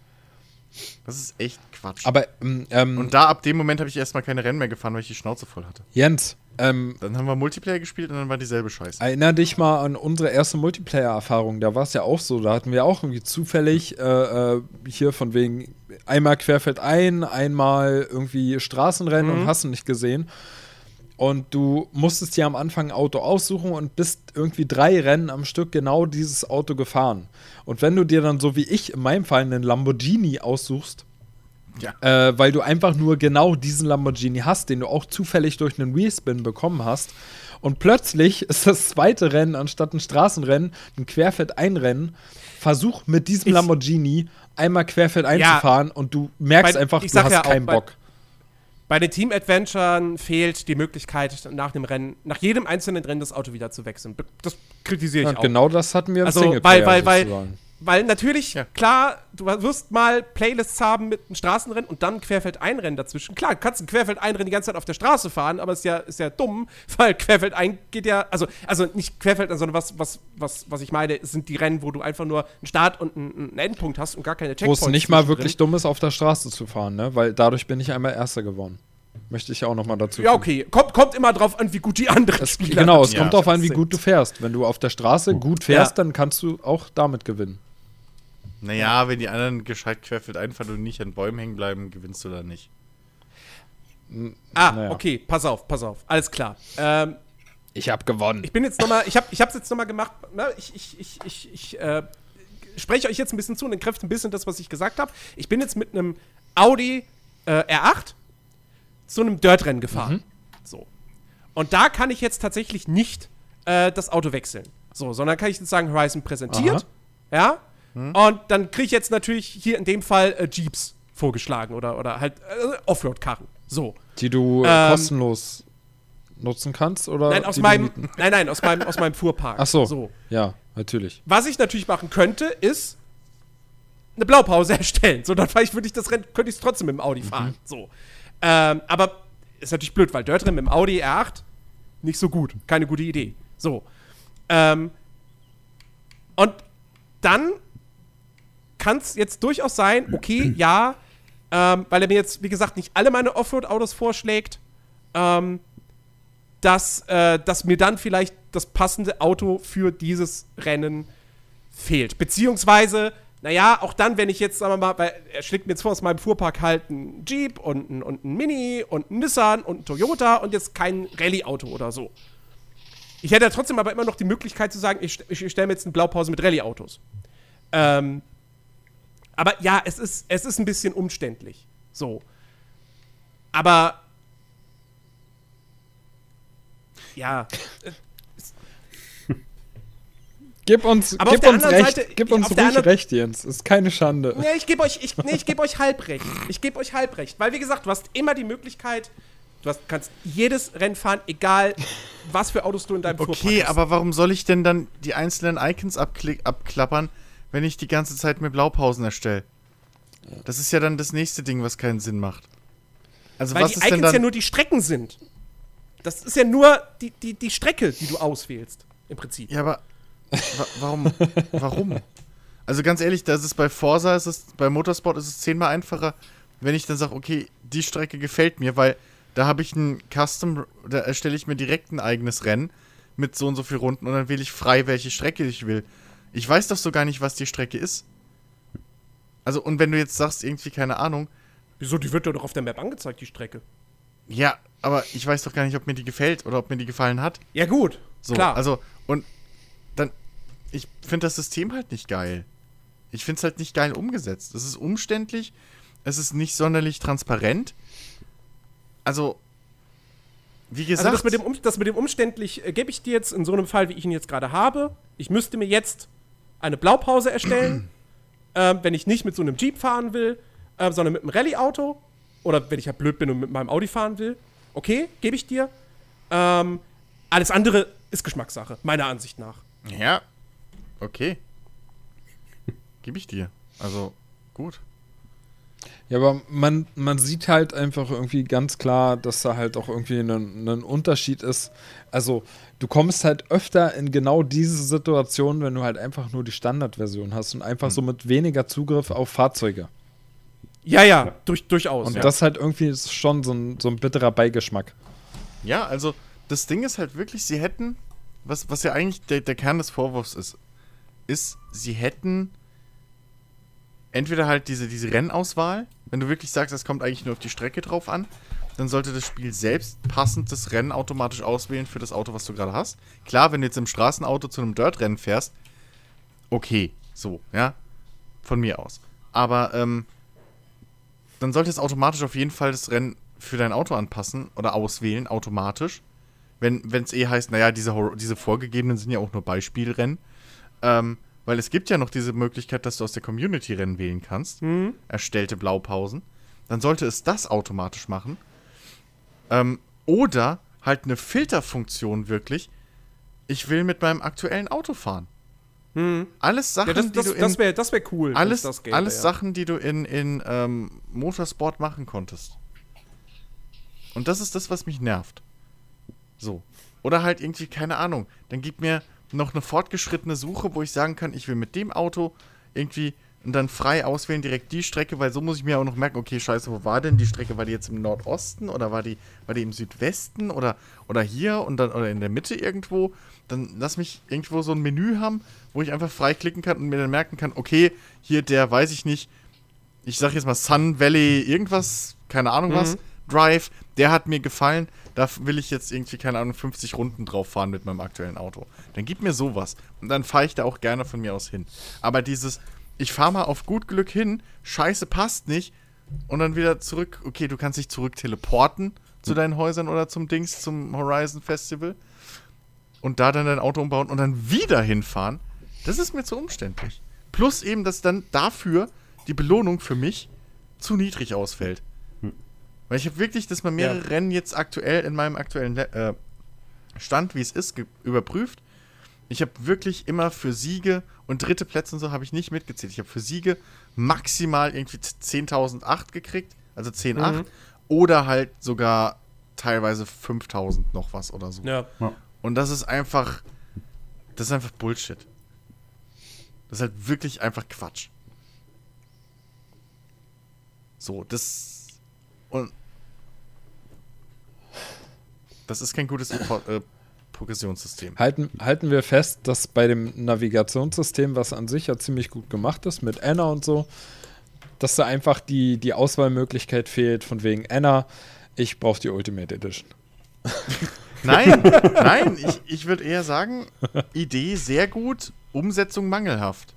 Das ist echt Quatsch. Aber, Und da, ab dem Moment habe ich erstmal keine Rennen mehr gefahren, weil ich die Schnauze voll hatte. Jens, Dann haben wir Multiplayer gespielt und dann war dieselbe Scheiße. erinner dich mal an unsere erste Multiplayer-Erfahrung. Da war es ja auch so. Da hatten wir auch irgendwie zufällig hier von wegen einmal querfeldein, einmal irgendwie Straßenrennen und hast du nicht gesehen. Und du musstest dir am Anfang ein Auto aussuchen und bist irgendwie 3 Rennen am Stück genau dieses Auto gefahren. Und wenn du dir dann so wie ich in meinem Fall einen Lamborghini aussuchst, Ja. weil du einfach nur genau diesen Lamborghini hast, den du auch zufällig durch einen Wheelspin bekommen hast. Und plötzlich ist das zweite Rennen anstatt ein Straßenrennen ein Querfeldeinrennen. Versuch mit diesem Lamborghini einmal querfeldein Ja. zu fahren und du merkst einfach, ich du sag hast ja auch, keinen Bock. Bei den Team-Adventuren fehlt die Möglichkeit, nach jedem einzelnen Rennen das Auto wieder zu wechseln. Das kritisiere ich Und auch. genau das hatten wir im Also, Singleplayer sozusagen. weil natürlich, Ja. klar, du wirst mal Playlists haben mit einem Straßenrennen und dann ein Querfeldeinrennen dazwischen. Klar, du kannst ein Querfeldeinrennen die ganze Zeit auf der Straße fahren, aber ist ja dumm, weil Querfeldein geht ja, also nicht Querfeldein, sondern was ich meine, sind die Rennen, wo du einfach nur einen Start und einen Endpunkt hast und gar keine Wo Checkpoints es nicht mal zwischendrin. wirklich dumm ist, auf der Straße zu fahren, ne? Weil dadurch bin ich einmal Erster geworden. Möchte ich auch noch mal dazu Ja, fügen. okay. Kommt immer drauf an, wie gut die anderen Spieler Genau, es Ja, kommt darauf an, wie sind. gut du fährst. Wenn du auf der Straße gut fährst, Ja. dann kannst du auch damit gewinnen. Naja, wenn die anderen gescheit querfeldein fahren und nicht an Bäumen hängen bleiben, gewinnst du da nicht. Naja. Okay, pass auf. Alles klar. Ich habe gewonnen. Ich bin jetzt nochmal, ich hab's jetzt nochmal gemacht, ne? Ich spreche euch jetzt ein bisschen zu und entkräfte ein bisschen das, was ich gesagt habe. Ich bin jetzt mit einem Audi R8 zu einem Dirtrennen gefahren. So. Und da kann ich jetzt tatsächlich nicht das Auto wechseln. So, sondern kann ich jetzt sagen, Horizon präsentiert. Ja. Und dann kriege ich jetzt natürlich hier in dem Fall Jeeps vorgeschlagen oder halt Offroad-Karren. So. Die du kostenlos nutzen kannst? Oder Nein, aus die du mieten? meinem Fuhrpark. Ach so. So. Ja, natürlich. Was ich natürlich machen könnte, ist eine Blaupause erstellen. So, dann würde ich das Rennen, könnte ich es trotzdem mit dem Audi fahren. So. Aber ist natürlich blöd, weil Dirtrennen mit dem Audi R8 nicht so gut. Keine gute Idee. So. Und dann kann es jetzt durchaus sein, okay, ja, weil er mir jetzt, wie gesagt, nicht alle meine Offroad-Autos vorschlägt, dass mir dann vielleicht das passende Auto für dieses Rennen fehlt. Beziehungsweise, naja, auch dann, wenn ich jetzt, sagen wir mal, weil er schlägt mir jetzt vor, aus meinem Fuhrpark halt ein Jeep und ein Mini und ein Nissan und ein Toyota und jetzt kein Rallye-Auto oder so. Ich hätte ja trotzdem aber immer noch die Möglichkeit zu sagen, ich stelle mir jetzt eine Blaupause mit Rallye-Autos. Aber ja, es ist ein bisschen umständlich. So. Aber ja. Gib uns recht, Jens. Ist keine Schande. Nee, ich gebe euch halb recht. Ich gebe euch halb recht. Weil, wie gesagt, du hast immer die Möglichkeit, kannst jedes Rennen fahren, egal was für Autos du in deinem Fuhrpark hast. Okay, aber warum soll ich denn dann die einzelnen Icons abklappern, wenn ich die ganze Zeit mir Blaupausen erstelle? Das ist ja dann das nächste Ding, was keinen Sinn macht. Also weil was die ist denn Icons dann ja nur die Strecken sind. Das ist ja nur die Strecke, die du auswählst, im Prinzip. Ja, aber warum? Also ganz ehrlich, bei Forza bei Motorsport ist es 10-mal einfacher, wenn ich dann sage, okay, die Strecke gefällt mir, weil da habe ich einen Custom, da erstelle ich mir direkt ein eigenes Rennen mit so und so viel Runden und dann wähle ich frei, welche Strecke ich will. Ich weiß doch so gar nicht, was die Strecke ist. Also, und wenn du jetzt sagst, irgendwie, keine Ahnung. Wieso, die wird doch auf der Map angezeigt, die Strecke. Ja, aber ich weiß doch gar nicht, ob mir die gefällt oder ob mir die gefallen hat. Ja, gut, so, klar. Also, und dann, ich finde das System halt nicht geil. Ich finde es halt nicht geil umgesetzt. Es ist umständlich, es ist nicht sonderlich transparent. Also, wie gesagt. Also das mit dem umständlich gebe ich dir jetzt in so einem Fall, wie ich ihn jetzt gerade habe. Ich müsste mir jetzt eine Blaupause erstellen, wenn ich nicht mit so einem Jeep fahren will, sondern mit einem Rallye-Auto. Oder wenn ich ja blöd bin und mit meinem Audi fahren will. Okay, gebe ich dir. Alles andere ist Geschmackssache, meiner Ansicht nach. Ja, okay. Gebe ich dir. Also, gut. Ja, aber man sieht halt einfach irgendwie ganz klar, dass da halt auch irgendwie ein Unterschied ist. Also, du kommst halt öfter in genau diese Situation, wenn du halt einfach nur die Standardversion hast und einfach so mit weniger Zugriff auf Fahrzeuge. Ja, durchaus. Und das halt irgendwie ist schon so ein bitterer Beigeschmack. Ja, also, das Ding ist halt wirklich, sie hätten, was ja eigentlich der Kern des Vorwurfs ist, sie hätten entweder halt diese Rennauswahl, wenn du wirklich sagst, es kommt eigentlich nur auf die Strecke drauf an, dann sollte das Spiel selbst passend das Rennen automatisch auswählen für das Auto, was du gerade hast. Klar, wenn du jetzt im Straßenauto zu einem Dirt-Rennen fährst, okay, so, ja, von mir aus. Aber, dann sollte es automatisch auf jeden Fall das Rennen für dein Auto anpassen oder auswählen, automatisch. Wenn es heißt, naja, diese vorgegebenen sind ja auch nur Beispielrennen. Weil es gibt ja noch diese Möglichkeit, dass du aus der Community Rennen wählen kannst. Erstellte Blaupausen. Dann sollte es das automatisch machen. Oder halt eine Filterfunktion wirklich. Ich will mit meinem aktuellen Auto fahren. Alles Sachen, die du in... Das wär cool. Alles ja. Sachen, die du in Motorsport machen konntest. Und das ist das, was mich nervt. So. Oder halt irgendwie, keine Ahnung, dann gib mir noch eine fortgeschrittene Suche, wo ich sagen kann, ich will mit dem Auto irgendwie und dann frei auswählen direkt die Strecke, weil so muss ich mir auch noch merken, okay, scheiße, wo war denn die Strecke? War die jetzt im Nordosten oder war die im Südwesten oder hier und dann oder in der Mitte irgendwo? Dann lass mich irgendwo so ein Menü haben, wo ich einfach frei klicken kann und mir dann merken kann, okay, hier der, weiß ich nicht, ich sag jetzt mal Sun Valley irgendwas, keine Ahnung was, Drive, der hat mir gefallen, da will ich jetzt irgendwie, keine Ahnung, 50 Runden drauf fahren mit meinem aktuellen Auto. Dann gib mir sowas und dann fahre ich da auch gerne von mir aus hin. Aber dieses, ich fahre mal auf gut Glück hin, scheiße, passt nicht und dann wieder zurück, okay, du kannst dich zurück teleporten zu deinen Häusern oder zum Horizon Festival und da dann dein Auto umbauen und dann wieder hinfahren, das ist mir zu umständlich. Plus eben, dass dann dafür die Belohnung für mich zu niedrig ausfällt. Weil ich habe wirklich das mal mehrere Rennen jetzt aktuell in meinem aktuellen Stand, wie es ist, überprüft. Ich habe wirklich immer für Siege und dritte Plätze und so habe ich nicht mitgezählt. Ich habe für Siege maximal irgendwie 10.008 gekriegt, also 10.8 oder halt sogar teilweise 5.000 noch was oder so. Ja. Und das ist einfach Bullshit. Das ist halt wirklich einfach Quatsch. So, das ist kein gutes Progressionssystem. Halten wir fest, dass bei dem Navigationssystem, was an sich ja ziemlich gut gemacht ist, mit Anna und so, dass da einfach die Auswahlmöglichkeit fehlt, von wegen Anna, ich brauche die Ultimate Edition. Nein, ich würde eher sagen, Idee sehr gut, Umsetzung mangelhaft.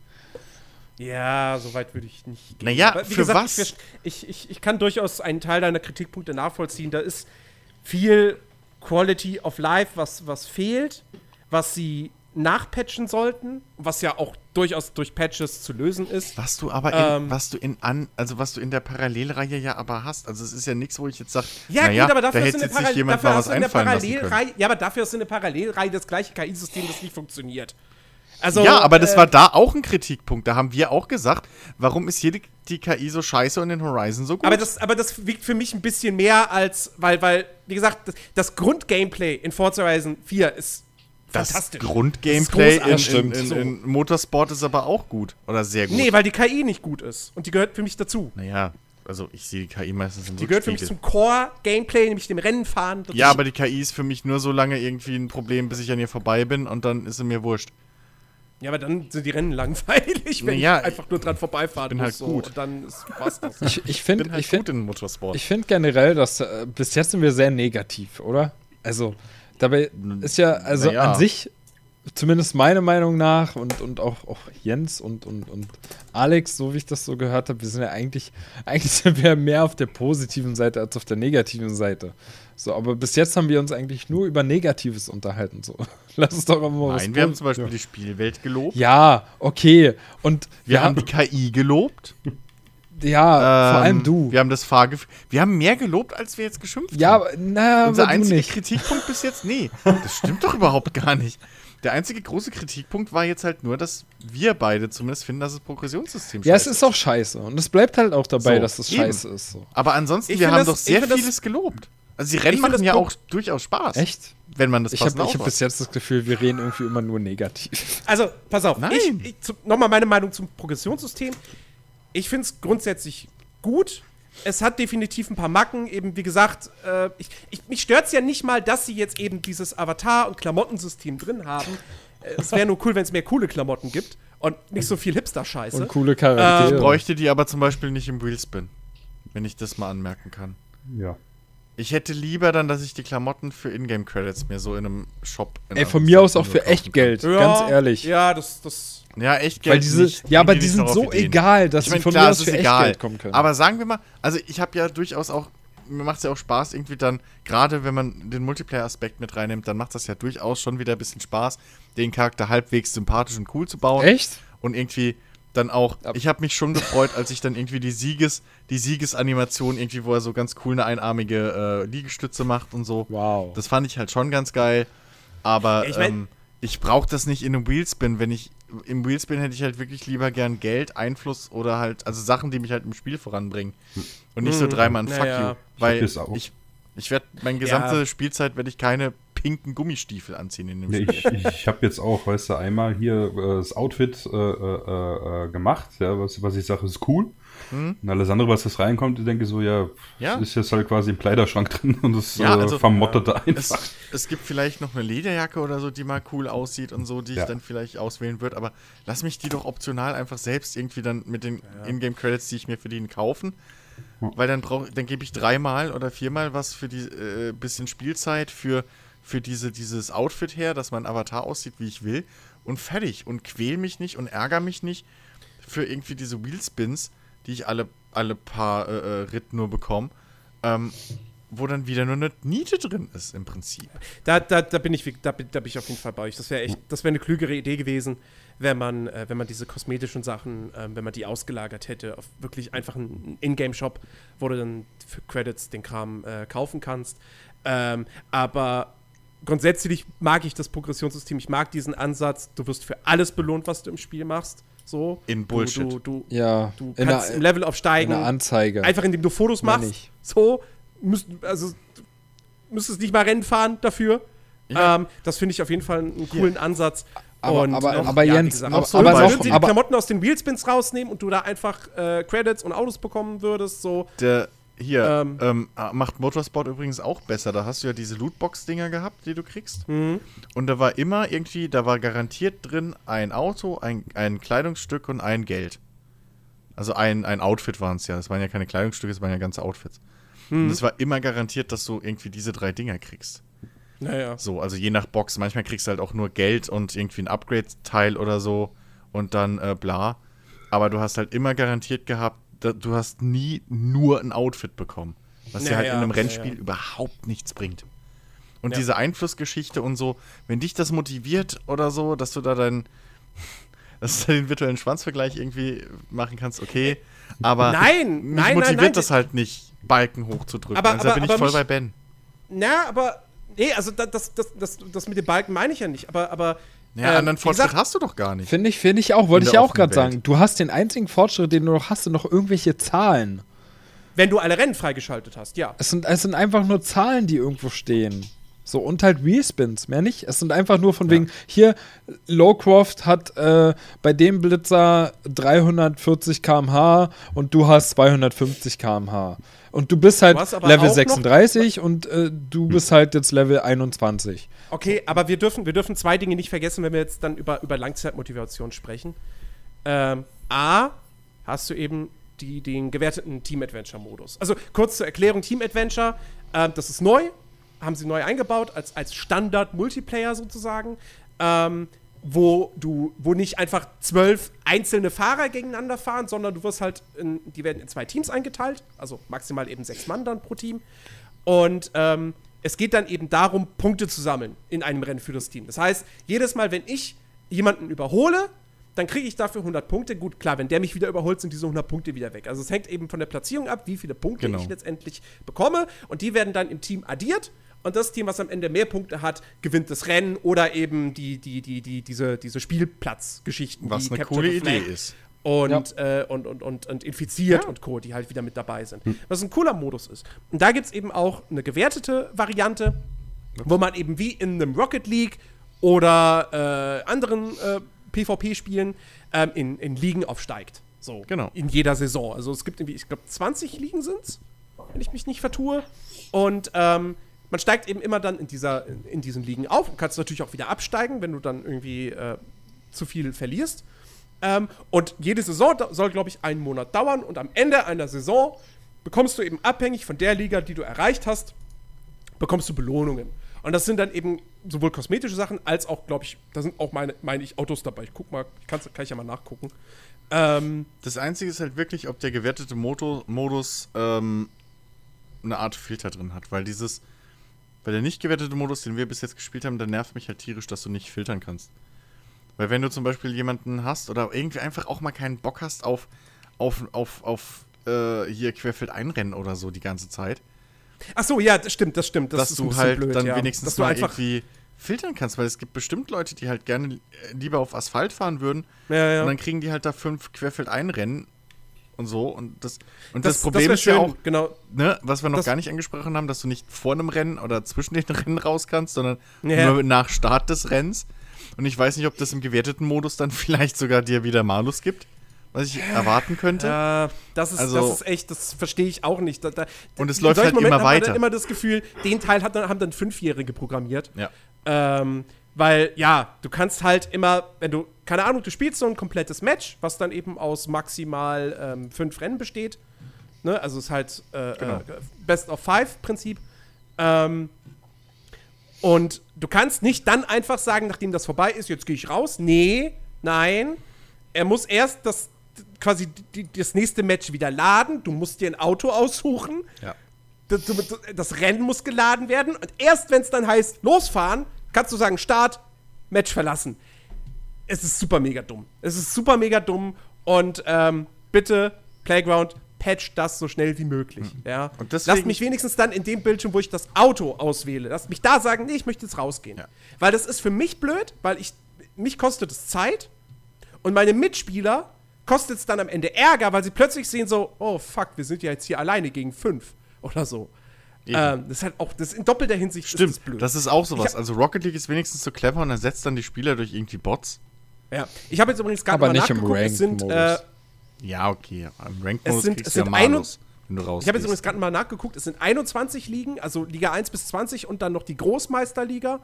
Ja, so weit würde ich nicht gehen. Naja, Aber wie für gesagt, was? Ich kann durchaus einen Teil deiner Kritikpunkte nachvollziehen. Da ist viel Quality of Life, was fehlt, was sie nachpatchen sollten, was ja auch durchaus durch Patches zu lösen ist. Was du aber was du in der Parallelreihe ja aber hast. Also es ist ja nichts, wo ich jetzt sage, Ja, gut, aber dafür da hast hätte du jetzt nicht jemand mal was einfallen lassen können. Parallelreihe. Ja, aber dafür hast du eine Parallelreihe das gleiche KI-System, das nicht funktioniert. Also, Ja, aber das war da auch ein Kritikpunkt. Da haben wir auch gesagt, warum ist hier die KI so scheiße und in Horizon so gut? Aber das wiegt für mich ein bisschen mehr als, weil wie gesagt, das Grundgameplay in Forza Horizon 4 ist das fantastisch. Grundgameplay Das ist in Motorsport ist aber auch gut. Oder sehr gut. Nee, weil die KI nicht gut ist. Und die gehört für mich dazu. Naja, also ich sehe die KI meistens im Die gehört für mich Rückspiegel. zum Core-Gameplay, nämlich dem Rennenfahren. dazu. Ja, aber die KI ist für mich nur so lange irgendwie ein Problem, bis ich an ihr vorbei bin und dann ist sie mir wurscht. Ja, aber dann sind die Rennen langweilig, wenn Naja, ich einfach nur dran vorbeifahren bin muss. halt gut. Und dann war's das. Ich finde Bin halt gut in Motorsport. Ich finde generell, dass bis jetzt sind wir sehr negativ, oder? Also, dabei ist ja, also Naja. an sich, zumindest meiner Meinung nach und auch Jens und Alex, so wie ich das so gehört habe, wir sind ja eigentlich sind wir mehr auf der positiven Seite als auf der negativen Seite. So, aber bis jetzt haben wir uns eigentlich nur über Negatives unterhalten. So. Lass uns doch mal was Nein, wir haben zum Beispiel die Spielwelt gelobt. Ja, okay. Und Wir haben die KI gelobt. ja, vor allem du. Wir haben das Fahrgefühl. Wir haben mehr gelobt, als wir jetzt geschimpft Ja, haben. aber, na, Unser aber du einziger nicht. Kritikpunkt bis jetzt, nee, das stimmt doch überhaupt gar nicht. Der einzige große Kritikpunkt war jetzt halt nur, dass wir beide zumindest finden, dass das Progressionssystem Ja, es scheiße ist auch scheiße. Und es bleibt halt auch dabei, So, dass es eben. scheiße ist. So. Aber ansonsten, Ich wir find haben das- doch sehr ich find das- vieles gelobt. Also die Rennen ich find machen das ja Pro- auch durchaus Spaß. Echt? Wenn man das Ich passend habe aufmacht. bis jetzt das Gefühl, wir reden irgendwie immer nur negativ. Also, pass auf. Nein. Nochmal meine Meinung zum Progressionssystem. Ich finde es grundsätzlich gut. Es hat definitiv ein paar Macken. Eben, wie gesagt, mich stört es ja nicht mal, dass sie jetzt eben dieses Avatar- und Klamottensystem drin haben. Es wäre nur cool, wenn es mehr coole Klamotten gibt und nicht so viel Hipster-Scheiße. Und coole Charaktere. Ich bräuchte die aber zum Beispiel nicht im Wheelspin. Wenn ich das mal anmerken kann. Ja. Ich hätte lieber dann, dass ich die Klamotten für Ingame-Credits mir so in einem Shop. Ey, von mir aus auch für echt Geld, ganz ehrlich. Ja, das Ja, echt Geld. Weil diese, nicht. ja, aber Bringen die nicht sind noch auf so Ideen. egal, dass Ich meine, sie von klar, mir es aus ist für echt egal. Geld kommen können. Aber sagen wir mal, also ich habe ja durchaus auch, mir macht es ja auch Spaß irgendwie dann, gerade wenn man den Multiplayer-Aspekt mit reinnimmt, dann macht das ja durchaus schon wieder ein bisschen Spaß, den Charakter halbwegs sympathisch und cool zu bauen. Echt? Und irgendwie dann auch, ich habe mich schon gefreut, als ich dann irgendwie die Siegesanimation irgendwie, wo er so ganz cool eine einarmige Liegestütze macht und so. Wow. Das fand ich halt schon ganz geil. Aber Ich mein- ich brauche das nicht in einem Wheelspin. Im Wheelspin hätte ich halt wirklich lieber gern Geld, Einfluss oder halt, also Sachen, die mich halt im Spiel voranbringen. Und nicht so dreimal ein Fuck naja. you. Weil das auch. ich werde, meine gesamte Spielzeit werde ich keine pinken Gummistiefel anziehen in dem Ja, Spiel. ich habe jetzt auch, weißt du, einmal hier das Outfit gemacht, ja, was ich sage, ist cool. Und alles andere, was das reinkommt, ich denke so, ja, Ja. ist jetzt halt quasi im Kleiderschrank drin und das Ja, also, vermottert einfach. Es gibt vielleicht noch eine Lederjacke oder so, die mal cool aussieht und so, die Ja. ich dann vielleicht auswählen würde, aber lass mich die doch optional einfach selbst irgendwie dann mit den Ingame-Credits, die ich mir verdiene, kaufen. Weil dann gebe ich 3-mal oder 4-mal was für die bisschen Spielzeit für dieses Outfit her, dass mein Avatar aussieht, wie ich will. Und fertig. Und quäl mich nicht und ärgere mich nicht für irgendwie diese Wheelspins, die ich alle paar Ritt nur bekomme. Wo dann wieder nur eine Niete drin ist im Prinzip. Da bin ich auf jeden Fall bei euch. Das wäre eine klügere Idee gewesen, wenn man diese kosmetischen Sachen, wenn man die ausgelagert hätte auf wirklich einfach einen Ingame-Shop, wo du dann für Credits den Kram kaufen kannst. Aber grundsätzlich mag ich das Progressionssystem, ich mag diesen Ansatz, du wirst für alles belohnt, was du im Spiel machst. So. In Bullshit. Du in kannst im Level aufsteigen. In der Anzeige. Einfach indem du Fotos Mehr machst. nicht. So. Du müsstest nicht mal Rennen fahren dafür. Ja. Das finde ich auf jeden Fall einen coolen Ansatz. Aber wie Jens, gesagt, aber würden noch, sie die Klamotten aus den Wheelspins rausnehmen und du da einfach Credits und Autos bekommen würdest, so. Macht Motorsport übrigens auch besser. Da hast du ja diese Lootbox-Dinger gehabt, die du kriegst. Mhm. Und da war immer irgendwie, da war garantiert drin ein Auto, ein Kleidungsstück und ein Geld. Also ein Outfit waren es ja. Das waren ja keine Kleidungsstücke, das waren ja ganze Outfits. Und es war immer garantiert, dass du irgendwie diese 3 Dinger kriegst. Naja. So, also je nach Box. Manchmal kriegst du halt auch nur Geld und irgendwie ein Upgrade-Teil oder so und dann bla. Aber du hast halt immer garantiert gehabt, du hast nie nur ein Outfit bekommen. Was dir halt in einem Rennspiel überhaupt nichts bringt. Und diese Einflussgeschichte und so, wenn dich das motiviert oder so, dass du da den virtuellen Schwanzvergleich irgendwie machen kannst, okay. Aber mich motiviert das halt nicht, Balken hochzudrücken. Also da bin ich voll bei Ben. Nee, also das mit den Balken meine ich ja nicht. Aber anderen Fortschritt hast du doch gar nicht. Finde ich auch. Wollte ich ja auch gerade sagen. Du hast den einzigen Fortschritt, den du noch hast, sind noch irgendwelche Zahlen. Wenn du alle Rennen freigeschaltet hast, ja. Es sind einfach nur Zahlen, die irgendwo stehen. So, und halt Wheelspins, mehr nicht. Es sind einfach nur von wegen, hier, Lowcroft hat bei dem Blitzer 340 km/h und du hast 250 km/h. Und du bist halt Level 36 und du bist halt jetzt Level 21. Okay, aber wir dürfen 2 Dinge nicht vergessen, wenn wir jetzt dann über Langzeitmotivation sprechen. A, hast du eben den gewerteten Team-Adventure-Modus. Also kurz zur Erklärung, Team-Adventure, das ist neu, haben sie neu eingebaut, als Standard-Multiplayer sozusagen, wo nicht einfach 12 einzelne Fahrer gegeneinander fahren, sondern du wirst halt, die werden in 2 Teams eingeteilt, also maximal eben 6 Mann dann pro Team. Und es geht dann eben darum, Punkte zu sammeln in einem Rennen für das Team. Das heißt, jedes Mal, wenn ich jemanden überhole, dann kriege ich dafür 100 Punkte. Gut, klar, wenn der mich wieder überholt, sind diese 100 Punkte wieder weg. Also es hängt eben von der Platzierung ab, wie viele Punkte ich letztendlich bekomme. Und die werden dann im Team addiert. Und das Team, was am Ende mehr Punkte hat, gewinnt das Rennen oder eben diese Spielplatzgeschichten. Was eine coole Idee ist. Und Infiziert und Co., die halt wieder mit dabei sind. Was ein cooler Modus ist. Und da gibt es eben auch eine gewertete Variante, wo man eben wie in einem Rocket League oder anderen PvP-Spielen in Ligen aufsteigt. So. Genau. In jeder Saison. Also es gibt irgendwie, ich glaube, 20 Ligen sind's, wenn ich mich nicht vertue. Und man steigt eben immer dann in diesen Ligen auf und kannst natürlich auch wieder absteigen, wenn du dann irgendwie zu viel verlierst. Und jede Saison soll, glaube ich, 1 Monat dauern. Und am Ende einer Saison bekommst du eben abhängig von der Liga, die du erreicht hast, bekommst du Belohnungen. Und das sind dann eben sowohl kosmetische Sachen, als auch, glaube ich, da sind auch, meine ich, Autos dabei. Ich guck mal, kann ich ja mal nachgucken. Das Einzige ist halt wirklich, ob der gewertete Modus eine Art Filter drin hat. Weil der nicht gewertete Modus, den wir bis jetzt gespielt haben, der nervt mich halt tierisch, dass du nicht filtern kannst. Weil wenn du zum Beispiel jemanden hast oder irgendwie einfach auch mal keinen Bock hast auf hier Querfeldeinrennen oder so die ganze Zeit. Ach so, ja, das stimmt. Das dass ist du halt blöd, dann ja. wenigstens dass du mal einfach irgendwie filtern kannst, weil es gibt bestimmt Leute, die halt gerne lieber auf Asphalt fahren würden ja. und dann kriegen die halt da 5 Querfeldeinrennen und so und das Problem ist ja auch, genau, ne, was wir noch gar nicht angesprochen haben, dass du nicht vor einem Rennen oder zwischen den Rennen raus kannst, sondern nur nach Start des Rennens. Und ich weiß nicht, ob das im gewerteten Modus dann vielleicht sogar dir wieder Malus gibt, was ich erwarten könnte. Das ist echt, das verstehe ich auch nicht. Und es läuft halt immer weiter. Ich habe immer das Gefühl, den Teil haben dann 5-Jährige programmiert. Ja. Weil, ja, du kannst halt immer, wenn du, keine Ahnung, du spielst so ein komplettes Match, was dann eben aus maximal 5 Rennen besteht. Ne? Also es ist halt Best-of-5-Prinzip. Und du kannst nicht dann einfach sagen, nachdem das vorbei ist, jetzt gehe ich raus. Nein. Er muss erst das nächste Match wieder laden. Du musst dir ein Auto aussuchen. Ja. Das Rennen muss geladen werden. Und erst wenn es dann heißt, losfahren, kannst du sagen, Start, Match verlassen. Es ist super mega dumm. Und bitte, Playground, patcht das so schnell wie möglich. Ja. Und deswegen- Lasst mich wenigstens dann in dem Bildschirm, wo ich das Auto auswähle, lasst mich da sagen, nee, ich möchte jetzt rausgehen. Ja. Weil das ist für mich blöd, weil mich kostet es Zeit und meine Mitspieler kostet es dann am Ende Ärger, weil sie plötzlich sehen so, oh fuck, wir sind ja jetzt hier alleine gegen 5 oder so. Das ist halt auch, das in doppelter Hinsicht Stimmt, ist das blöd. das ist auch sowas. Ich Also Rocket League ist wenigstens so clever und ersetzt dann die Spieler durch irgendwie Bots. Ja. Ich habe jetzt übrigens gerade Aber mal nicht im nachgeguckt, es sind, Ranked-Modus. Ja, okay. Im Ranked Es Modus sind- kriegst es du ja sind Malus, wenn du rausgehst. ich habe jetzt übrigens gerade mal nachgeguckt, es sind 21 Ligen, also Liga 1 bis 20 und dann noch die Großmeisterliga.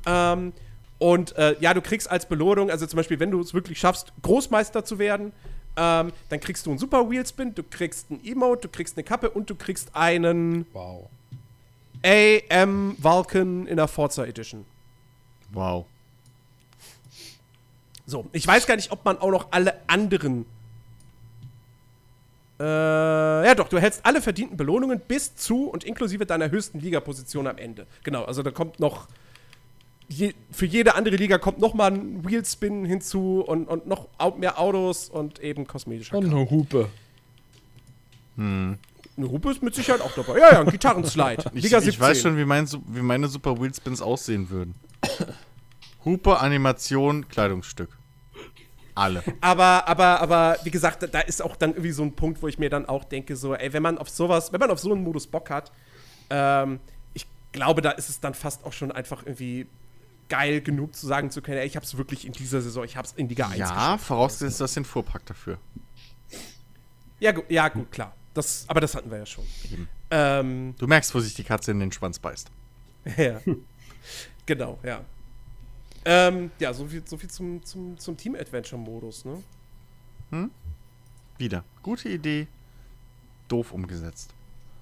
Ja, du kriegst als Belohnung, also zum Beispiel, wenn du es wirklich schaffst, Großmeister zu werden, dann kriegst du einen Super Wheelspin, du kriegst einen Emote, du kriegst eine Kappe und du kriegst einen Wow. AM Vulcan in der Forza Edition. Wow. So, ich weiß gar nicht, ob man auch noch alle anderen. Ja, doch, du erhältst alle verdienten Belohnungen bis zu und inklusive deiner höchsten Ligaposition am Ende. Genau, also da kommt noch. Für jede andere Liga kommt noch mal ein Wheelspin hinzu und noch mehr Autos und eben kosmetischer Und Kram. eine Hupe. Eine Hupe ist mit Sicherheit auch dabei. Ja, ein Gitarrenslide. Ich weiß schon, wie meine Super Wheelspins aussehen würden. Hupe, Animation, Kleidungsstück. Alle. Aber wie gesagt, da ist auch dann irgendwie so ein Punkt, wo ich mir dann auch denke, so, ey, wenn man auf so einen Modus Bock hat, ich glaube, da ist es dann fast auch schon einfach irgendwie geil genug zu sagen zu können, ey, ich hab's wirklich in dieser Saison, ich hab's in Liga 1 Ja, vorausgesetzt, du hast den Fuhrpark dafür. Ja, gut, klar. Aber das hatten wir ja schon. Du merkst, wo sich die Katze in den Schwanz beißt. Ja. Genau, ja. Ja, so viel zum Team-Adventure-Modus, ne? Wieder. Gute Idee. Doof umgesetzt.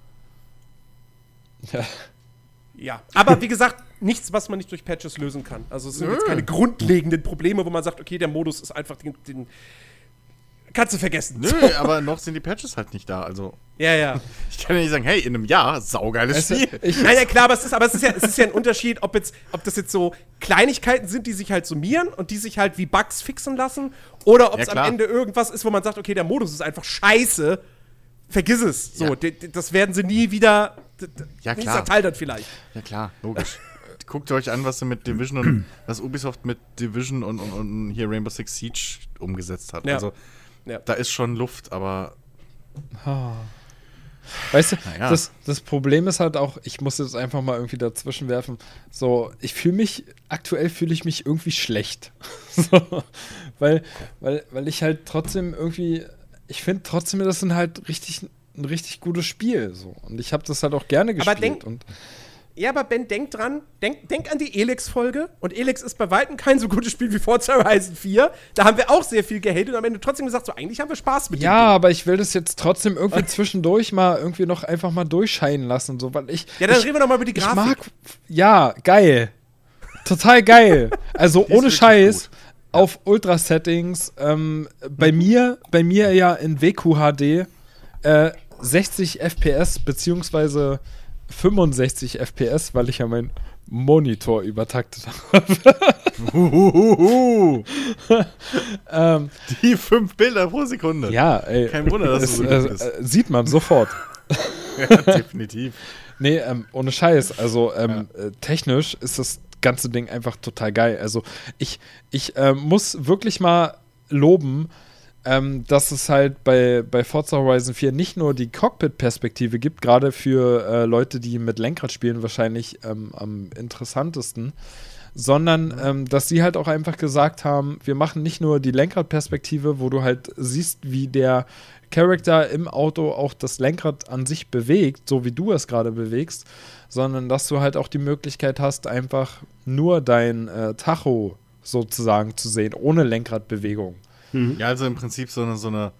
Ja. Ja, aber wie gesagt, nichts, was man nicht durch Patches lösen kann. Also es sind jetzt keine grundlegenden Probleme, wo man sagt, okay, der Modus ist einfach den kannst du vergessen. Nö, aber noch sind die Patches halt nicht da. Also, Ja. ich kann ja nicht sagen, hey, in einem Jahr, saugeiles Spiel. Ja, klar, aber es ist ja ein Unterschied, ob das jetzt so Kleinigkeiten sind, die sich halt summieren und die sich halt wie Bugs fixen lassen, oder ob Ja, es am klar. Ende irgendwas ist, wo man sagt, okay, der Modus ist einfach scheiße, vergiss es. So, Ja. das werden sie nie wieder. Ja, nächster klar. Teil dann vielleicht. Ja, klar, logisch. Guckt euch an, was sie mit Division und was Ubisoft mit Division und hier Rainbow Six Siege umgesetzt hat. Ja. Also, Ja. da ist schon Luft, aber Weißt du, ja. das Problem ist halt auch, ich muss jetzt einfach mal irgendwie dazwischen werfen, so, aktuell fühle ich mich irgendwie schlecht. So, weil ich halt trotzdem irgendwie, ich finde trotzdem, das ist halt ein richtig gutes Spiel, so. Und ich habe das halt auch gerne gespielt. Ja, aber Ben, denk dran, denk an die Elex-Folge. Und Elex ist bei weitem kein so gutes Spiel wie Forza Horizon 4. Da haben wir auch sehr viel gehatet und am Ende trotzdem gesagt, so eigentlich haben wir Spaß mit dem Ja, Ding. aber ich will das jetzt trotzdem irgendwie zwischendurch mal irgendwie noch einfach mal durchscheinen lassen, so, weil Ja, dann reden wir doch mal über die Grafik. Ja, geil. Total geil. Also ohne wirklich Scheiß, gut. auf Ultra-Settings, bei mir ja in WQHD 60 FPS beziehungsweise 65 FPS, weil ich ja meinen Monitor übertaktet habe. die 5 Bilder pro Sekunde. Ja, ey. Kein Wunder, dass es so gut ist. Sieht man sofort. Ja, definitiv. Nee, ohne Scheiß. Also technisch ist das ganze Ding einfach total geil. Also ich muss wirklich mal loben, dass es halt bei Forza Horizon 4 nicht nur die Cockpit-Perspektive gibt, gerade für Leute, die mit Lenkrad spielen, wahrscheinlich am interessantesten, sondern dass sie halt auch einfach gesagt haben, wir machen nicht nur die Lenkradperspektive, wo du halt siehst, wie der Charakter im Auto auch das Lenkrad an sich bewegt, so wie du es gerade bewegst, sondern dass du halt auch die Möglichkeit hast, einfach nur dein Tacho sozusagen zu sehen, ohne Lenkradbewegung. Ja, also im Prinzip so eine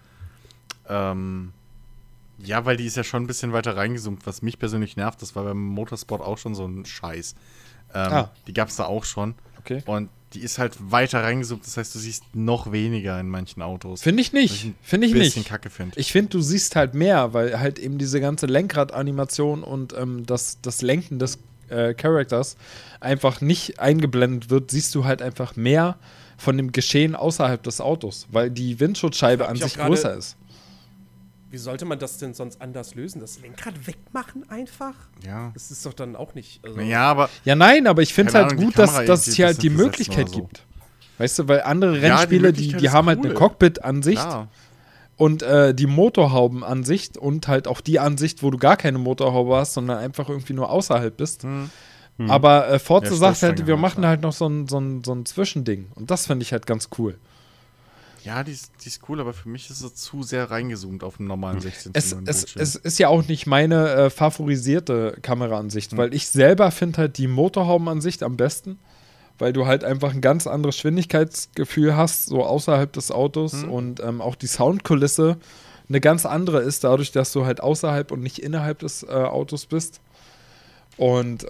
ja, weil die ist ja schon ein bisschen weiter reingezoomt, was mich persönlich nervt. Das war beim Motorsport auch schon so ein Scheiß. Die gab es da auch schon. Okay. Und die ist halt weiter reingezoomt, das heißt, du siehst noch weniger in manchen Autos. Finde ich nicht. Finde ich ein bisschen nicht. kacke finde. Ich finde, du siehst halt mehr, weil halt eben diese ganze Lenkradanimation und das Lenken des Charakters einfach nicht eingeblendet wird, siehst du halt einfach mehr von dem Geschehen außerhalb des Autos, weil die Windschutzscheibe an Ich sich auch größer ist. wie sollte man das denn sonst anders lösen? Das Lenkrad wegmachen einfach? Ja. Das ist doch dann auch nicht. Also Ja, aber Ja, nein, aber ich finde es Keine halt Ahnung, gut, die Kamera dass es irgendwie hier halt ein die bisschen Möglichkeit versetzen oder so. gibt. Weißt du, weil andere Ja, die Rennspiele, die Möglichkeit ist haben halt eine cool. Cockpit-Ansicht klar. und die Motorhaubenansicht und halt auch die Ansicht, wo du gar keine Motorhaube hast, sondern einfach irgendwie nur außerhalb bist. Aber Forza Ja, sagt halt, Stoßstange wir halt, machen ja. halt noch so ein Zwischending. Und das finde ich halt ganz cool. Ja, die ist cool, aber für mich ist es zu sehr reingezoomt auf dem normalen 16 Es ist ja auch nicht meine favorisierte Kameraansicht, weil ich selber finde halt die Motorhaubenansicht am besten, weil du halt einfach ein ganz anderes Geschwindigkeitsgefühl hast, so außerhalb des Autos und auch die Soundkulisse eine ganz andere ist, dadurch, dass du halt außerhalb und nicht innerhalb des Autos bist. Und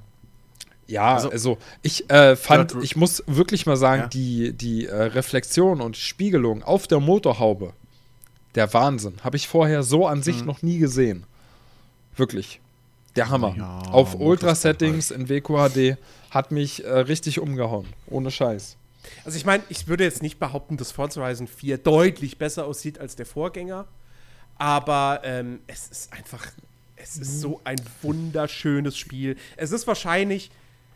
ja, also ich fand, ich muss wirklich mal sagen, Ja. die Reflexion und Spiegelung auf der Motorhaube, der Wahnsinn. Habe ich vorher so an sich noch nie gesehen. Wirklich. Der Hammer. Ja, auf Motorsport Ultra-Settings in WQHD hat mich richtig umgehauen. Ohne Scheiß. Also ich meine, ich würde jetzt nicht behaupten, dass Forza Horizon 4 deutlich besser aussieht als der Vorgänger, aber es ist so ein wunderschönes Spiel. Es ist wahrscheinlich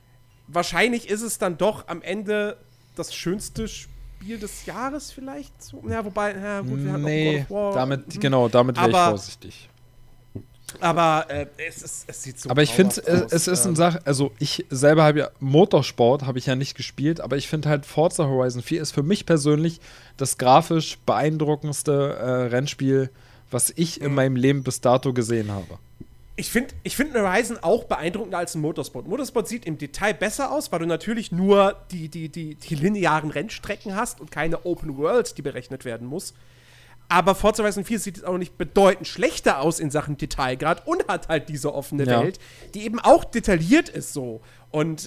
ist es dann doch am Ende das schönste Spiel des Jahres vielleicht. So. Ja, wobei, ja, gut, wir hatten Nee, auch God of War. damit wäre ich Aber- vorsichtig. Aber es sieht so Aber ich finde, traumhaft aus. es ist eine Sache, also ich selber habe ja Motorsport, habe ich ja nicht gespielt, aber ich finde halt Forza Horizon 4 ist für mich persönlich das grafisch beeindruckendste Rennspiel, was ich in meinem Leben bis dato gesehen habe. Ich finde Horizon auch beeindruckender als ein Motorsport. Motorsport sieht im Detail besser aus, weil du natürlich nur die linearen Rennstrecken hast und keine Open World, die berechnet werden muss. Aber Forza Horizon 4 sieht jetzt auch nicht bedeutend schlechter aus in Sachen Detailgrad und hat halt diese offene Ja. Welt, die eben auch detailliert ist so. Und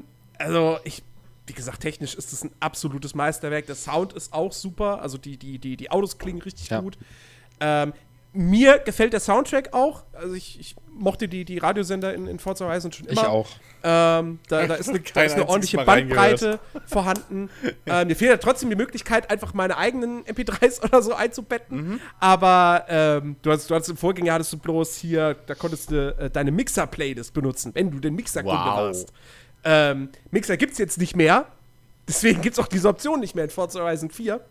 wie gesagt, technisch ist es ein absolutes Meisterwerk. Der Sound ist auch super, also die Autos klingen richtig Ja. gut. Mir gefällt der Soundtrack auch. Also ich mochte die Radiosender in Forza Horizon schon immer. Ich auch. Da ist eine ordentliche Mal Bandbreite vorhanden. Mir fehlt ja trotzdem die Möglichkeit, einfach meine eigenen MP3s oder so einzubetten. Aber du hattest im Vorgänger hattest du bloß hier, da konntest du deine Mixer-Playlist benutzen, wenn du den Mixer-Kunde warst. Mixer gibt's jetzt nicht mehr. Deswegen gibt's auch diese Option nicht mehr in Forza Horizon 4.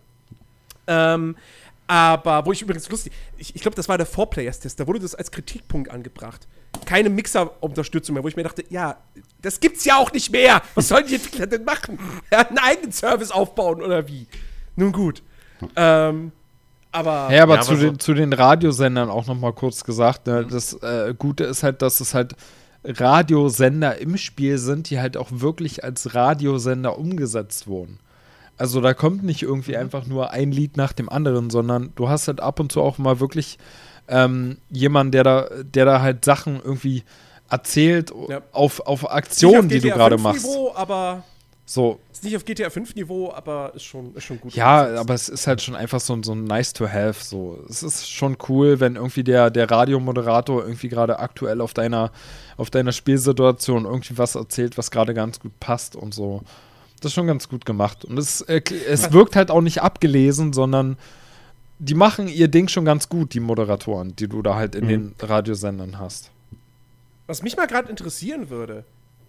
Aber, wo ich übrigens lustig, ich glaube, das war der 4-Players-Test, da wurde das als Kritikpunkt angebracht. Keine Mixer-Unterstützung mehr, wo ich mir dachte, ja, das gibt's ja auch nicht mehr. Was sollen die Entwickler denn machen? Ja, einen eigenen Service aufbauen oder wie? Nun gut. Aber Ja, aber Ja, aber so- zu den Radiosendern auch noch mal kurz gesagt, ne, das Gute ist halt, dass es halt Radiosender im Spiel sind, die halt auch wirklich als Radiosender umgesetzt wurden. Also da kommt nicht irgendwie einfach nur ein Lied nach dem anderen, sondern du hast halt ab und zu auch mal wirklich jemanden, der da halt Sachen irgendwie erzählt Ja. auf nicht auf Aktionen, die du GTA gerade 5 machst. Niveau, aber So, ist nicht auf GTA 5 Niveau, aber ist schon gut. ja, umgesetzt. aber es ist halt schon einfach so ein nice to have. So. Es ist schon cool, wenn irgendwie der Radiomoderator irgendwie gerade aktuell auf deiner Spielsituation irgendwie was erzählt, was gerade ganz gut passt und so. Das ist schon ganz gut gemacht. Und es wirkt halt auch nicht abgelesen, sondern die machen ihr Ding schon ganz gut, die Moderatoren, die du da halt in den Radiosendern hast. Was mich mal gerade interessieren würde,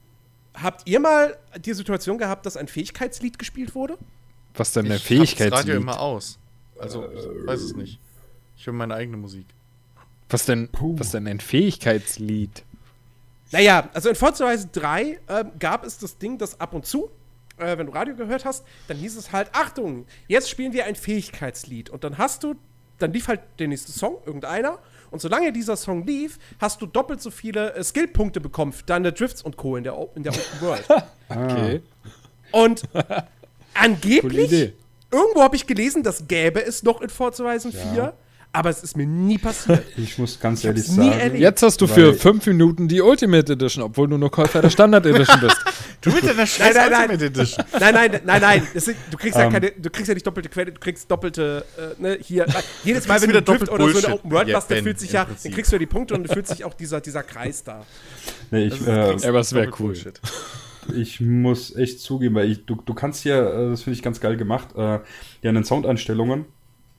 habt ihr mal die Situation gehabt, dass ein Fähigkeitslied gespielt wurde? Was denn der Ich hab das Radio Fähigkeitslied? immer aus. Also, ich weiß es nicht. Ich höre meine eigene Musik. Was denn ein Fähigkeitslied? Naja, also in Forza Horizon 3 gab es das Ding, dass ab und zu, wenn du Radio gehört hast, dann hieß es halt, Achtung, jetzt spielen wir ein Fähigkeitslied. Und dann lief halt der nächste Song, irgendeiner. Und solange dieser Song lief, hast du doppelt so viele Skillpunkte bekommen für deine Drifts und Co. in der Open World. Okay. Und Coole angeblich, Idee. irgendwo habe ich gelesen, das gäbe es noch in Forza Horizon 4, aber es ist mir nie passiert. Ich muss ganz hab's ehrlich nie sagen, erlebt. Jetzt hast du Weil- für 5 Minuten die Ultimate Edition, obwohl du nur Käufer der Standard Edition bist. Du mit deiner scheiß nein. Ultimate Edition. Nein. Du kriegst ja nicht doppelte Quelle, du kriegst doppelte, hier. Jedes Mal, wenn du wieder Drift doppelt oder so eine Bullshit. Open World Ja, machst, dann Ben, fühlt sich im ja, Prinzip. dann kriegst du ja die Punkte und dann fühlt sich auch dieser Kreis da. nee, Ja, aber es wäre Doppelt cool. Bullshit. ich muss echt zugeben, weil du kannst hier, das finde ich ganz geil gemacht, ja in den Soundeinstellungen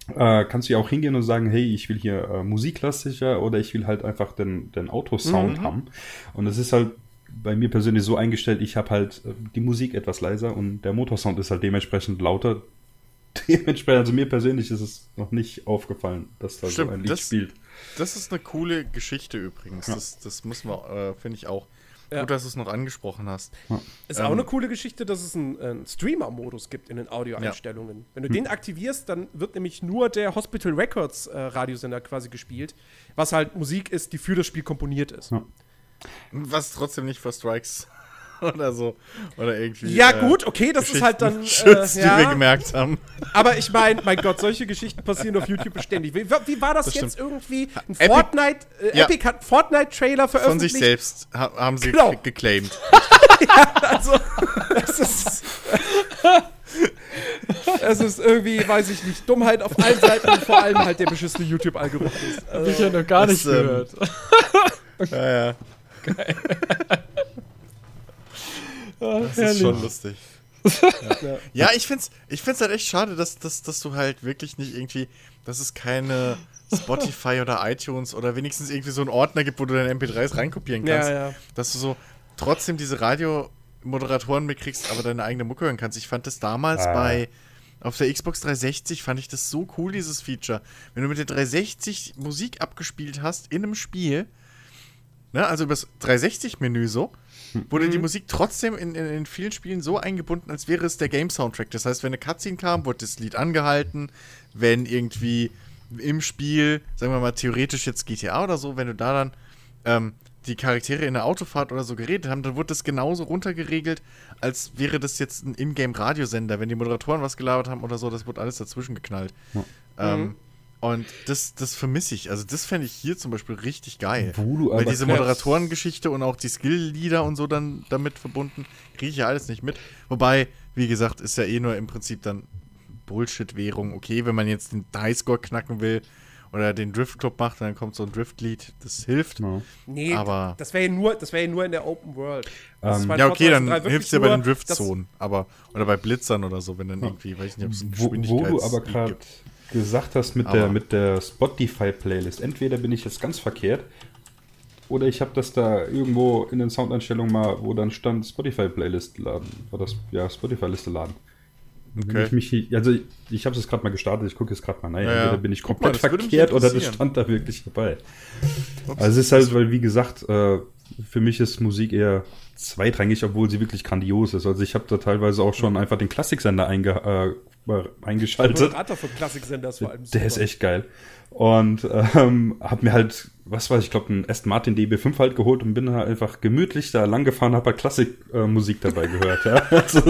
kannst du ja auch hingehen und sagen, hey, ich will hier musiklastischer oder ich will halt einfach den Autosound haben. Und es ist halt bei mir persönlich so eingestellt, ich habe halt die Musik etwas leiser und der Motorsound ist halt dementsprechend lauter. Dementsprechend, also mir persönlich ist es noch nicht aufgefallen, dass da so ein Lied spielt. Das ist eine coole Geschichte übrigens. Ja. Das muss man, finde ich auch. Ja. Gut, dass du es noch angesprochen hast. Ja. Ist auch eine coole Geschichte, dass es einen Streamer-Modus gibt in den Audioeinstellungen. Ja. Wenn du den aktivierst, dann wird nämlich nur der Hospital Records Radiosender quasi gespielt, was halt Musik ist, die für das Spiel komponiert ist. Ja. Was trotzdem nicht für Strikes oder so. Oder irgendwie. Ja, gut, okay, das ist halt dann. Schützt, die wir gemerkt haben. Aber ich meine, mein Gott, solche Geschichten passieren auf YouTube ständig. Wie war das jetzt irgendwie? Ein Fortnite? Epic hat einen Fortnite-Trailer veröffentlicht. Von sich selbst haben sie geclaimed. Ja, also, es ist irgendwie, weiß ich nicht, Dummheit auf allen Seiten und vor allem halt der beschissene YouTube-Algorithmus. Hab ich ja noch gar nicht gehört. Ja. Geil. Das ist schon lustig. Ja, ich find's halt echt schade, dass du halt wirklich nicht irgendwie, dass es keine Spotify oder iTunes oder wenigstens irgendwie so einen Ordner gibt, wo du deine MP3s reinkopieren kannst. Ja. Dass du so trotzdem diese Radiomoderatoren mitkriegst, aber deine eigene Mucke hören kannst. Ich fand das damals auf der Xbox 360 fand ich das so cool, dieses Feature. Wenn du mit der 360 Musik abgespielt hast in einem Spiel, ne, also übers 360-Menü so, wurde die Musik trotzdem in vielen Spielen so eingebunden, als wäre es der Game-Soundtrack. Das heißt, wenn eine Cutscene kam, wurde das Lied angehalten. Wenn irgendwie im Spiel, sagen wir mal theoretisch jetzt GTA oder so, wenn du da dann die Charaktere in der Autofahrt oder so geredet haben, dann wurde das genauso runtergeregelt, als wäre das jetzt ein Ingame-Radiosender. Wenn die Moderatoren was gelabert haben oder so, das wurde alles dazwischen geknallt. Und das vermisse ich. Also das fände ich hier zum Beispiel richtig geil. Weil diese Moderatorengeschichte und auch die Skill-Lieder und so dann damit verbunden, kriege ich ja alles nicht mit. Wobei, wie gesagt, ist ja eh nur im Prinzip dann Bullshit-Währung. Okay, wenn man jetzt den Highscore knacken will oder den Drift-Club macht, dann kommt so ein Drift-Lied. Das hilft. No. Nee, aber das wäre ja nur in der Open World. Ja, okay, dann hilft es ja bei den Drift-Zonen. Oder bei Blitzern oder so, wenn dann irgendwie, weiß ich nicht, ob es Geschwindigkeits Wo du aber gerade gesagt hast mit der Spotify-Playlist. Entweder bin ich jetzt ganz verkehrt oder ich habe das da irgendwo in den Soundeinstellungen mal, wo dann stand Spotify-Playlist laden. War das, Spotify-Liste laden. Okay. Ich habe es gerade mal gestartet, ich gucke jetzt gerade mal rein. Entweder bin ich komplett verkehrt oder das stand da wirklich dabei. Also es ist halt, weil wie gesagt, für mich ist Musik eher zweitrangig, obwohl sie wirklich grandios ist. Also ich habe da teilweise auch schon einfach den Klassiksender eingeschaltet. Moderator von Klassiksenders vor allem. Der ist echt geil. Und hab mir halt, ich glaube, einen Aston Martin DB5 halt geholt und bin halt einfach gemütlich da lang gefahren, hab halt Klassikmusik dabei gehört. Ja. Also,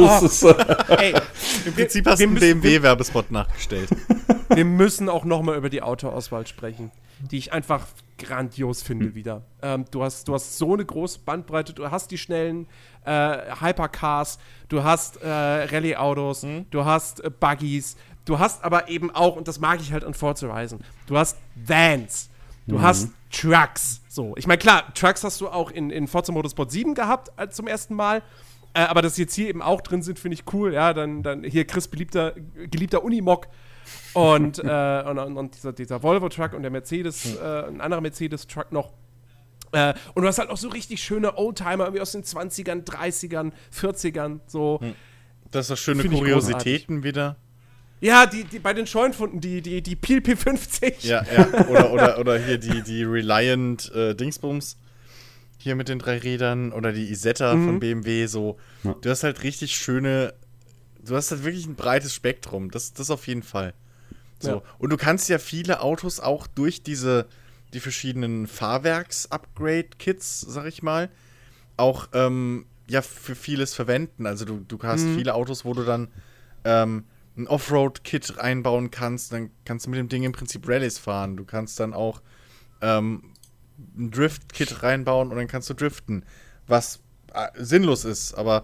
im Prinzip hast du einen BMW-Werbespot nachgestellt. Wir müssen auch nochmal über die Autoauswahl sprechen, die ich einfach grandios finde wieder. Du hast so eine große Bandbreite, du hast die schnellen Hypercars, du hast Rallye-Autos, du hast Buggies, du hast aber eben auch, und das mag ich halt an Forza Horizon, du hast Vans, du hast Trucks. So, ich meine, klar, Trucks hast du auch in Forza Motorsport 7 gehabt zum ersten Mal, aber dass jetzt hier eben auch drin sind, finde ich cool. Ja, dann hier Chris geliebter Unimog und dieser Volvo-Truck und der Mercedes, ein anderer Mercedes-Truck noch. Und du hast halt auch so richtig schöne Oldtimer irgendwie aus den 20ern, 30ern, 40ern. So. Das ist doch schöne Kuriositäten wieder. Ja, die bei den Scheunenfunden, die Pil P50. Ja. Oder hier die Reliant Dingsbums. Hier mit den 3 Rädern. Oder die Isetta von BMW. So. Ja. Du hast halt richtig schöne. Du hast halt wirklich ein breites Spektrum. Das auf jeden Fall. So. Ja. Und du kannst ja viele Autos auch durch die verschiedenen Fahrwerks-Upgrade-Kits, sag ich mal, auch für vieles verwenden. Also du hast viele Autos, wo du dann ein Offroad-Kit einbauen kannst, dann kannst du mit dem Ding im Prinzip Rallyes fahren. Du kannst dann auch ein Drift-Kit reinbauen und dann kannst du driften, was sinnlos ist, aber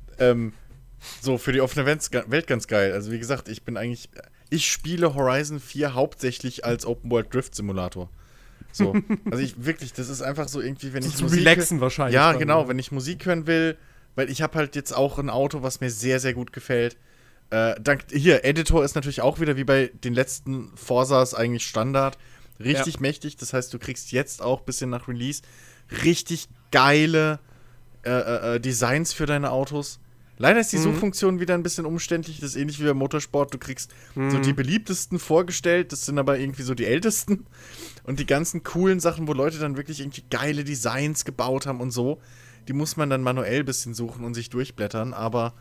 so für die offene Welt ganz geil. Also wie gesagt, ich spiele Horizon 4 hauptsächlich als Open-World-Drift-Simulator. So, also das ist einfach so irgendwie, wenn ich Musik relaxen wahrscheinlich. Ja, genau, wenn ich Musik hören will, weil ich habe halt jetzt auch ein Auto, was mir sehr, sehr gut gefällt. Editor ist natürlich auch wieder wie bei den letzten Forsas eigentlich Standard. Richtig mächtig. Das heißt, du kriegst jetzt auch ein bisschen nach Release richtig geile Designs für deine Autos. Leider ist die Suchfunktion wieder ein bisschen umständlich. Das ist ähnlich wie beim Motorsport. Du kriegst so die beliebtesten vorgestellt. Das sind aber irgendwie so die ältesten. Und die ganzen coolen Sachen, wo Leute dann wirklich irgendwie geile Designs gebaut haben und so, die muss man dann manuell ein bisschen suchen und sich durchblättern. Aber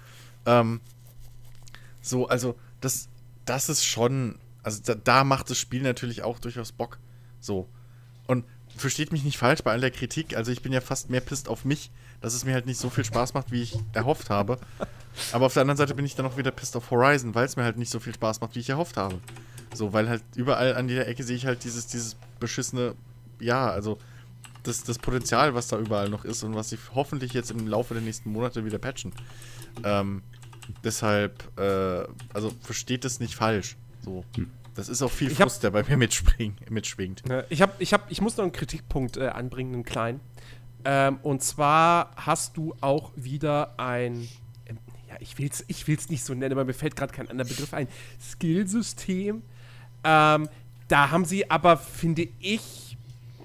also das ist schon, also da macht das Spiel natürlich auch durchaus Bock. So. Und versteht mich nicht falsch bei all der Kritik, also ich bin ja fast mehr pisst auf mich, dass es mir halt nicht so viel Spaß macht, wie ich erhofft habe. Aber auf der anderen Seite bin ich dann auch wieder pisst auf Horizon, weil es mir halt nicht so viel Spaß macht, wie ich erhofft habe. So, weil halt überall an jeder Ecke sehe ich halt dieses beschissene, also das Potenzial, was da überall noch ist und was sie hoffentlich jetzt im Laufe der nächsten Monate wieder patchen. Deshalb, also versteht das nicht falsch. So. Das ist auch viel Frust, der bei mir mitschwingt. Ich muss noch einen Kritikpunkt anbringen, einen kleinen. Und zwar hast du auch wieder ein, ich will's nicht so nennen, aber mir fällt gerade kein anderer Begriff ein, Skillsystem. Da haben sie aber, finde ich,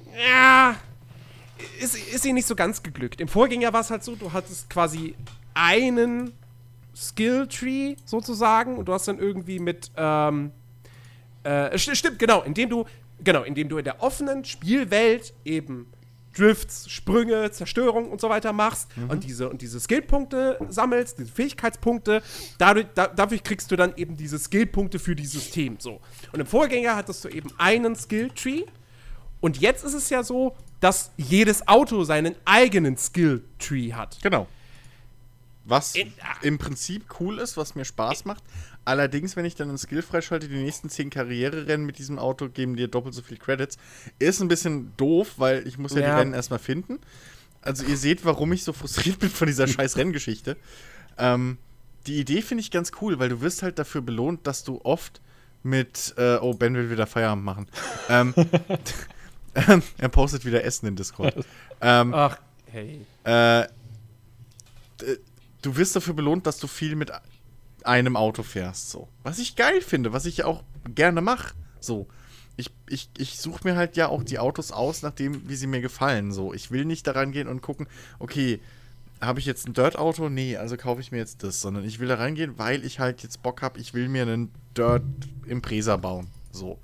ist ihnen nicht so ganz geglückt. Im Vorgänger war es halt so, du hattest quasi einen Skill-Tree sozusagen und du hast dann irgendwie mit, stimmt, genau, indem du in der offenen Spielwelt eben Drifts, Sprünge, Zerstörung und so weiter machst und diese Skillpunkte sammelst, diese Fähigkeitspunkte, dadurch kriegst du dann eben diese Skillpunkte für dieses System, so. Und im Vorgänger hattest du eben einen Skill-Tree und jetzt ist es ja so, dass jedes Auto seinen eigenen Skill-Tree hat. Genau. Was im Prinzip cool ist, was mir Spaß macht. Allerdings, wenn ich dann einen Skill freischalte, die nächsten 10 Karriererennen mit diesem Auto geben dir doppelt so viel Credits. Ist ein bisschen doof, weil ich muss ja die Rennen erstmal finden. Also ihr seht, warum ich so frustriert bin von dieser scheiß Renngeschichte. Die Idee finde ich ganz cool, weil du wirst halt dafür belohnt, dass du oft mit Ben will wieder Feierabend machen. Er postet wieder Essen in Discord. Ach, hey. Du wirst dafür belohnt, dass du viel mit einem Auto fährst, so. Was ich geil finde, was ich auch gerne mache, so. Ich suche mir halt ja auch die Autos aus, nachdem, wie sie mir gefallen, so. Ich will nicht daran gehen und gucken, okay, habe ich jetzt ein Dirt-Auto? Nee, also kaufe ich mir jetzt das, sondern ich will da reingehen, weil ich halt jetzt Bock habe, ich will mir einen Dirt-Impresa bauen, so.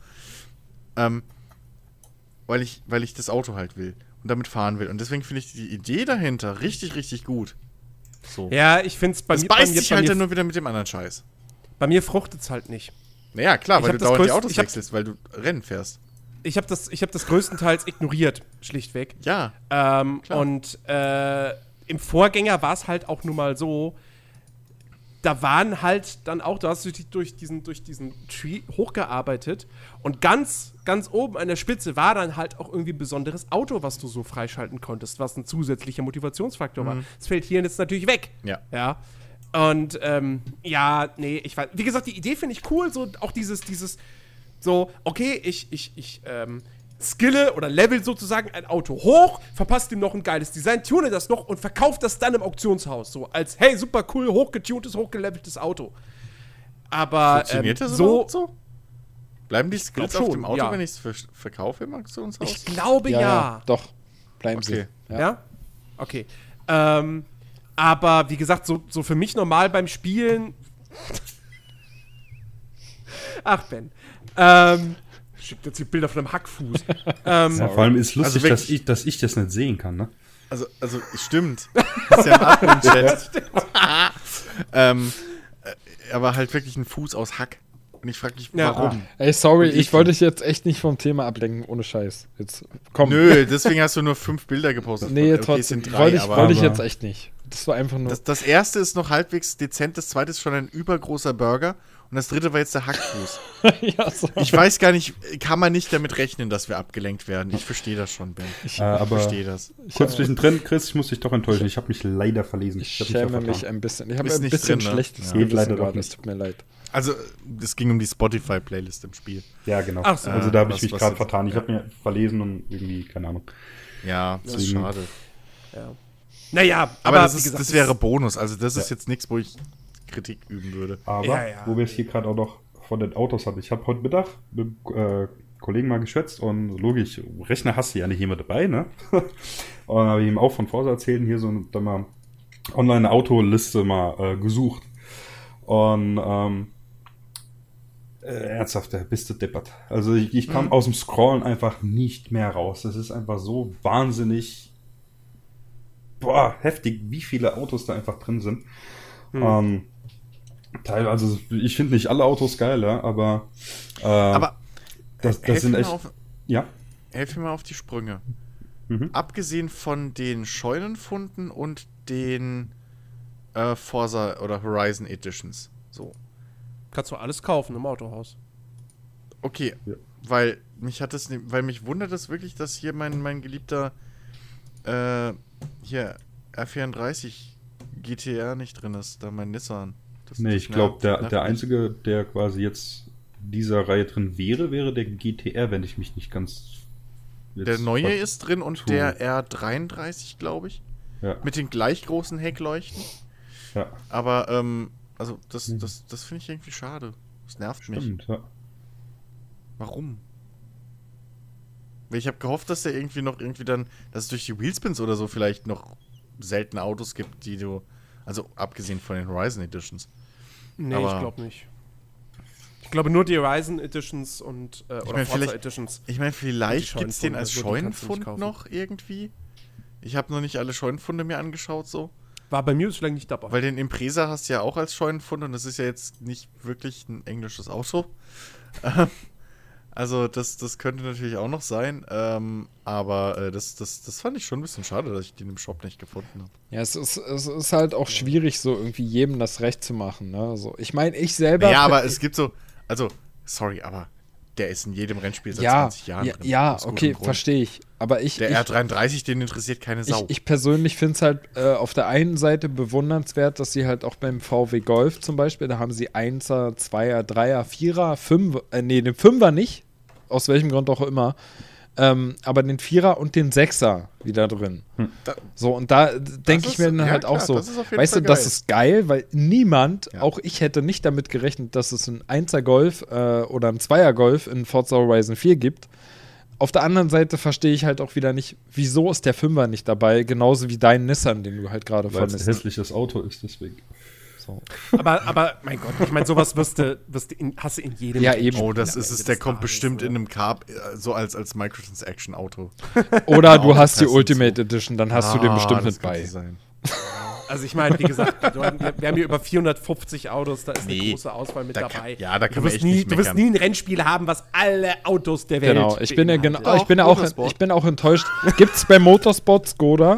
Weil ich das Auto halt will und damit fahren will. Und deswegen finde ich die Idee dahinter richtig, richtig gut. So. Ja, ich finde es bei mir... Das beißt sich halt dann nur wieder mit dem anderen Scheiß. Bei mir fruchtet es halt nicht. Naja, klar, weil du dauernd die Autos wechselst, weil du Rennen fährst. Ich hab das größtenteils ignoriert, schlichtweg. Ja, und im Vorgänger war es halt auch nun mal so, da waren halt dann auch, du hast dich durch diesen Tree hochgearbeitet und ganz, ganz oben an der Spitze war dann halt auch irgendwie ein besonderes Auto, was du so freischalten konntest, was ein zusätzlicher Motivationsfaktor war. Das fällt hier jetzt natürlich weg. Ja. Und, ich weiß, wie gesagt, die Idee finde ich cool, so auch dieses, so, okay, ich skille oder level sozusagen ein Auto hoch, verpasst ihm noch ein geiles Design, tune das noch und verkauft das dann im Auktionshaus. So als, hey, super cool, hochgetuntes, hochgeleveltes Auto. Aber funktioniert das so? Bleiben die Skills auf dem Auto, wenn ich es verkaufe im Auktionshaus? Ich glaube ja. Doch, bleiben sie. Ja? Okay. Aber wie gesagt, so für mich normal beim Spielen. Ach, Ben. Schickt jetzt die Bilder von einem Hackfuß. Vor allem ist lustig, also dass ich das nicht sehen kann, ne? Also stimmt. Das ist ja ein Admin-Chat. Aber halt wirklich ein Fuß aus Hack. Und ich frage mich, warum? Ey, sorry, ich wollte dich jetzt echt nicht vom Thema ablenken, ohne Scheiß. Jetzt komm. Nö, deswegen hast du nur 5 Bilder gepostet. Nee, trotzdem. Wollte ich jetzt echt nicht. Das war einfach nur... Das erste ist noch halbwegs dezent, das zweite ist schon ein übergroßer Burger und das dritte war jetzt der Hackfuß. Ja, so. Ich weiß gar nicht, kann man nicht damit rechnen, dass wir abgelenkt werden. Ich verstehe das schon, Ben. Ich verstehe das. Kurz durch den Trend, Chris, ich muss dich doch enttäuschen. Ich habe mich leider verlesen. Ich schäme mich ein bisschen. Ich habe Ist ein nicht bisschen drin, ne? schlechtes Ja. Geht leider gerade. doch Es tut mir leid. Also, es ging um die Spotify-Playlist im Spiel. Ja, genau. Ach so. Also da habe ich mich was gerade ist- vertan. Ich ja. habe mir verlesen und irgendwie, keine Ahnung. Ja, das ist schade. Ja. Naja, Aber wie gesagt, das wäre Bonus. Also, das ist jetzt nichts, wo ich Kritik üben würde. Aber, Ja. wo wir es hier gerade auch noch von den Autos hatten, ich habe heute Mittag mit Kollegen mal geschwätzt und logisch, Rechner hast du ja nicht immer dabei, ne? Und habe ich ihm auch von Forza erzählt, hier so dann mal online eine Autoliste mal gesucht. Und ernsthaft, bist du deppert. Also ich kam aus dem Scrollen einfach nicht mehr raus. Das ist einfach so wahnsinnig heftig, wie viele Autos da einfach drin sind. Also ich finde nicht alle Autos geil, ja, aber das sind echt... Ja. Helf mir mal auf die Sprünge. Abgesehen von den Scheunenfunden und den Forza oder Horizon Editions. So. Kannst du alles kaufen im Autohaus. Okay, Ja. weil mich wundert es wirklich, dass hier mein geliebter hier R34 GTR nicht drin ist, da mein Nissan. Nee, ich glaube, der einzige, der quasi jetzt dieser Reihe drin wäre der GTR, wenn ich mich nicht ganz... Der neue ist drin und der R33, glaube ich. Ja. Mit den gleich großen Heckleuchten. Ja, Aber, also, das finde ich irgendwie schade. Das nervt mich. stimmt, ja. Warum? Weil ich habe gehofft, dass der dass es durch die Wheelspins oder so vielleicht noch seltene Autos gibt, die du, also abgesehen von den Horizon Editions. Nee, Aber- ich glaube nicht. Ich glaube nur die Horizon Editions und oder mein, Forza vielleicht- Editions. Ich meine, vielleicht Die gibt es den als Scheunenfunde, kannst du nicht Scheunenfund kaufen. noch irgendwie. Ich habe noch nicht alle Scheunenfunde mir angeschaut, so. War bei mir bislang nicht dabei. Weil den Impresa hast du ja auch als Scheunenfund und das ist ja jetzt nicht wirklich ein englisches Auto. Also das könnte natürlich auch noch sein, aber das fand ich schon ein bisschen schade, dass ich den im Shop nicht gefunden habe. Ja, es ist halt auch schwierig, so irgendwie jedem das Recht zu machen. Ne? Also, ich meine, ich selber. Ja, aber es gibt so, also, sorry, aber der ist in jedem Rennspiel seit 20 Jahren drin. Ja, Aus gutem okay, Grund. verstehe ich. Aber Der R33, den interessiert keine Sau. Ich persönlich finde es halt auf der einen Seite bewundernswert, dass sie halt auch beim VW Golf zum Beispiel, da haben sie 1er, 2er, 3er, 4er, 5er, den 5er nicht, aus welchem Grund auch immer, aber den 4er und den 6er wieder drin. Da- So, und da denke ich ist- mir dann ja, halt klar, auch so, das ist auf jeden weißt du, Fall das geil. ist geil, weil niemand, Ja. auch ich hätte nicht damit gerechnet, dass es ein 1er Golf oder ein 2er Golf in Forza Horizon 4 gibt. Auf der anderen Seite verstehe ich halt auch wieder nicht, wieso ist der 5er nicht dabei, genauso wie dein Nissan, den du halt gerade Weil es ein vermisst. hässliches Auto ist, deswegen. So. Aber mein Gott, ich meine, sowas hast du in jedem. Ja, eben. Oh, das Ja, ist es, das der ist kommt alles, bestimmt oder? in einem Carb, so als Microtransaction-Auto. Oder du Auch hast die passend Ultimate Edition, dann hast du den bestimmt das mit könnte bei. sein. Also ich meine, wie gesagt, wir haben hier über 450 Autos, da ist eine Nee, große Auswahl mit da dabei. da kann Du man wirst echt nie, nicht du wirst meckern. nie ein Rennspiel haben, was alle Autos der Welt Genau, ich bin ja beinhaltet. genau, ich bin auch enttäuscht. Gibt's bei Motorsport Skoda?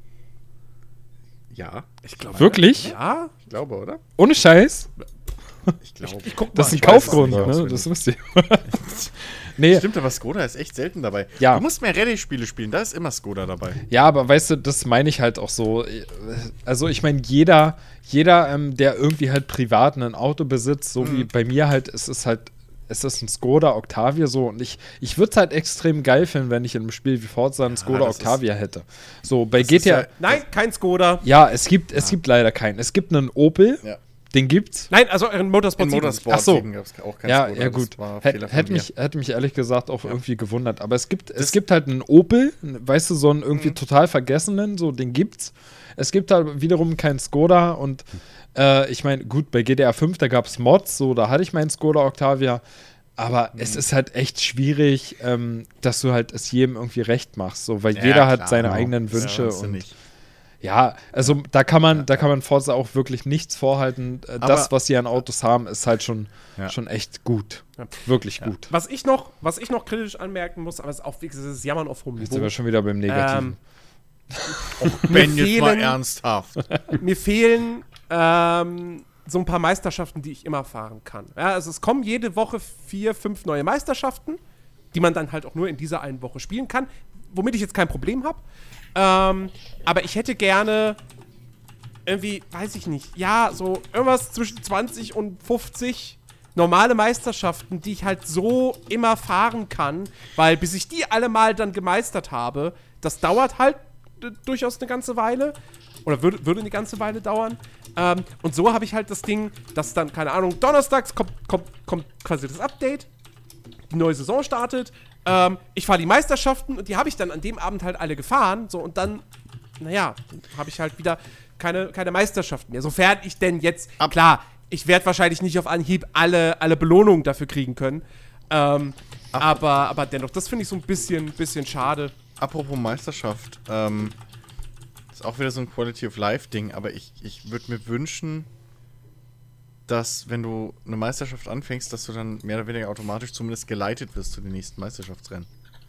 Ja, Ich glaube, Wirklich? ja. ich glaube, oder? Ohne Scheiß? Ich glaube. Das ist ein ich weiß es Kaufgrund, nicht ne? auswendig. Das wisst ihr. Nee, Stimmt, aber Skoda ist echt selten dabei. Ja. Du musst mehr Rallye-Spiele spielen, da ist immer Skoda dabei. ja, aber weißt du, das meine ich halt auch so. Also ich meine, jeder der irgendwie halt privat ein Auto besitzt, so wie bei mir halt, es ist ein Skoda Octavia so und ich würde es halt extrem geil finden, wenn ich in einem Spiel wie Forza einen Skoda das ist- Octavia hätte. So, bei ist GTA, ja- Nein, kein Skoda. ja, es gibt leider keinen. Es gibt einen Opel, Ja. den gibt's. Nein, also in Motorsport In 7. Motorsport Ach so. 7 gab es auch kein Ja, Skoda. ja das gut. war ein Fehler von Hätte mir. mich ehrlich gesagt auch irgendwie gewundert. Aber es gibt halt einen Opel, weißt du, so einen irgendwie total vergessenen, so den gibt's. Es gibt halt wiederum keinen Skoda und ich meine, gut, bei GTA 5, da gab es Mods, so, da hatte ich meinen Skoda Octavia. Aber es ist halt echt schwierig, dass du halt es jedem irgendwie recht machst, so, weil Ja, jeder hat klar, seine genau. eigenen Das Wünsche kannst du und nicht. ja, also da kann man Forza auch wirklich nichts vorhalten. Das, Aber- was sie an Autos haben, ist halt schon Ja. echt gut. Wirklich gut. Was ich noch kritisch anmerken muss, aber es ist auch wie gesagt, das ist Jammern auf hohem Jetzt sind wir Niveau. schon wieder beim Negativen. Ben, jetzt mal fehlen- ernsthaft. Mir fehlen so ein paar Meisterschaften, die ich immer fahren kann. Ja, also es kommen jede Woche 4, 5 neue Meisterschaften, die man dann halt auch nur in dieser einen Woche spielen kann, womit ich jetzt kein Problem habe. Aber ich hätte gerne irgendwie, weiß ich nicht, ja, so irgendwas zwischen 20 und 50 normale Meisterschaften, die ich halt so immer fahren kann, weil bis ich die alle mal dann gemeistert habe, das dauert halt durchaus eine ganze Weile. Oder würde eine ganze Weile dauern. Und so habe ich halt das Ding, dass dann, keine Ahnung, donnerstags kommt quasi das Update. Die neue Saison startet. Ich fahre die Meisterschaften und die habe ich dann an dem Abend halt alle gefahren. So, und dann, naja, habe ich halt wieder keine Meisterschaften mehr. Sofern ich denn jetzt, klar, ich werde wahrscheinlich nicht auf Anhieb alle Belohnungen dafür kriegen können. Aber dennoch, das finde ich so ein bisschen schade. Apropos Meisterschaft, ist auch wieder so ein Quality of Life Ding, aber ich würde mir wünschen, dass, wenn du eine Meisterschaft anfängst, dass du dann mehr oder weniger automatisch zumindest geleitet wirst zu den nächsten Meisterschaftsrennen.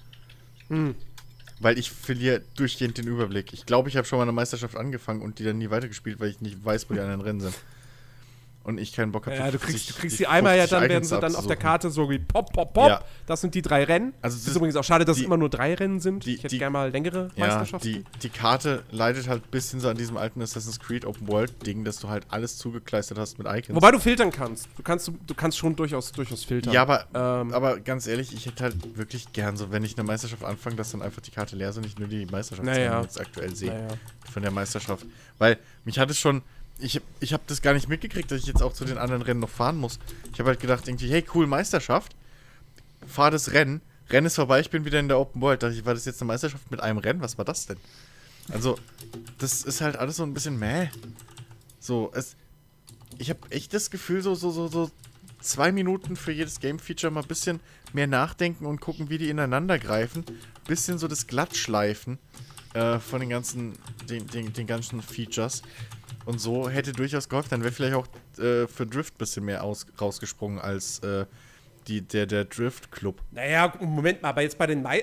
Weil ich verliere durchgehend den Überblick. Ich glaube, ich habe schon mal eine Meisterschaft angefangen und die dann nie weitergespielt, weil ich nicht weiß, wo die anderen Rennen sind. Und ich keinen Bock habe. Ja, du kriegst die einmal, ja, dann werden sie dann auf der Karte so wie pop. Ja. Das sind die 3 Rennen. Also es ist übrigens auch schade, dass es immer nur 3 Rennen sind. Ich hätte gerne mal längere Meisterschaften. Die Karte leidet halt ein bisschen so an diesem alten Assassin's Creed Open World Ding, dass du halt alles zugekleistert hast mit Icons. Wobei du filtern kannst. Du kannst schon durchaus filtern. Ja, aber ganz ehrlich, ich hätte halt wirklich gern so, wenn ich eine Meisterschaft anfange, dass dann einfach die Karte leer ist und ich nur die Meisterschaft jetzt aktuell sehe. Von der Meisterschaft. Weil mich hat es schon. Ich hab das gar nicht mitgekriegt, dass ich jetzt auch zu den anderen Rennen noch fahren muss. Ich habe halt gedacht, irgendwie, hey, cool, Meisterschaft. Fahr das Rennen. Rennen ist vorbei, ich bin wieder in der Open World. Dachte ich, war das jetzt eine Meisterschaft mit einem Rennen? Was war das denn? Also, das ist halt alles so ein bisschen mäh. So, ich habe echt das Gefühl, so 2 Minuten für jedes Game-Feature mal ein bisschen mehr nachdenken und gucken, wie die ineinander greifen. Bisschen so das Glattschleifen von den ganzen Features. Und so hätte durchaus geholfen. Dann wäre vielleicht auch für Drift ein bisschen mehr rausgesprungen als der Drift-Club. Naja, Moment mal, aber jetzt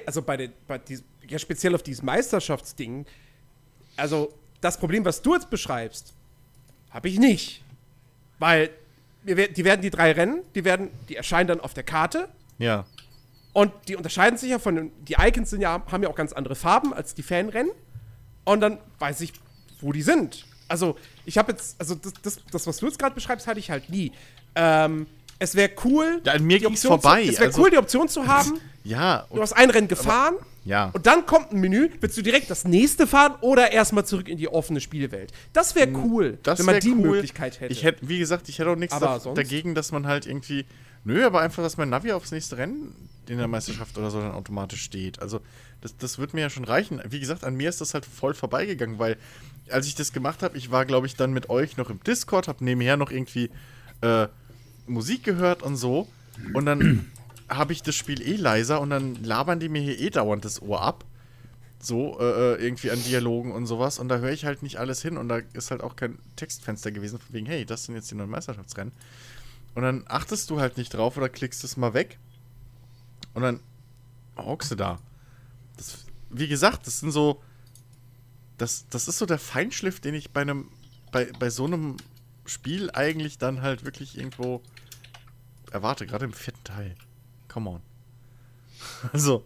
speziell auf dieses Meisterschaftsding, also das Problem, was du jetzt beschreibst, habe ich nicht. Weil die werden die 3 Rennen, die erscheinen dann auf der Karte. Ja. Und die unterscheiden sich ja die Icons haben ja auch ganz andere Farben als die Fanrennen. Und dann weiß ich, wo die sind. Also, ich habe jetzt, das, was du jetzt gerade beschreibst, hatte ich halt nie. Es wäre cool, ja, an mir ging's vorbei. Es wäre cool, die Option zu haben. Ja. Du hast ein Rennen gefahren. Ja. Und dann kommt ein Menü, willst du direkt das nächste fahren oder erstmal zurück in die offene Spielwelt? Das wäre cool, wenn man die Möglichkeit hätte. Wie gesagt, ich hätte auch nichts dagegen, dass man halt irgendwie, aber einfach, dass mein Navi aufs nächste Rennen in der Meisterschaft oder so dann automatisch steht. Also, das wird mir ja schon reichen. Wie gesagt, an mir ist das halt voll vorbeigegangen, weil als ich das gemacht habe, ich war, glaube ich, dann mit euch noch im Discord, habe nebenher noch irgendwie Musik gehört und so. Und dann habe ich das Spiel leiser und dann labern die mir hier dauernd das Ohr ab. So, irgendwie an Dialogen und sowas. Und da höre ich halt nicht alles hin. Und da ist halt auch kein Textfenster gewesen, von wegen, hey, das sind jetzt die neuen Meisterschaftsrennen. Und dann achtest du halt nicht drauf oder klickst es mal weg. Und dann hockst du da. Wie gesagt, das sind so. Das ist so der Feinschliff, den ich bei so einem Spiel eigentlich dann halt wirklich irgendwo erwarte, gerade im 4. Teil. Come on. Also.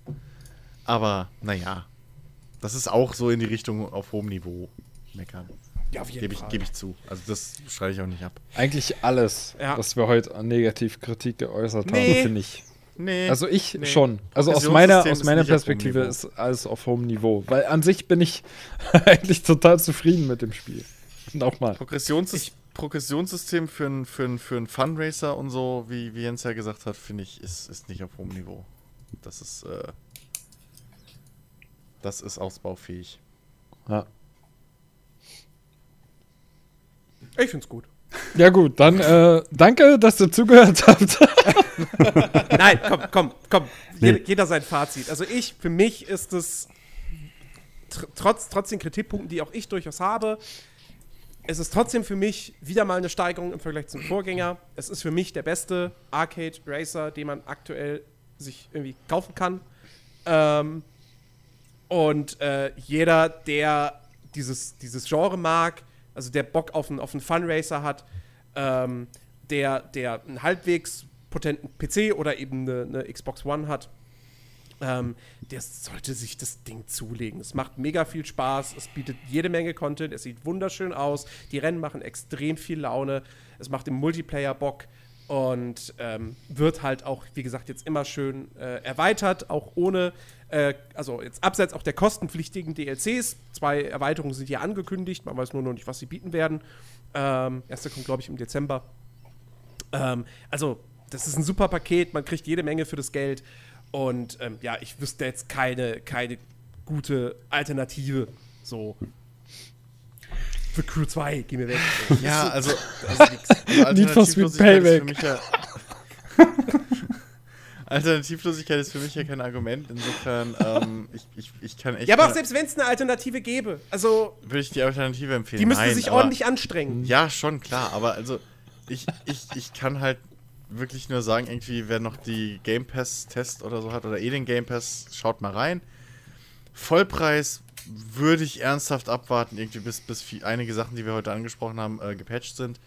Aber, naja. Das ist auch so in die Richtung auf hohem Niveau meckern. Ja, auf jeden Fall. Gebe ich zu. Also das schreibe ich auch nicht ab. Eigentlich alles, was wir heute an Negativkritik geäußert haben, finde ich. Nee. Also schon. Also aus meiner Perspektive ist alles auf hohem Niveau. Weil an sich bin ich eigentlich total zufrieden mit dem Spiel. Nochmal. Progressionssystem für einen Funracer und so, wie Jens ja gesagt hat, finde ich, ist nicht auf hohem Niveau. Das ist ausbaufähig. Ja. Ich find's gut. Ja gut, dann danke, dass ihr zugehört habt. Nein, komm. Jeder sein Fazit. Also für mich ist es, trotz den Kritikpunkten, die auch ich durchaus habe, es ist trotzdem für mich wieder mal eine Steigerung im Vergleich zum Vorgänger. Es ist für mich der beste Arcade-Racer, den man aktuell sich irgendwie kaufen kann. Und jeder, der dieses Genre mag, also der Bock auf einen Funracer hat, der einen halbwegs potenten PC oder eben eine Xbox One hat, der sollte sich das Ding zulegen. Es macht mega viel Spaß, es bietet jede Menge Content, es sieht wunderschön aus, die Rennen machen extrem viel Laune, es macht im Multiplayer Bock. Und wird halt auch, wie gesagt, jetzt immer schön erweitert, auch ohne, also jetzt abseits auch der kostenpflichtigen DLCs. 2 Erweiterungen sind ja angekündigt, man weiß nur noch nicht, was sie bieten werden. Erste kommt, glaube ich, im Dezember. Also, das ist ein super Paket, man kriegt jede Menge für das Geld. Und ja, ich wüsste jetzt keine gute Alternative. So. Für Crew 2, geh mir weg. Ja, also Need for Speed Payback. Alternativlosigkeit ist für mich ja kein Argument. Insofern, ich kann echt. Ja, aber auch selbst wenn es eine Alternative gäbe, also. Würde ich die Alternative empfehlen. Die müsste sich ordentlich anstrengen. Ja, schon, klar. Aber also, ich kann halt wirklich nur sagen, irgendwie, wer noch die Game Pass-Test oder so hat oder den Game Pass, schaut mal rein. Vollpreis würde ich ernsthaft abwarten, irgendwie bis einige Sachen, die wir heute angesprochen haben, gepatcht sind.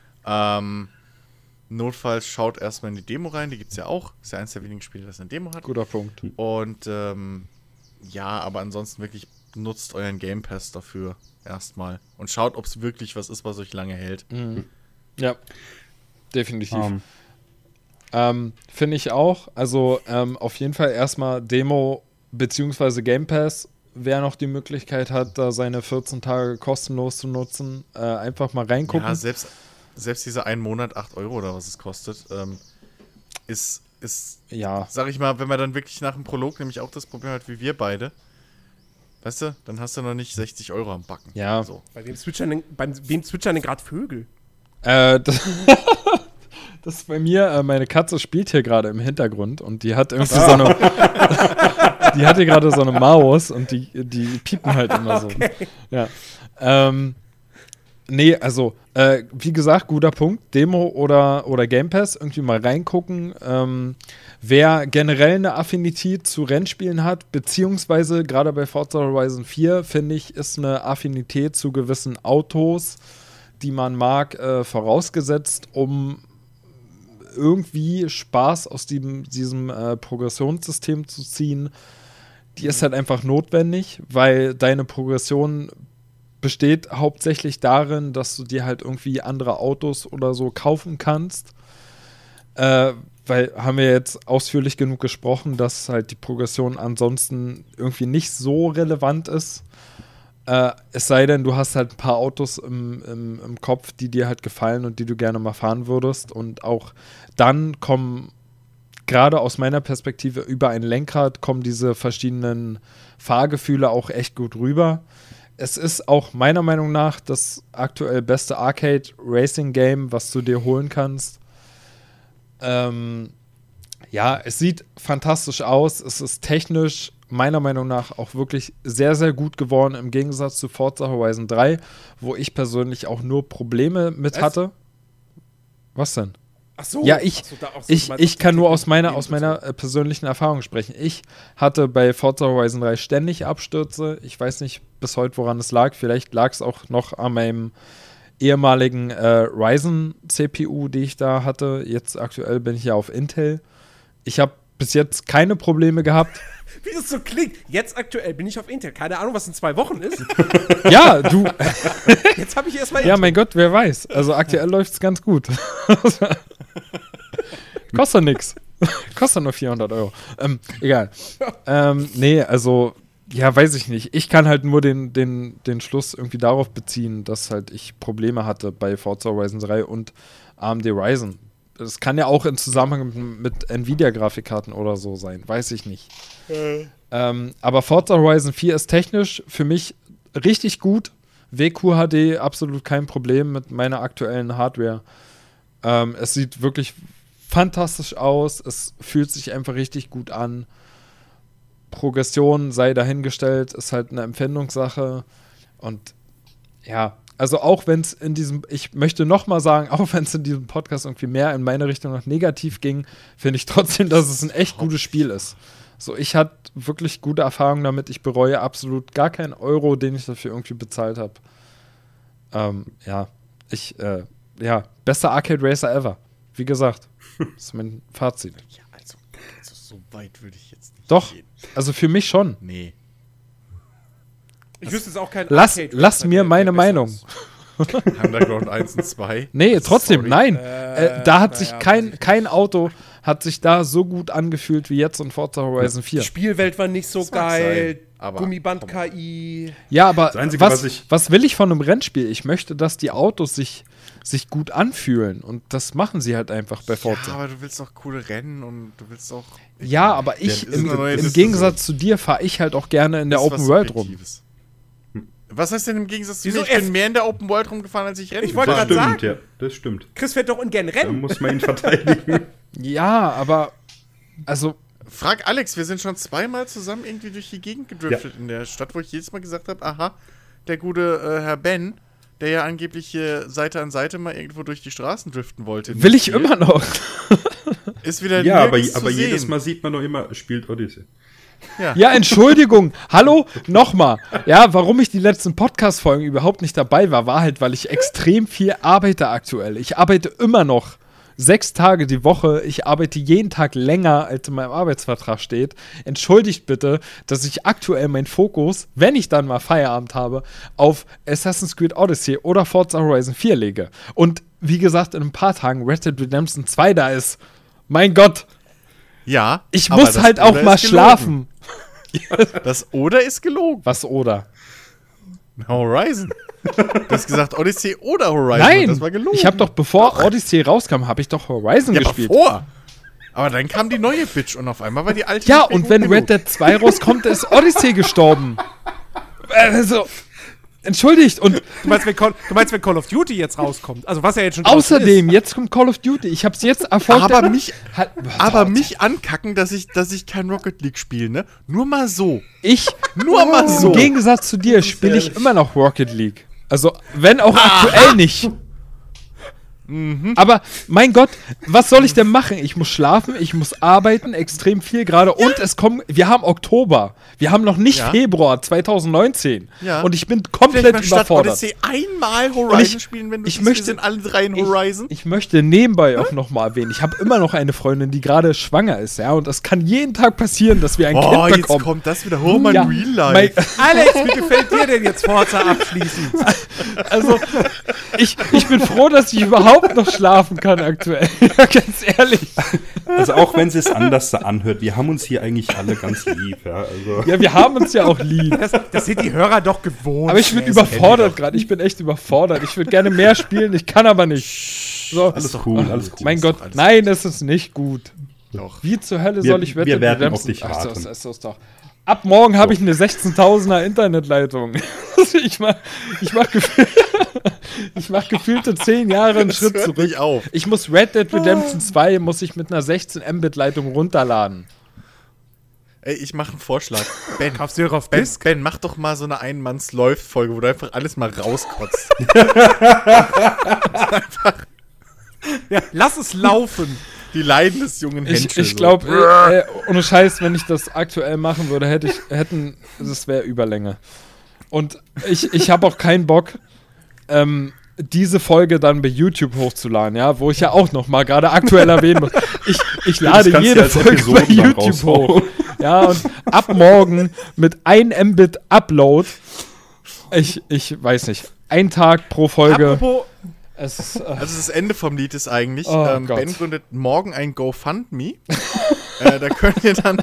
Notfalls schaut erstmal in die Demo rein, die gibt's ja auch. Ist ja eins der wenigen Spiele, das eine Demo hat. Guter Punkt. Und ja, aber ansonsten wirklich nutzt euren Game Pass dafür erstmal und schaut, ob es wirklich was ist, was euch lange hält. Mhm. Ja, definitiv. Finde ich auch. Also auf jeden Fall erstmal Demo beziehungsweise Game Pass, wer noch die Möglichkeit hat, da seine 14 Tage kostenlos zu nutzen, einfach mal reingucken. Ja, selbst dieser 1 Monat 8 € oder was es kostet, ist, ja, sag ich mal, wenn man dann wirklich nach dem Prolog nämlich auch das Problem hat, wie wir beide, weißt du, dann hast du noch nicht 60 € am Backen. Ja. So. Bei wem zwitschern denn gerade Vögel? Das ist bei mir, meine Katze spielt hier gerade im Hintergrund und die hat irgendwie so eine die hat hier gerade so eine Maus und die piepen halt immer so. Ja. Nee, also, wie gesagt, guter Punkt. Demo oder Game Pass, irgendwie mal reingucken. Wer generell eine Affinität zu Rennspielen hat, beziehungsweise gerade bei Forza Horizon 4, finde ich, ist eine Affinität zu gewissen Autos, die man mag, vorausgesetzt, um irgendwie Spaß aus diesem Progressionssystem zu ziehen. Die ist halt einfach notwendig, weil deine Progression besteht hauptsächlich darin, dass du dir halt irgendwie andere Autos oder so kaufen kannst. Weil haben wir jetzt ausführlich genug gesprochen, dass halt die Progression ansonsten irgendwie nicht so relevant ist. Es sei denn, du hast halt ein paar Autos im Kopf, die dir halt gefallen und die du gerne mal fahren würdest. Und auch dann kommen, gerade aus meiner Perspektive, über ein Lenkrad kommen diese verschiedenen Fahrgefühle auch echt gut rüber. Es ist auch meiner Meinung nach das aktuell beste Arcade-Racing-Game, was du dir holen kannst. Ja, es sieht fantastisch aus. Es ist technisch meiner Meinung nach auch wirklich sehr, sehr gut geworden, im Gegensatz zu Forza Horizon 3, wo ich persönlich auch nur Probleme mit hatte. Was denn? Ach so. Ja, ich kann nur aus meiner persönlichen Erfahrung sprechen. Ich hatte bei Forza Horizon 3 ständig Abstürze. Ich weiß nicht bis heute, woran es lag. Vielleicht lag es auch noch an meinem ehemaligen Ryzen-CPU, die ich da hatte. Jetzt aktuell bin ich ja auf Intel. Ich habe bis jetzt keine Probleme gehabt. Wie das so klingt. Jetzt aktuell bin ich auf Intel. Keine Ahnung, was in 2 Wochen ist. Ja, du. Jetzt habe ich erstmal Intel. Ja, mein Gott, wer weiß. Also aktuell läuft es ganz gut. Kostet nix. Kostet nur 400 €. Egal. Nee, also, ja, weiß ich nicht. Ich kann halt nur den Schluss irgendwie darauf beziehen, dass halt ich Probleme hatte bei Forza Horizon 3 und AMD Ryzen. Das kann ja auch in Zusammenhang mit Nvidia-Grafikkarten oder so sein. Weiß ich nicht. Aber Forza Horizon 4 ist technisch für mich richtig gut. WQHD absolut kein Problem mit meiner aktuellen Hardware. Es sieht wirklich fantastisch aus. Es fühlt sich einfach richtig gut an. Progression sei dahingestellt, ist halt eine Empfindungssache. Und ja, also auch wenn es ich möchte nochmal sagen, auch wenn es in diesem Podcast irgendwie mehr in meine Richtung noch negativ ging, finde ich trotzdem, dass es ein echt gutes Spiel ist. So, ich hatte wirklich gute Erfahrungen damit. Ich bereue absolut gar keinen Euro, den ich dafür irgendwie bezahlt habe. Bester Arcade Racer ever. Wie gesagt, das ist mein Fazit. Ja, also so weit würde ich jetzt nicht Doch, gehen. Also für mich schon. Nee. Ich wüsste es auch kein Lass mir meine Meinung. Underground 1 und 2. Nee, trotzdem, Sorry. nein. Da hat sich kein Auto hat sich da so gut angefühlt wie jetzt in Forza Horizon 4. Die Spielwelt war nicht so Das mag geil. sein, aber Gummiband-KI. Ja, aber Das Einzige, was will ich von einem Rennspiel? Ich möchte, dass die Autos sich gut anfühlen. Und das machen sie halt einfach bei Ja, Forza. aber du willst auch coole Rennen und du willst auch. Ja, aber Ja, das ist eine neue im Diskussion. Gegensatz zu dir fahre ich halt auch gerne in der Das ist Open was World rum. Subjektives. Was heißt denn im Gegensatz zu Wieso mir? Ich bin mehr in der Open World rumgefahren, als ich Rennen Ich wollte Das gerade stimmt, sagen. ja, das stimmt. Chris fährt doch ungern Da Rennen. muss man ihn verteidigen. Ja, aber also Frag Alex, wir sind schon zweimal zusammen irgendwie durch die Gegend gedriftet in der Stadt, wo ich jedes Mal gesagt habe, aha, der gute Herr Ben, der ja angeblich hier Seite an Seite mal irgendwo durch die Straßen driften wollte. will ich immer noch. Ist wieder Ja, aber nirgends zu jedes sehen. Mal sieht man doch immer, spielt Odyssey. Ja, Entschuldigung. Hallo, nochmal. Ja, warum ich die letzten Podcast-Folgen überhaupt nicht dabei war halt, weil ich extrem viel arbeite aktuell. Ich arbeite immer noch 6 Tage die Woche. Ich arbeite jeden Tag länger, als in meinem Arbeitsvertrag steht. Entschuldigt bitte, dass ich aktuell meinen Fokus, wenn ich dann mal Feierabend habe, auf Assassin's Creed Odyssey oder Forza Horizon 4 lege. Und wie gesagt, in ein paar Tagen Red Dead Redemption 2 da ist. Mein Gott, Ja, ich aber muss das halt auch Oder mal ist gelogen. schlafen. Das Oder ist gelogen. Was oder? Horizon. Du hast gesagt Odyssey oder Horizon. Nein, Das war gelogen. ich habe doch, bevor Odyssey rauskam, habe ich doch Horizon ja, gespielt. aber vor. Aber dann kam die neue Bitch und auf einmal war die alte. Ja, nicht mehr und gut wenn genug. Red Dead 2 rauskommt, ist Odyssey gestorben. Also, entschuldigt. Und Du meinst, wenn Call of Duty jetzt rauskommt? Also, was ja jetzt schon draußen außerdem, jetzt kommt Call of Duty. Ich habe es jetzt erfolgreich. Aber mich ankacken, dass ich kein Rocket League spiele, ne? Nur mal so. Nur mal so. Im Gegensatz zu dir spiele ich immer noch Rocket League. Also, wenn auch aktuell nicht. Aber, mein Gott, was soll ich denn machen? Ich muss schlafen, ich muss arbeiten, extrem viel gerade. Und wir haben Oktober. Wir haben noch nicht Ja. Februar 2019. Ja. Und ich bin Vielleicht komplett mal statt überfordert. Odyssey einmal Horizon ich- spielen, wenn du ich siehst, möchte- wir sind alle drei in Horizon. Ich möchte nebenbei auch nochmal erwähnen, ich habe immer noch eine Freundin, die gerade schwanger ist, ja, und es kann jeden Tag passieren, dass wir ein Kind jetzt bekommen. kommt das wieder. Oh, mein Ja, Real Life. Alex, wie gefällt dir denn jetzt Forza abschließend? Also, ich bin froh, dass ich überhaupt noch schlafen kann aktuell. Ja, ganz ehrlich. Also auch wenn es anders anhört, wir haben uns hier eigentlich alle ganz lieb. Ja, also. Ja, wir haben uns ja auch lieb. Das sind die Hörer doch gewohnt. Aber ich bin überfordert gerade. Ich bin echt überfordert. Ich würde gerne mehr spielen, ich kann aber nicht. So. Alles cool, alles cool. Mein Gott, nein, es ist nicht gut. Doch. Wie zur Hölle Wir- soll ich wir Red Dead werden Redemption- auf dich Ach, warten. das ist doch. Ab morgen habe ich eine 16.000er Internetleitung. ich mach gefühlte 10 Jahre einen Schritt hört zurück. nicht auf. Ich muss Red Dead Redemption 2 muss ich mit einer 16 Mbit Leitung runterladen. Ey, ich mache einen Vorschlag. Ben, Kaufst du dir auf Ben, Disc? Ben, mach doch mal so eine Ein-Manns-Läuft-Folge, wo du einfach alles mal rauskotzt. Ja, lass es laufen. Die Leiden des jungen Henschel. Ich glaube, ohne Scheiß, wenn ich das aktuell machen würde, das wäre Überlänge. Und ich habe auch keinen Bock, diese Folge dann bei YouTube hochzuladen, ja, wo ich ja auch noch mal gerade aktuell erwähnen muss. Ich lade kannst du jede als Folge bei Episoden dann YouTube raushauen. hoch. Ja, und ab morgen mit 1 Mbit Upload, ich weiß nicht, ein Tag pro Folge. Apropos, Es ist, Also das Ende vom Lied ist eigentlich, Oh Gott. Ben gründet morgen ein GoFundMe. Da könnt ihr dann...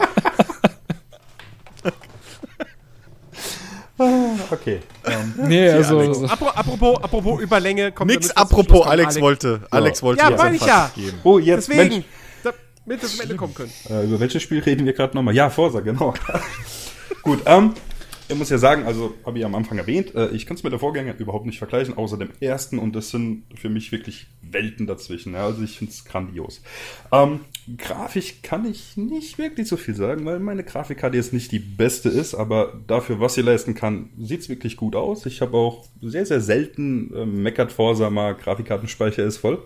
Okay. nee, also, Alex. apropos Überlänge. Kommt Nix damit das zum apropos, Schluss kommt, Alex wollte Ja, jetzt meine ich ja. geben. Oh, jetzt, Deswegen, damit wir zum Ende kommen können. Über welches Spiel reden wir gerade nochmal? Ja, Forza, genau. Gut, ich muss ja sagen, also habe ich am Anfang erwähnt, ich kann es mit der Vorgänger überhaupt nicht vergleichen, außer dem ersten, und das sind für mich wirklich Welten dazwischen. Ja, also ich finde es grandios. Grafisch kann ich nicht wirklich so viel sagen, weil meine Grafikkarte jetzt nicht die beste ist, aber dafür, was sie leisten kann, sieht es wirklich gut aus. Ich habe auch sehr, sehr selten meckert Forza mal, Grafikkartenspeicher ist voll.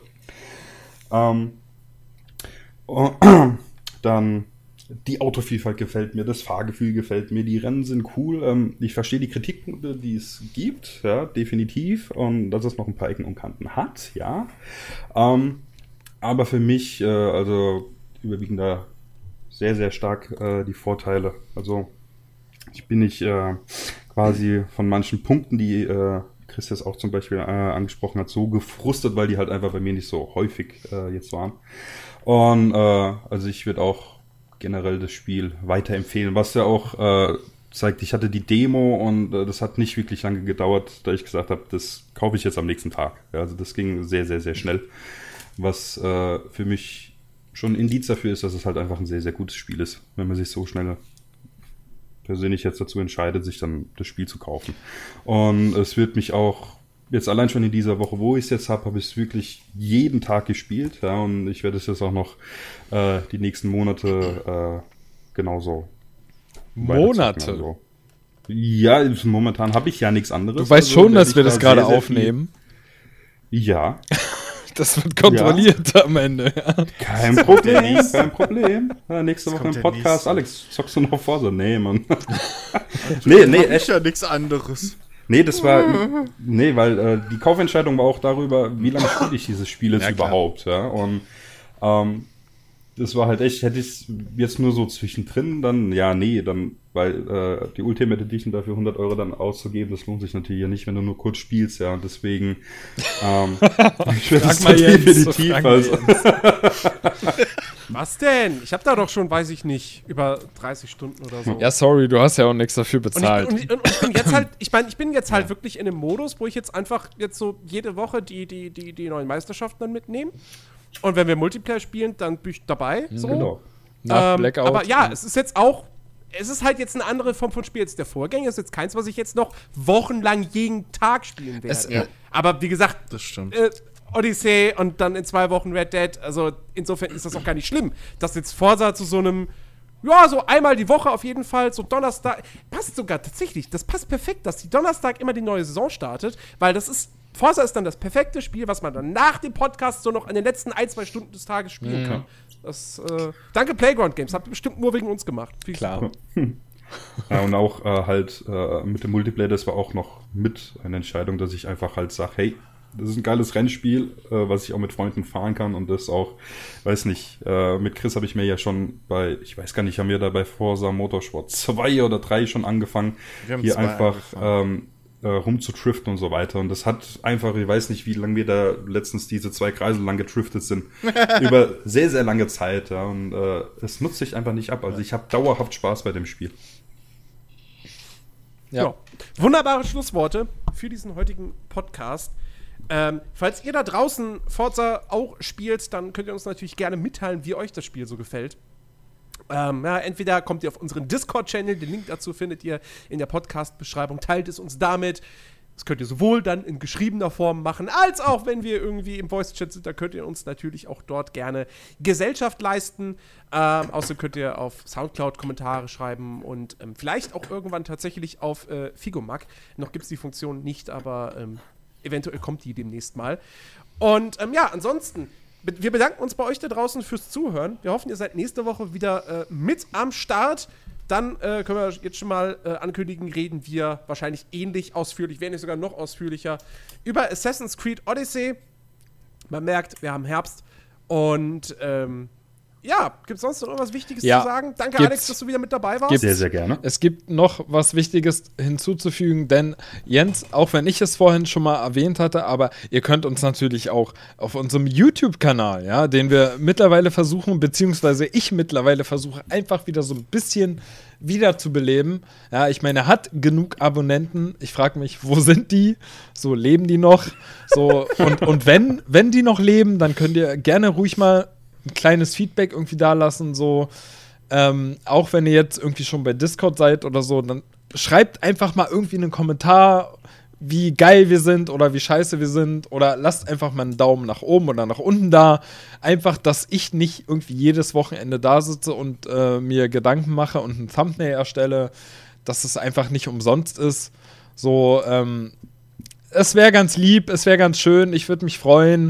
Dann die Autovielfalt gefällt mir, das Fahrgefühl gefällt mir, die Rennen sind cool. Ich verstehe die Kritikpunkte, die es gibt, ja, definitiv. Und dass es noch ein paar Ecken und Kanten hat, ja. Aber für mich, also überwiegen da sehr, sehr stark die Vorteile. Also ich bin nicht quasi von manchen Punkten, die Chris das auch zum Beispiel angesprochen hat, so gefrustet, weil die halt einfach bei mir nicht so häufig jetzt waren. Und also ich würde auch generell das Spiel weiterempfehlen, was ja auch zeigt, ich hatte die Demo und das hat nicht wirklich lange gedauert, da ich gesagt habe, das kaufe ich jetzt am nächsten Tag. Ja, also das ging sehr, sehr, sehr schnell, was für mich schon ein Indiz dafür ist, dass es halt einfach ein sehr, sehr gutes Spiel ist, wenn man sich so schnell persönlich jetzt dazu entscheidet, sich dann das Spiel zu kaufen. Und es wird mich auch jetzt allein schon in dieser Woche, wo ich es jetzt habe ich es wirklich jeden Tag gespielt. Ja, und ich werde es jetzt auch noch die nächsten Monate genauso Monate? also. Ja, momentan habe ich ja nichts anderes. Du weißt also, schon, dass wir das gerade sehr, sehr aufnehmen. Ja. Das wird kontrolliert am Ende. Ja. Kein Problem, kein Problem. Ja, nächste Woche im der Podcast. nächste. Alex, zockst du noch vor? So, nee, Mann. Nee, echt. ist ja nichts anderes. Nee, das war. Nee, weil die Kaufentscheidung war auch darüber, wie lange spiele ich dieses Spiel jetzt Ja, klar. überhaupt. Ja? Und das war halt echt, hätte ich es jetzt nur so zwischendrin, dann, ja, nee, dann, weil die Ultimate Edition dafür 100 € dann auszugeben, das lohnt sich natürlich ja nicht, wenn du nur kurz spielst, ja, und deswegen ich werde es mal Jens, definitiv, frag mal also, Was denn? Ich habe da doch schon, weiß ich nicht, über 30 Stunden oder so. Ja, sorry, du hast ja auch nichts dafür Und bezahlt. und jetzt halt, ich meine, ich bin jetzt halt wirklich in einem Modus, wo ich jetzt einfach jetzt so jede Woche die neuen Meisterschaften dann mitnehme. Und wenn wir Multiplayer spielen, dann bin ich dabei. So. genau. Nach Blackout. Aber ja, es ist jetzt auch, es ist halt jetzt eine andere Form von Spiel als der Vorgänger. Es ist jetzt keins, was ich jetzt noch wochenlang jeden Tag spielen werde. Ja. Aber wie gesagt, Das stimmt. Odyssey und dann in 2 Wochen Red Dead, also insofern ist das auch gar nicht schlimm, dass jetzt Forza zu so einem, ja, so einmal die Woche auf jeden Fall, so Donnerstag, passt sogar tatsächlich, das passt perfekt, dass die Donnerstag immer die neue Saison startet, weil das ist, Forza ist dann das perfekte Spiel, was man dann nach dem Podcast so noch in den letzten 1-2 Stunden des Tages spielen kann. Das, danke Playground Games, habt ihr bestimmt nur wegen uns gemacht. Viel Klar. Ja, und auch halt mit dem Multiplayer, das war auch noch mit eine Entscheidung, dass ich einfach halt sage, hey, das ist ein geiles Rennspiel, was ich auch mit Freunden fahren kann und das auch, weiß nicht, mit Chris habe ich mir ja schon bei, ich weiß gar nicht, haben wir da bei Forza Motorsport 2 oder 3 schon angefangen, Wir haben hier 2 einfach rumzutriften und so weiter. Und das hat einfach, ich weiß nicht, wie lange wir da letztens diese 2 Kreise lang getriftet sind, über sehr, sehr lange Zeit. Ja, und es nutzt sich einfach nicht ab. Also ich habe dauerhaft Spaß bei dem Spiel. Ja. Wunderbare Schlussworte für diesen heutigen Podcast. Falls ihr da draußen Forza auch spielt, dann könnt ihr uns natürlich gerne mitteilen, wie euch das Spiel so gefällt. Ja, entweder kommt ihr auf unseren Discord-Channel, den Link dazu findet ihr in der Podcast-Beschreibung, teilt es uns damit. Das könnt ihr sowohl dann in geschriebener Form machen, als auch wenn wir irgendwie im Voice-Chat sind, da könnt ihr uns natürlich auch dort gerne Gesellschaft leisten. Außerdem könnt ihr auf Soundcloud Kommentare schreiben und vielleicht auch irgendwann tatsächlich auf Figomag. Noch gibt es die Funktion nicht, aber eventuell kommt die demnächst mal. Und ja, ansonsten, wir bedanken uns bei euch da draußen fürs Zuhören. Wir hoffen, ihr seid nächste Woche wieder mit am Start. Dann können wir jetzt schon mal ankündigen, reden wir wahrscheinlich ähnlich ausführlich, wenn nicht sogar noch ausführlicher, über Assassin's Creed Odyssey. Man merkt, wir haben Herbst. Und ja, gibt es sonst noch irgendwas Wichtiges zu sagen? Danke, Gibt's. Alex, dass du wieder mit dabei warst. Sehr, sehr gerne. Es gibt noch was Wichtiges hinzuzufügen, denn Jens, auch wenn ich es vorhin schon mal erwähnt hatte, aber ihr könnt uns natürlich auch auf unserem YouTube-Kanal, ja, den wir mittlerweile versuchen, beziehungsweise ich mittlerweile versuche, einfach wieder so ein bisschen wiederzubeleben. Ja, ich meine, er hat genug Abonnenten. Ich frage mich, wo sind die? So, leben die noch? So, und wenn die noch leben, dann könnt ihr gerne ruhig mal ein kleines Feedback irgendwie da lassen, so, auch wenn ihr jetzt irgendwie schon bei Discord seid oder so, dann schreibt einfach mal irgendwie einen Kommentar, wie geil wir sind oder wie scheiße wir sind, oder lasst einfach mal einen Daumen nach oben oder nach unten da. Einfach, dass ich nicht irgendwie jedes Wochenende da sitze und mir Gedanken mache und ein Thumbnail erstelle, dass es einfach nicht umsonst ist. So, es wäre ganz lieb, es wäre ganz schön, ich würde mich freuen.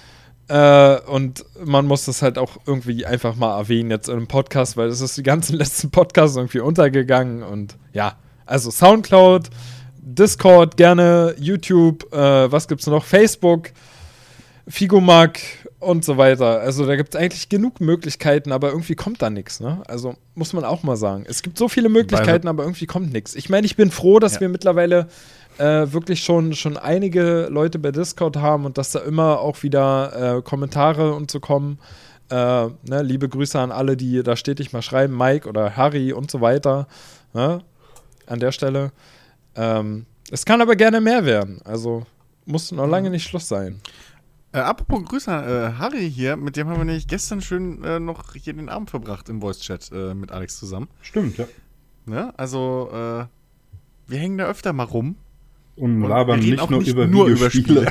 Und man muss das halt auch irgendwie einfach mal erwähnen jetzt in einem Podcast, weil es ist die ganzen letzten Podcasts irgendwie untergegangen. Und ja, also Soundcloud, Discord gerne, YouTube, was gibt's noch? Facebook, Figomag und so weiter. Also da gibt's eigentlich genug Möglichkeiten, aber irgendwie kommt da nichts, ne? Also muss man auch mal sagen. Es gibt so viele Möglichkeiten, aber irgendwie kommt nichts. Ich meine, ich bin froh, dass wir mittlerweile wirklich schon einige Leute bei Discord haben und dass da immer auch wieder Kommentare und so kommen. Liebe Grüße an alle, die da stetig mal schreiben, Mike oder Harry und so weiter. Ne? An der Stelle. Es kann aber gerne mehr werden. Also muss noch lange nicht Schluss sein. Apropos Grüße an Harry hier, mit dem haben wir nämlich gestern schön noch hier den Abend verbracht im Voice-Chat mit Alex zusammen. Stimmt, ja. Ne? Also, wir hängen da öfter mal rum. Und Und labern wir reden nicht auch nur nicht über nur über Videospiele.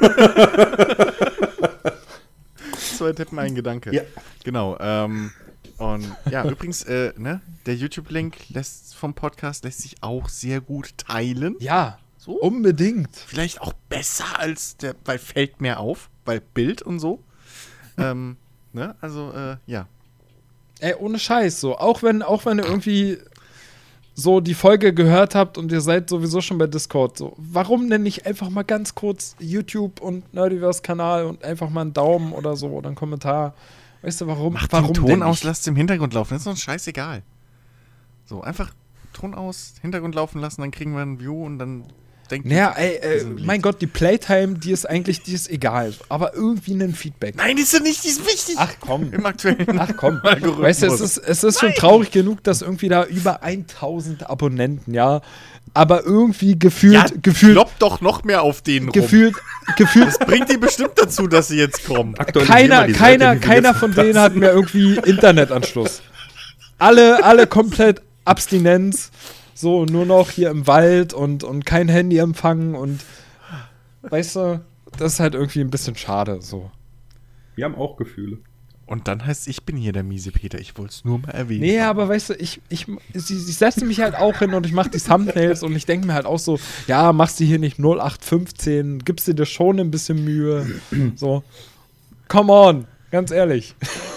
2 Tippen, ein Gedanke. Ja. Genau. Und ja, übrigens, der YouTube-Link vom Podcast lässt sich auch sehr gut teilen. Ja, So? unbedingt. Vielleicht auch besser als weil fällt mehr auf, weil Bild und so. Also, ja. Ey, ohne Scheiß, so. Auch wenn ihr irgendwie so die Folge gehört habt und ihr seid sowieso schon bei Discord, so. Warum denn nicht einfach mal ganz kurz YouTube und Nerdiverse-Kanal und einfach mal einen Daumen oder so oder einen Kommentar? Weißt du, warum? Macht warum den denn Ton aus, nicht? lasst im Hintergrund laufen. Das ist uns scheißegal. So, einfach Ton aus, Hintergrund laufen lassen, dann kriegen wir ein View und dann denkt Naja, wir sind mein Gott, die Playtime, die ist egal. Aber irgendwie ein Feedback. Nein, die ist nicht, die ist wichtig. Ach komm. Im aktuellen Ach komm. Algorithmus. Weißt du, es ist schon traurig genug, dass irgendwie da über 1000 Abonnenten, ja. Aber irgendwie gefühlt Klopp doch noch mehr auf denen rum. gefühlt, Das bringt die bestimmt dazu, dass sie jetzt kommen. Aktualisier mal die Seite, wie wir keiner jetzt von verpassen. denen hat mehr irgendwie Internetanschluss. Alle komplett Abstinenz. So, nur noch hier im Wald und kein Handyempfang und weißt du, das ist halt irgendwie ein bisschen schade, so. Wir haben auch Gefühle. Und dann heißt ich bin hier der miese Peter. Ich wollte es nur mal erwähnen. Nee, aber weißt du, ich setze mich halt auch hin und ich mache die Thumbnails und ich denke mir halt auch so, ja, machst du hier nicht 0815, gibst du dir schon ein bisschen Mühe. So, come on, ganz ehrlich.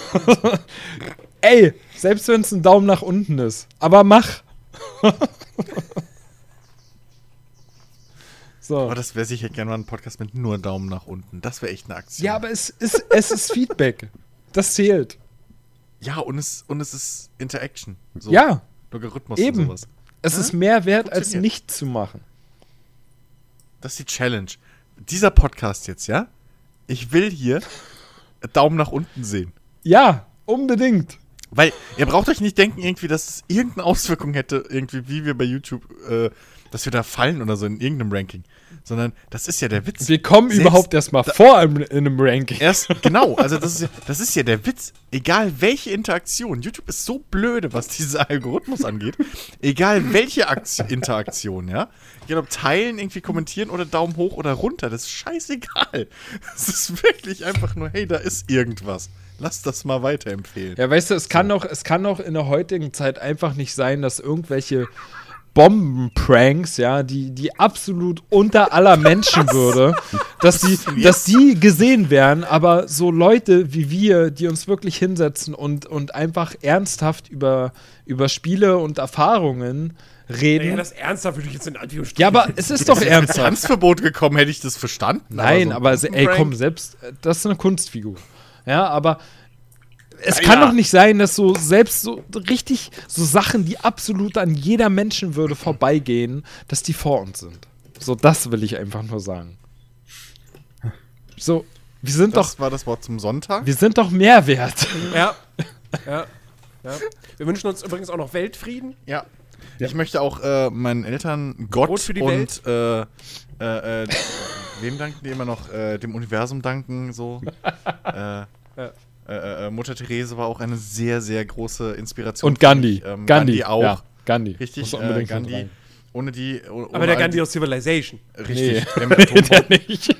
Ey, selbst wenn es ein Daumen nach unten ist, aber mach. So. Aber das wäre sicher gerne mal ein Podcast mit nur Daumen nach unten. Das wäre echt eine Aktion. Ja, aber es ist Feedback. Das zählt. Ja, und es ist Interaction. So, Ja, Logarithmus eben. und sowas. es ist mehr wert, als Funktioniert. nicht zu machen. Das ist die Challenge. Dieser Podcast jetzt, ja? Ich will hier Daumen nach unten sehen. Ja, unbedingt. Weil ihr braucht euch nicht denken, irgendwie, dass es irgendeine Auswirkung hätte, irgendwie, wie wir bei YouTube, dass wir da fallen oder so in irgendeinem Ranking. Sondern das ist ja der Witz. Wir kommen Selbst überhaupt erstmal vor in einem Ranking. Genau, also das ist ja der Witz. Egal welche Interaktion, YouTube ist so blöde, was diesen Algorithmus angeht. Egal welche Interaktion, ja. Egal ob teilen, irgendwie kommentieren oder Daumen hoch oder runter, das ist scheißegal. Es ist wirklich einfach nur, hey, da ist irgendwas. Lass das mal weiterempfehlen. Ja, weißt du, es kann doch in der heutigen Zeit einfach nicht sein, dass irgendwelche Bombenpranks, ja, die absolut unter aller Menschenwürde, dass die gesehen werden, aber so Leute wie wir, die uns wirklich hinsetzen und einfach ernsthaft über Spiele und Erfahrungen reden. Ja, das ernsthaft würde ich jetzt in Anführungsstrichen. Ja, aber es ist doch ernsthaft. Tanzverbot gekommen, hätte ich das verstanden. Nein, aber so ein ey, Prank- komm, selbst, das ist eine Kunstfigur. Ja, aber es Ja, kann ja. doch nicht sein, dass so selbst so richtig so Sachen, die absolut an jeder Menschenwürde vorbeigehen, dass die vor uns sind. So, das will ich einfach nur sagen. So, wir sind Das war das Wort zum Sonntag. doch mehr wert. Ja. Wir wünschen uns übrigens auch noch Weltfrieden. Ja. Ich möchte auch meinen Eltern Gott Brot für die und wem danken die immer noch? Dem Universum danken, so. Mutter Therese war auch eine sehr, sehr große Inspiration. Und für Gandhi. mich. Gandhi auch. Ja, Gandhi. Richtig, Muss unbedingt Gandhi. rein. Ohne die. Aber der Gandhi aus Civilization. Richtig. Nee. Der mit Atombomben. Der nicht.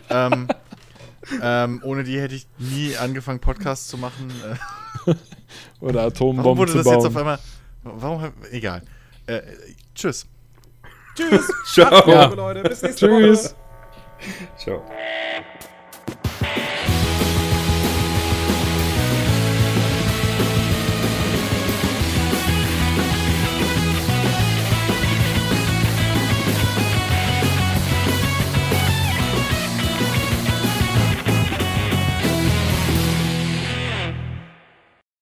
Ohne die hätte ich nie angefangen, Podcasts zu machen. Oder Warum Atombomben wurde zu das bauen. jetzt auf einmal. Egal. Tschüss. Tschüss. Ciao. Ja. Liebe Leute. Bis nächste Woche. Tschüss. Ciao.